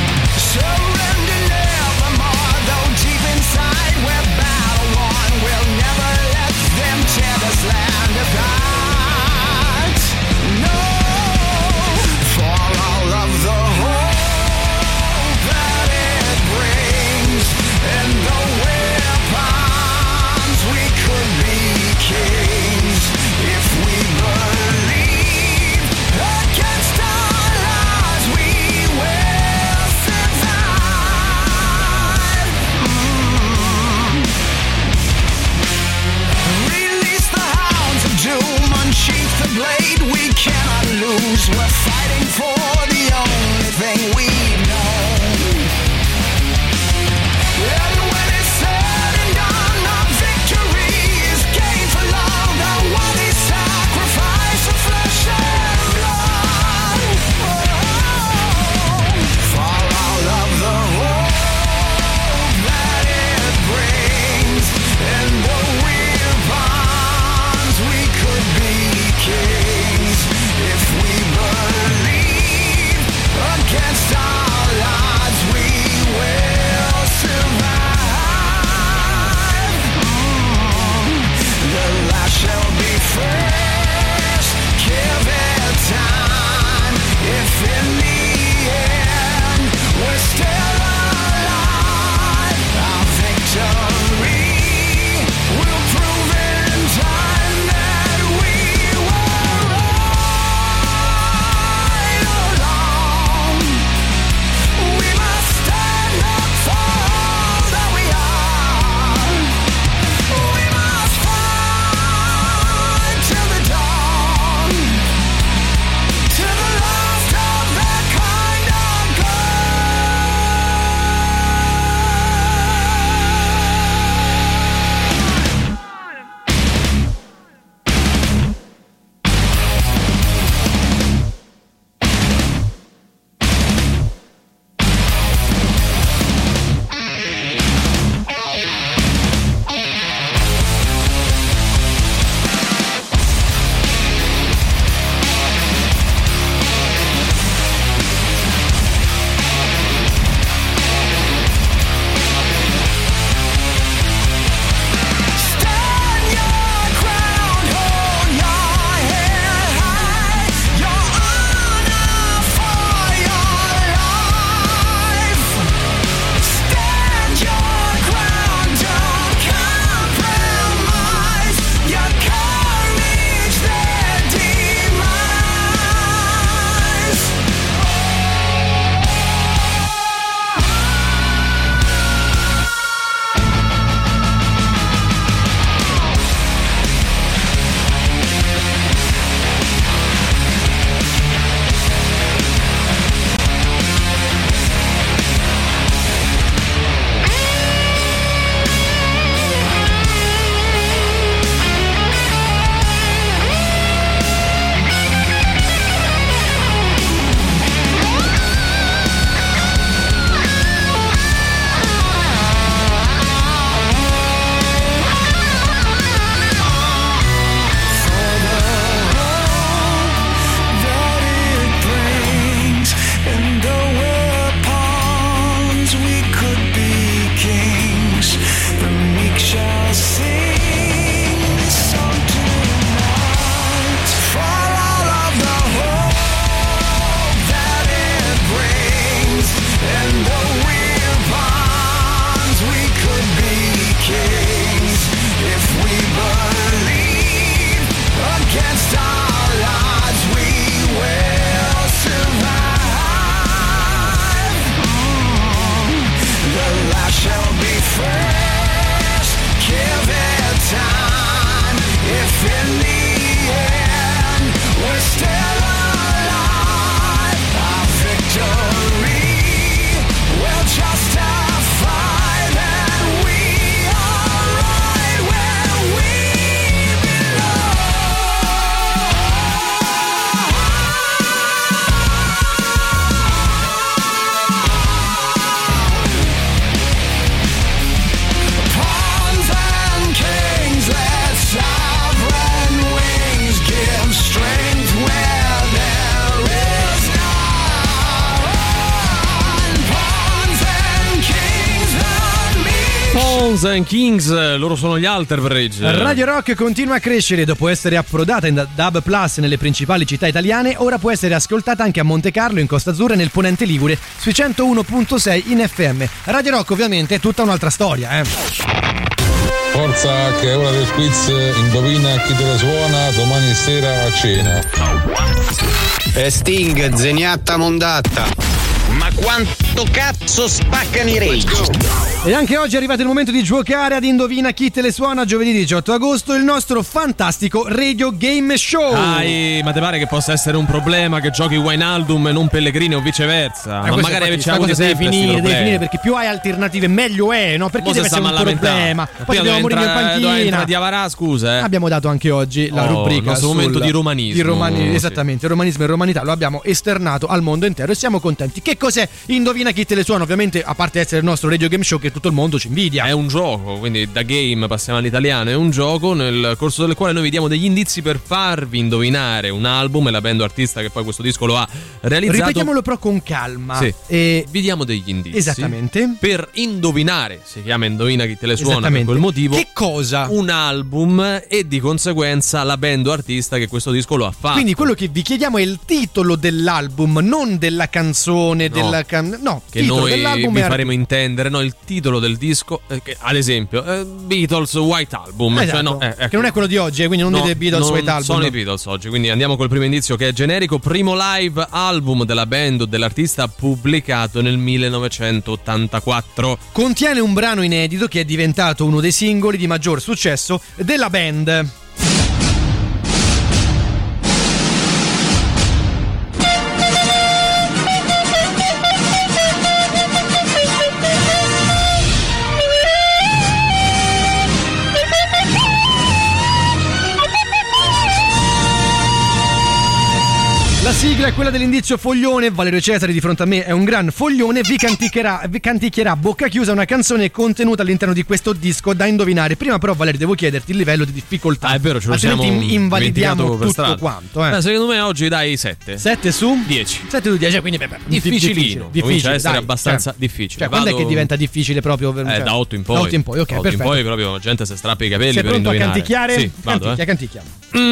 Stones and Kings, loro sono gli Alter Bridge. Radio Rock continua a crescere. Dopo essere approdata in D A B Plus nelle principali città italiane, ora può essere ascoltata anche a Monte Carlo, in Costa Azzurra e nel Ponente Ligure sui centouno virgola sei in F M. Radio Rock ovviamente è tutta un'altra storia, eh. Forza, che è ora del quiz. Indovina chi te lo suona domani sera a cena. E Sting, zeniatta mondatta. Ma quanto cazzo spaccano i Rage? E anche oggi è arrivato il momento di giocare ad Indovina chi te le suona. Giovedì diciotto agosto, il nostro fantastico Radio Game Show. Dai, ma te pare che possa essere un problema che giochi Wijnaldum e non Pellegrini o viceversa? Eh, ma magari infatti, c'è avuto deve sempre finire, deve finire, perché più hai alternative meglio è, no? Perché Mo deve se essere un problema. Poi dobbiamo morire in panchina. Di Avarà, scusa, eh. Abbiamo dato anche oggi la Oh, rubrica il nostro sul- momento di romanismo. di romani- Sì. esattamente, romanismo e romanità lo abbiamo esternato al mondo intero e siamo contenti. Che cos'è Indovina chi te le suona? Ovviamente, a parte essere il nostro Radio Game Show che tutto il mondo ci invidia. È un gioco, quindi da game passiamo all'italiano. È un gioco nel corso del quale noi vi diamo degli indizi per farvi indovinare un album e la band o artista che poi questo disco lo ha realizzato. Ripetiamolo però con calma. Sì. E vi diamo degli indizi. Esattamente. Per indovinare, si chiama Indovina chi te le suona per Esattamente. quel motivo. Che cosa? Un album e di conseguenza la band o artista che questo disco lo ha fatto. Quindi quello che vi chiediamo è il titolo dell'album, non della canzone, No. della can- no, che titolo noi dell'album vi e faremo intendere, no, il titolo del disco, eh, che, ad esempio eh, Beatles White Album, Esatto, cioè, no, eh, ecco. che non è quello di oggi, eh, quindi non No, dite Beatles non White Album. sono i Beatles oggi, quindi andiamo col primo indizio che è generico. Primo live album della band o dell'artista pubblicato nel millenovecentottantaquattro. Contiene un brano inedito che è diventato uno dei singoli di maggior successo della band. La sigla è quella dell'indizio foglione. Valerio Cesari di fronte a me è un gran foglione. Vi canticchierà, vi canticchierà a bocca chiusa una canzone contenuta all'interno di questo disco da indovinare. Prima però, Valerio, devo chiederti il livello di difficoltà. Ah, è vero, ce lo altrimenti siamo invalidiamo dimenticato per tutto strada. quanto. Eh. Beh, secondo me oggi dai sette. sette su? dieci. sette su dieci, quindi beh, beh, Difficilino. difficile, Comincia a essere dai, abbastanza cioè, difficile. Cioè, quando è Vado- che diventa difficile proprio? Per, Eh, cioè, da otto in poi. Da otto in poi, ok, Da otto perfetto. in poi proprio la gente si strappa i capelli Sei per pronto a indovinare. canticchiare? Sì, vado, Canticchia, eh. canticchiamo.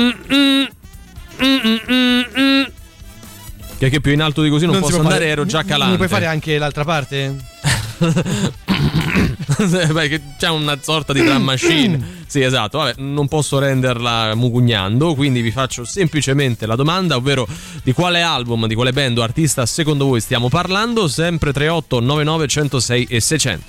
Che, che più in alto di così non, Non si posso può andare, fare- ero già calante. Mi puoi fare anche l'altra parte? Beh, che c'è una sorta di drum machine. Sì, esatto. Vabbè, non posso renderla mugugnando, quindi vi faccio semplicemente la domanda, ovvero di quale album, di quale band o artista secondo voi stiamo parlando? Sempre tre otto nove nove uno zero sei e seicento.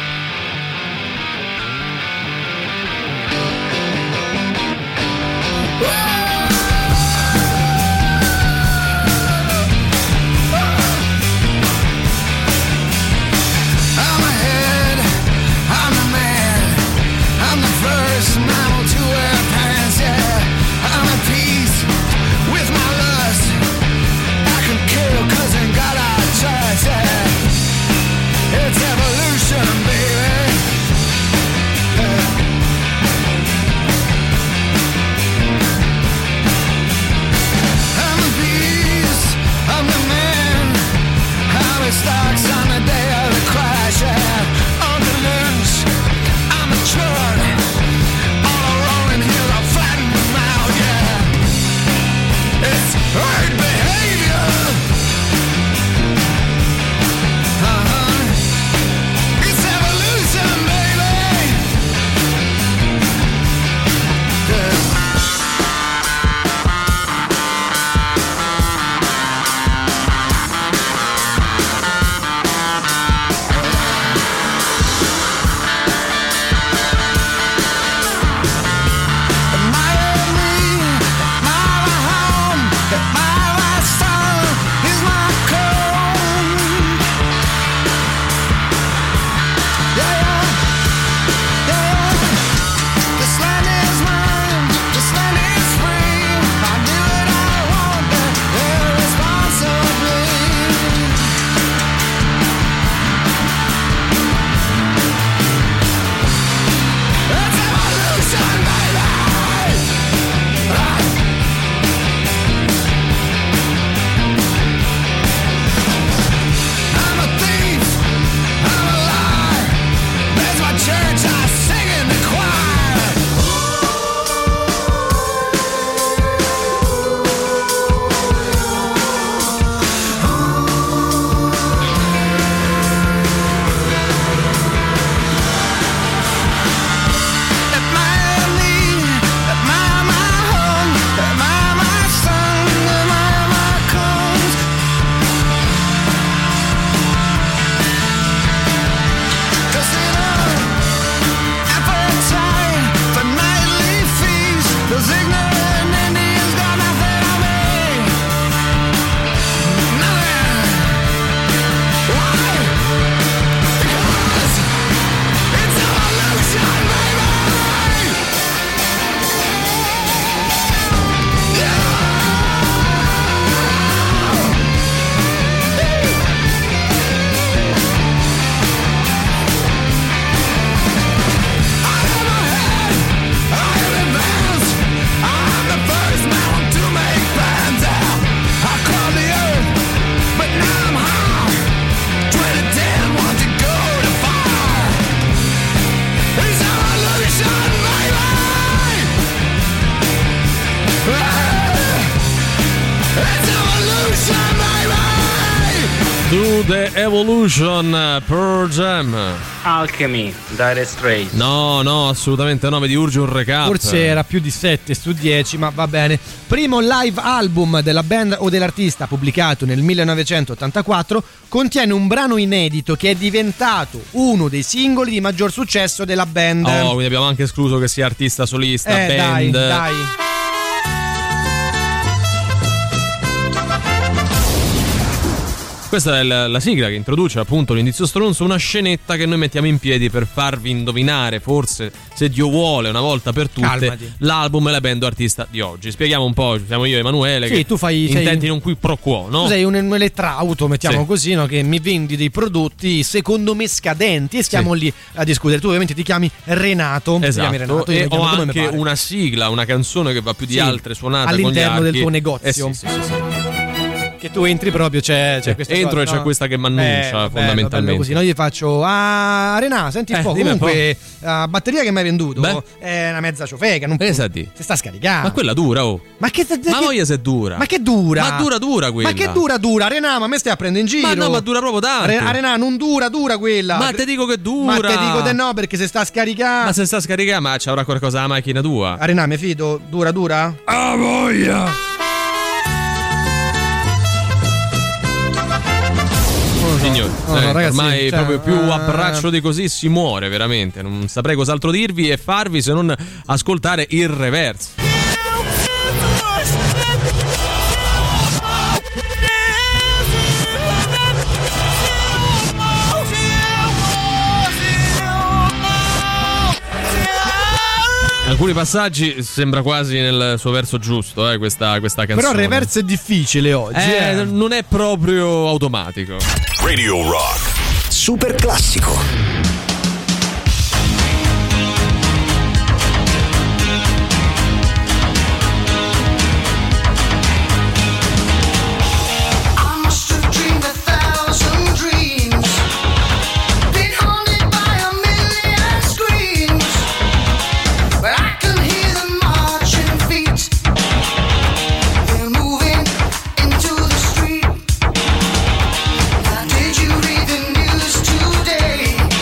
I'm ahead, I'm the man, I'm the first mammal to wear pants, yeah. I'm at peace with my lust. I can kill cause I ain't got a choice, yeah. It's evolution. To the Evolution, Pearl Jam. Alchemy, Dire Straits. No, no, assolutamente no, mi urge un recap. Forse era più di sette su dieci, ma va bene. Primo live album della band o dell'artista pubblicato nel millenovecentottantaquattro, contiene un brano inedito che è diventato uno dei singoli di maggior successo della band. Oh, quindi abbiamo anche escluso che sia artista solista, eh, band. Dai, dai. Questa è la, la sigla che introduce appunto l'indizio stronzo, una scenetta che noi mettiamo in piedi per farvi indovinare, forse se Dio vuole una volta per tutte, Calmati. l'album e la band o artista di oggi. Spieghiamo un po', siamo io e Emanuele, Sì, che tu fai- sei- intenti in un qui pro quo, no? Tu sei un, un elettrauto, mettiamo Sì. così, no? Che mi vendi dei prodotti secondo me scadenti e stiamo lì a discutere. Tu ovviamente ti chiami Renato, ti chiami Esatto, Renato, io e mi chiamo ho come mi anche pare. una sigla, una canzone che va più di Sì, altre suonate all'interno con gli del archi. tuo negozio. Eh sì, sì, sì, sì. Che tu entri proprio, c'è, c'è questa Entro cosa, e c'è no? questa che mi annuncia, Eh, vabbè, fondamentalmente. bello così, no? Io faccio ah Renà, senti un Eh, po', dimmi un comunque la batteria che mi hai venduto Beh. è una mezza ciofeca, non Esatto. si sta scaricando. Ma quella dura, oh. Ma che Ma voglia se dura. Ma che dura? Ma dura dura quella. Ma che dura dura, Renà, ma me stai a prendere in giro? Ma no, ma dura proprio tanto. Re- a Renà non dura, dura quella. Ma te dico che dura. Ma te dico te no, perché se sta a scaricare. Ma se sta a scaricare, ma c'avrà qualcosa la macchina tua. A Renà, mi fido, dura dura? Ah, voglia! Signori, no, eh, no, ragazzi, ormai cioè, proprio più eh, a braccio di così si muore veramente. Non saprei cos'altro dirvi e farvi se non ascoltare il reverse. In alcuni passaggi sembra quasi nel suo verso giusto, eh, questa, questa canzone. Però il reverse è difficile oggi. Eh, eh. non è proprio automatico. Radio Rock. Super classico. I must have dreamed a thousand dreams, been haunted by a million screams, but I can hear them marching feet. They're moving into the street. Now, did you read the news today?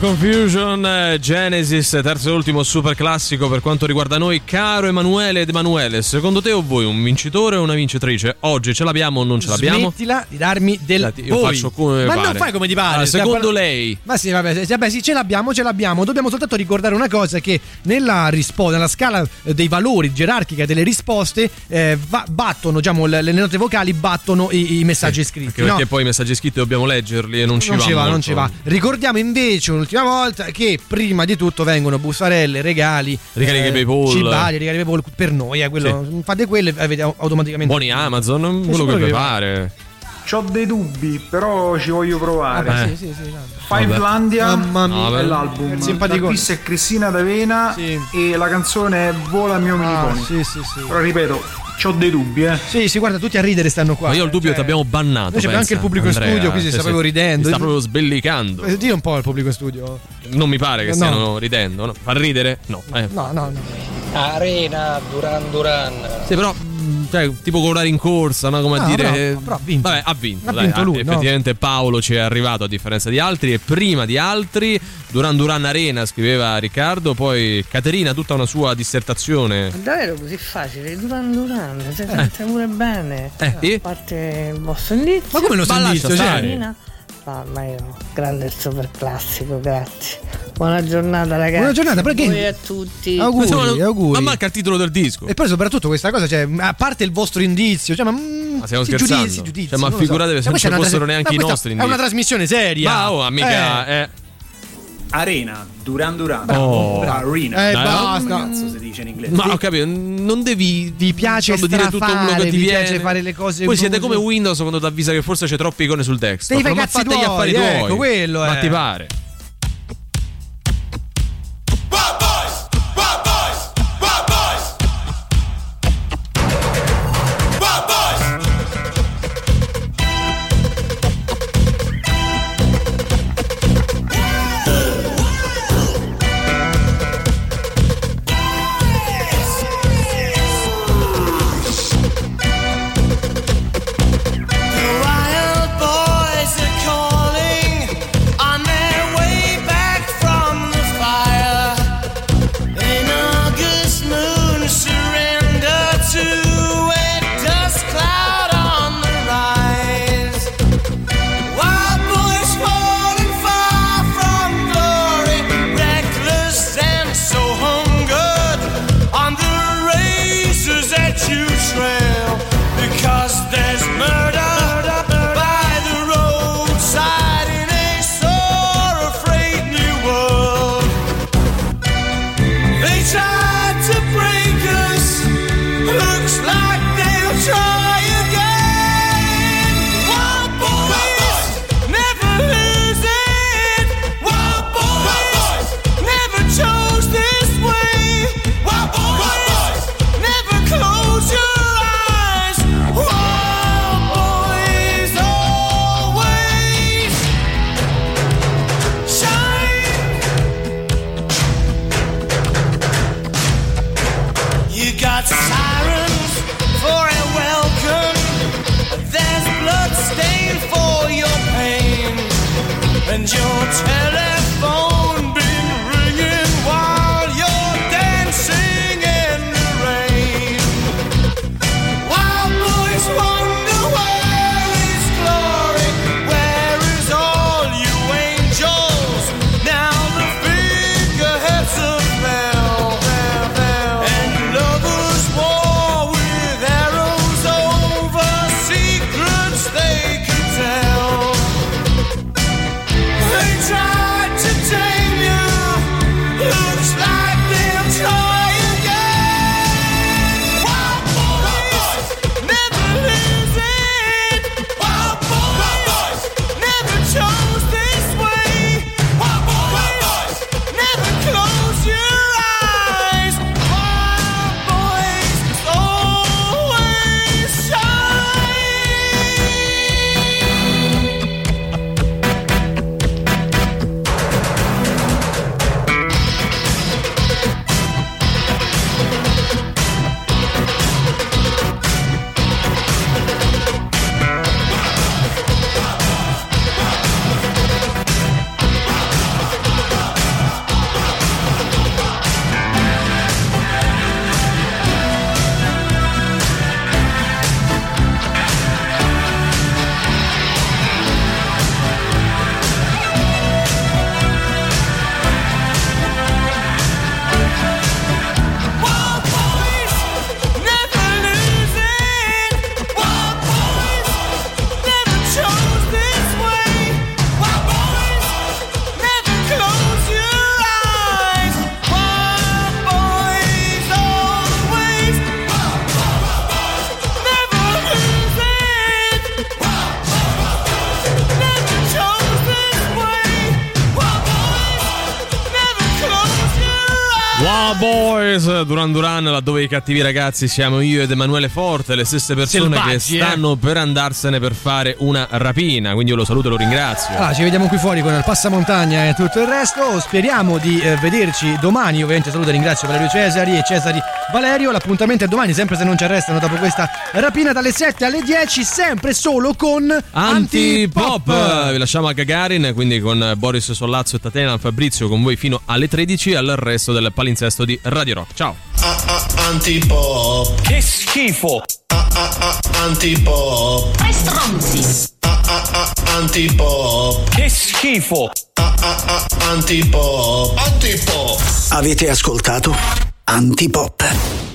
Confusion, eh, Genesis, terzo e ultimo super classico per quanto riguarda noi. Caro Emanuele ed Emanuele, secondo te o voi un vincitore o una vincitrice? Oggi ce l'abbiamo o non ce l'abbiamo? Smettila di darmi del Dati, io voi. faccio come Ma pare. non fai come ti pare. Allora, Stiamo secondo parlando- lei? Ma sì, vabbè, vabbè, sì, ce l'abbiamo, ce l'abbiamo. Dobbiamo soltanto ricordare una cosa: che nella risposta, nella scala eh, dei valori gerarchica delle risposte, eh, va- battono, diciamo, le, le note vocali battono i, i messaggi scritti. Anche perché no? poi i messaggi scritti dobbiamo leggerli e non ci non va ci va, molto. non ci va. Ricordiamo invece un'ultima volta che prima di tutto vengono bustarelle, regali, Regali che PayPal. cibali, regali PayPal per noi, eh, quello, fate quello e avete automaticamente Buoni Amazon, quello sicuro che che vi va. pare. C'ho dei dubbi, però ci voglio provare. Vabbè, Eh. sì, sì, sì, tanto. Fivelandia Mamma mia. è Vabbè. l'album. Simpatico. L'artista è Cristina D'Avena e la canzone è Vola mio mini Ah, pony. sì, sì, sì. Però ripeto, c'ho dei dubbi, eh. Sì, sì, guarda, tutti a ridere stanno qua. Ma io ho il dubbio Cioè, che ti abbiamo bannato. noi c'abbiamo anche pensa, il pubblico in Andrea. studio, qui si sta proprio ridendo. Si sta proprio sbellicando. Eh, Dì un po' al pubblico in studio. Non mi pare che No. stiano ridendo. No? Fa ridere? No. Eh. No, no, no. Arena, Duran Duran. Sì, però, mh, cioè, tipo con una rincorsa, no? Come a No, dire. però- però ha vinto. Vabbè, ha vinto. Ha dai, vinto ah, lui, no? effettivamente Paolo ci è arrivato a differenza di altri. E prima di altri, Duran Duran Arena, scriveva Riccardo. Poi Caterina, tutta una sua dissertazione. Davvero così facile? Duran Duran, si sente pure bene. Eh, sì? A parte il vostro indizio. Ma come lo Ma so lascia indizio? stare. Caterina? No, ma io, grande super classico, grazie. Buona giornata ragazzi. Buona giornata, perché? Voi a tutti. Auguri, Ma- auguri. Ma manca il titolo del disco. E poi soprattutto questa cosa, cioè, a parte il vostro indizio, cioè, ma, mm, Ma stiamo si scherzando? giudizi, si giudizi, Cioè, ma non lo so. figuratevi se Ma non questa ci è una fossero trasmi- neanche ma i questa nostri È una indizi. trasmissione seria. Ma oh, amica, eh. Arena, Duran Duran. Oh. Arena. Eh, Dai, basta. Cazzo si dice in inglese. Ma ho capito, non devi. Vi piace proprio dire tutto quello strafare, che ti vi viene. piace fare le cose Poi siete brute. come Windows quando ti avvisa che forse c'è troppe icone sul desktop. Devi fare i Ma cazzi fate gli tuoi, affari tuoi. ecco, quello Ma è. ti pare? Wild boys are calling on their way back from the fire. An August moon surrender to a dust cloud on the rise. Wild boys falling far from glory, reckless and so hungered on the razors that you trail. Because there's murder by the roadside in a sore afraid new world. They tried to break us, looks like they'll try again. Wild boys never lose it. Wild boys never chose this way. Wild boys never close your eyes. Wild boys always shine. You got sirens for a welcome. There's blood stain for your pain, and your telephone been ringing while you're dancing in the rain. Wild boys wonder where is glory, where is all you angels? Now the figureheads have fell, and lovers war with arrows over secrets they could tell. They tried Bella Boys, Duran Duran, laddove i cattivi ragazzi siamo io ed Emanuele Forte, le stesse persone Selvaggi, che stanno eh. per andarsene per fare una rapina, quindi io lo saluto e lo ringrazio. Ah, ci vediamo qui fuori con il passamontagna e tutto il resto. Speriamo di eh, vederci domani. Ovviamente saluto e ringrazio Valerio Cesari e Cesari Valerio. L'appuntamento è domani, sempre se non ci arrestano dopo questa rapina, dalle sette alle dieci, sempre solo con Antipop. Antipop. Vi lasciamo a Gagarin, quindi con Boris Sollazzo e Tatiana Fabrizio con voi fino alle tredici, al resto del palinsesto di Radio Rock. Ciao. Ah, ah, Antipop. Che schifo. Ah, ah, ah, Antipop. Che stronzi. Ah, ah, ah, Antipop. Che schifo. Ah, ah, ah, Antipop. Antipop. Avete ascoltato Antipop.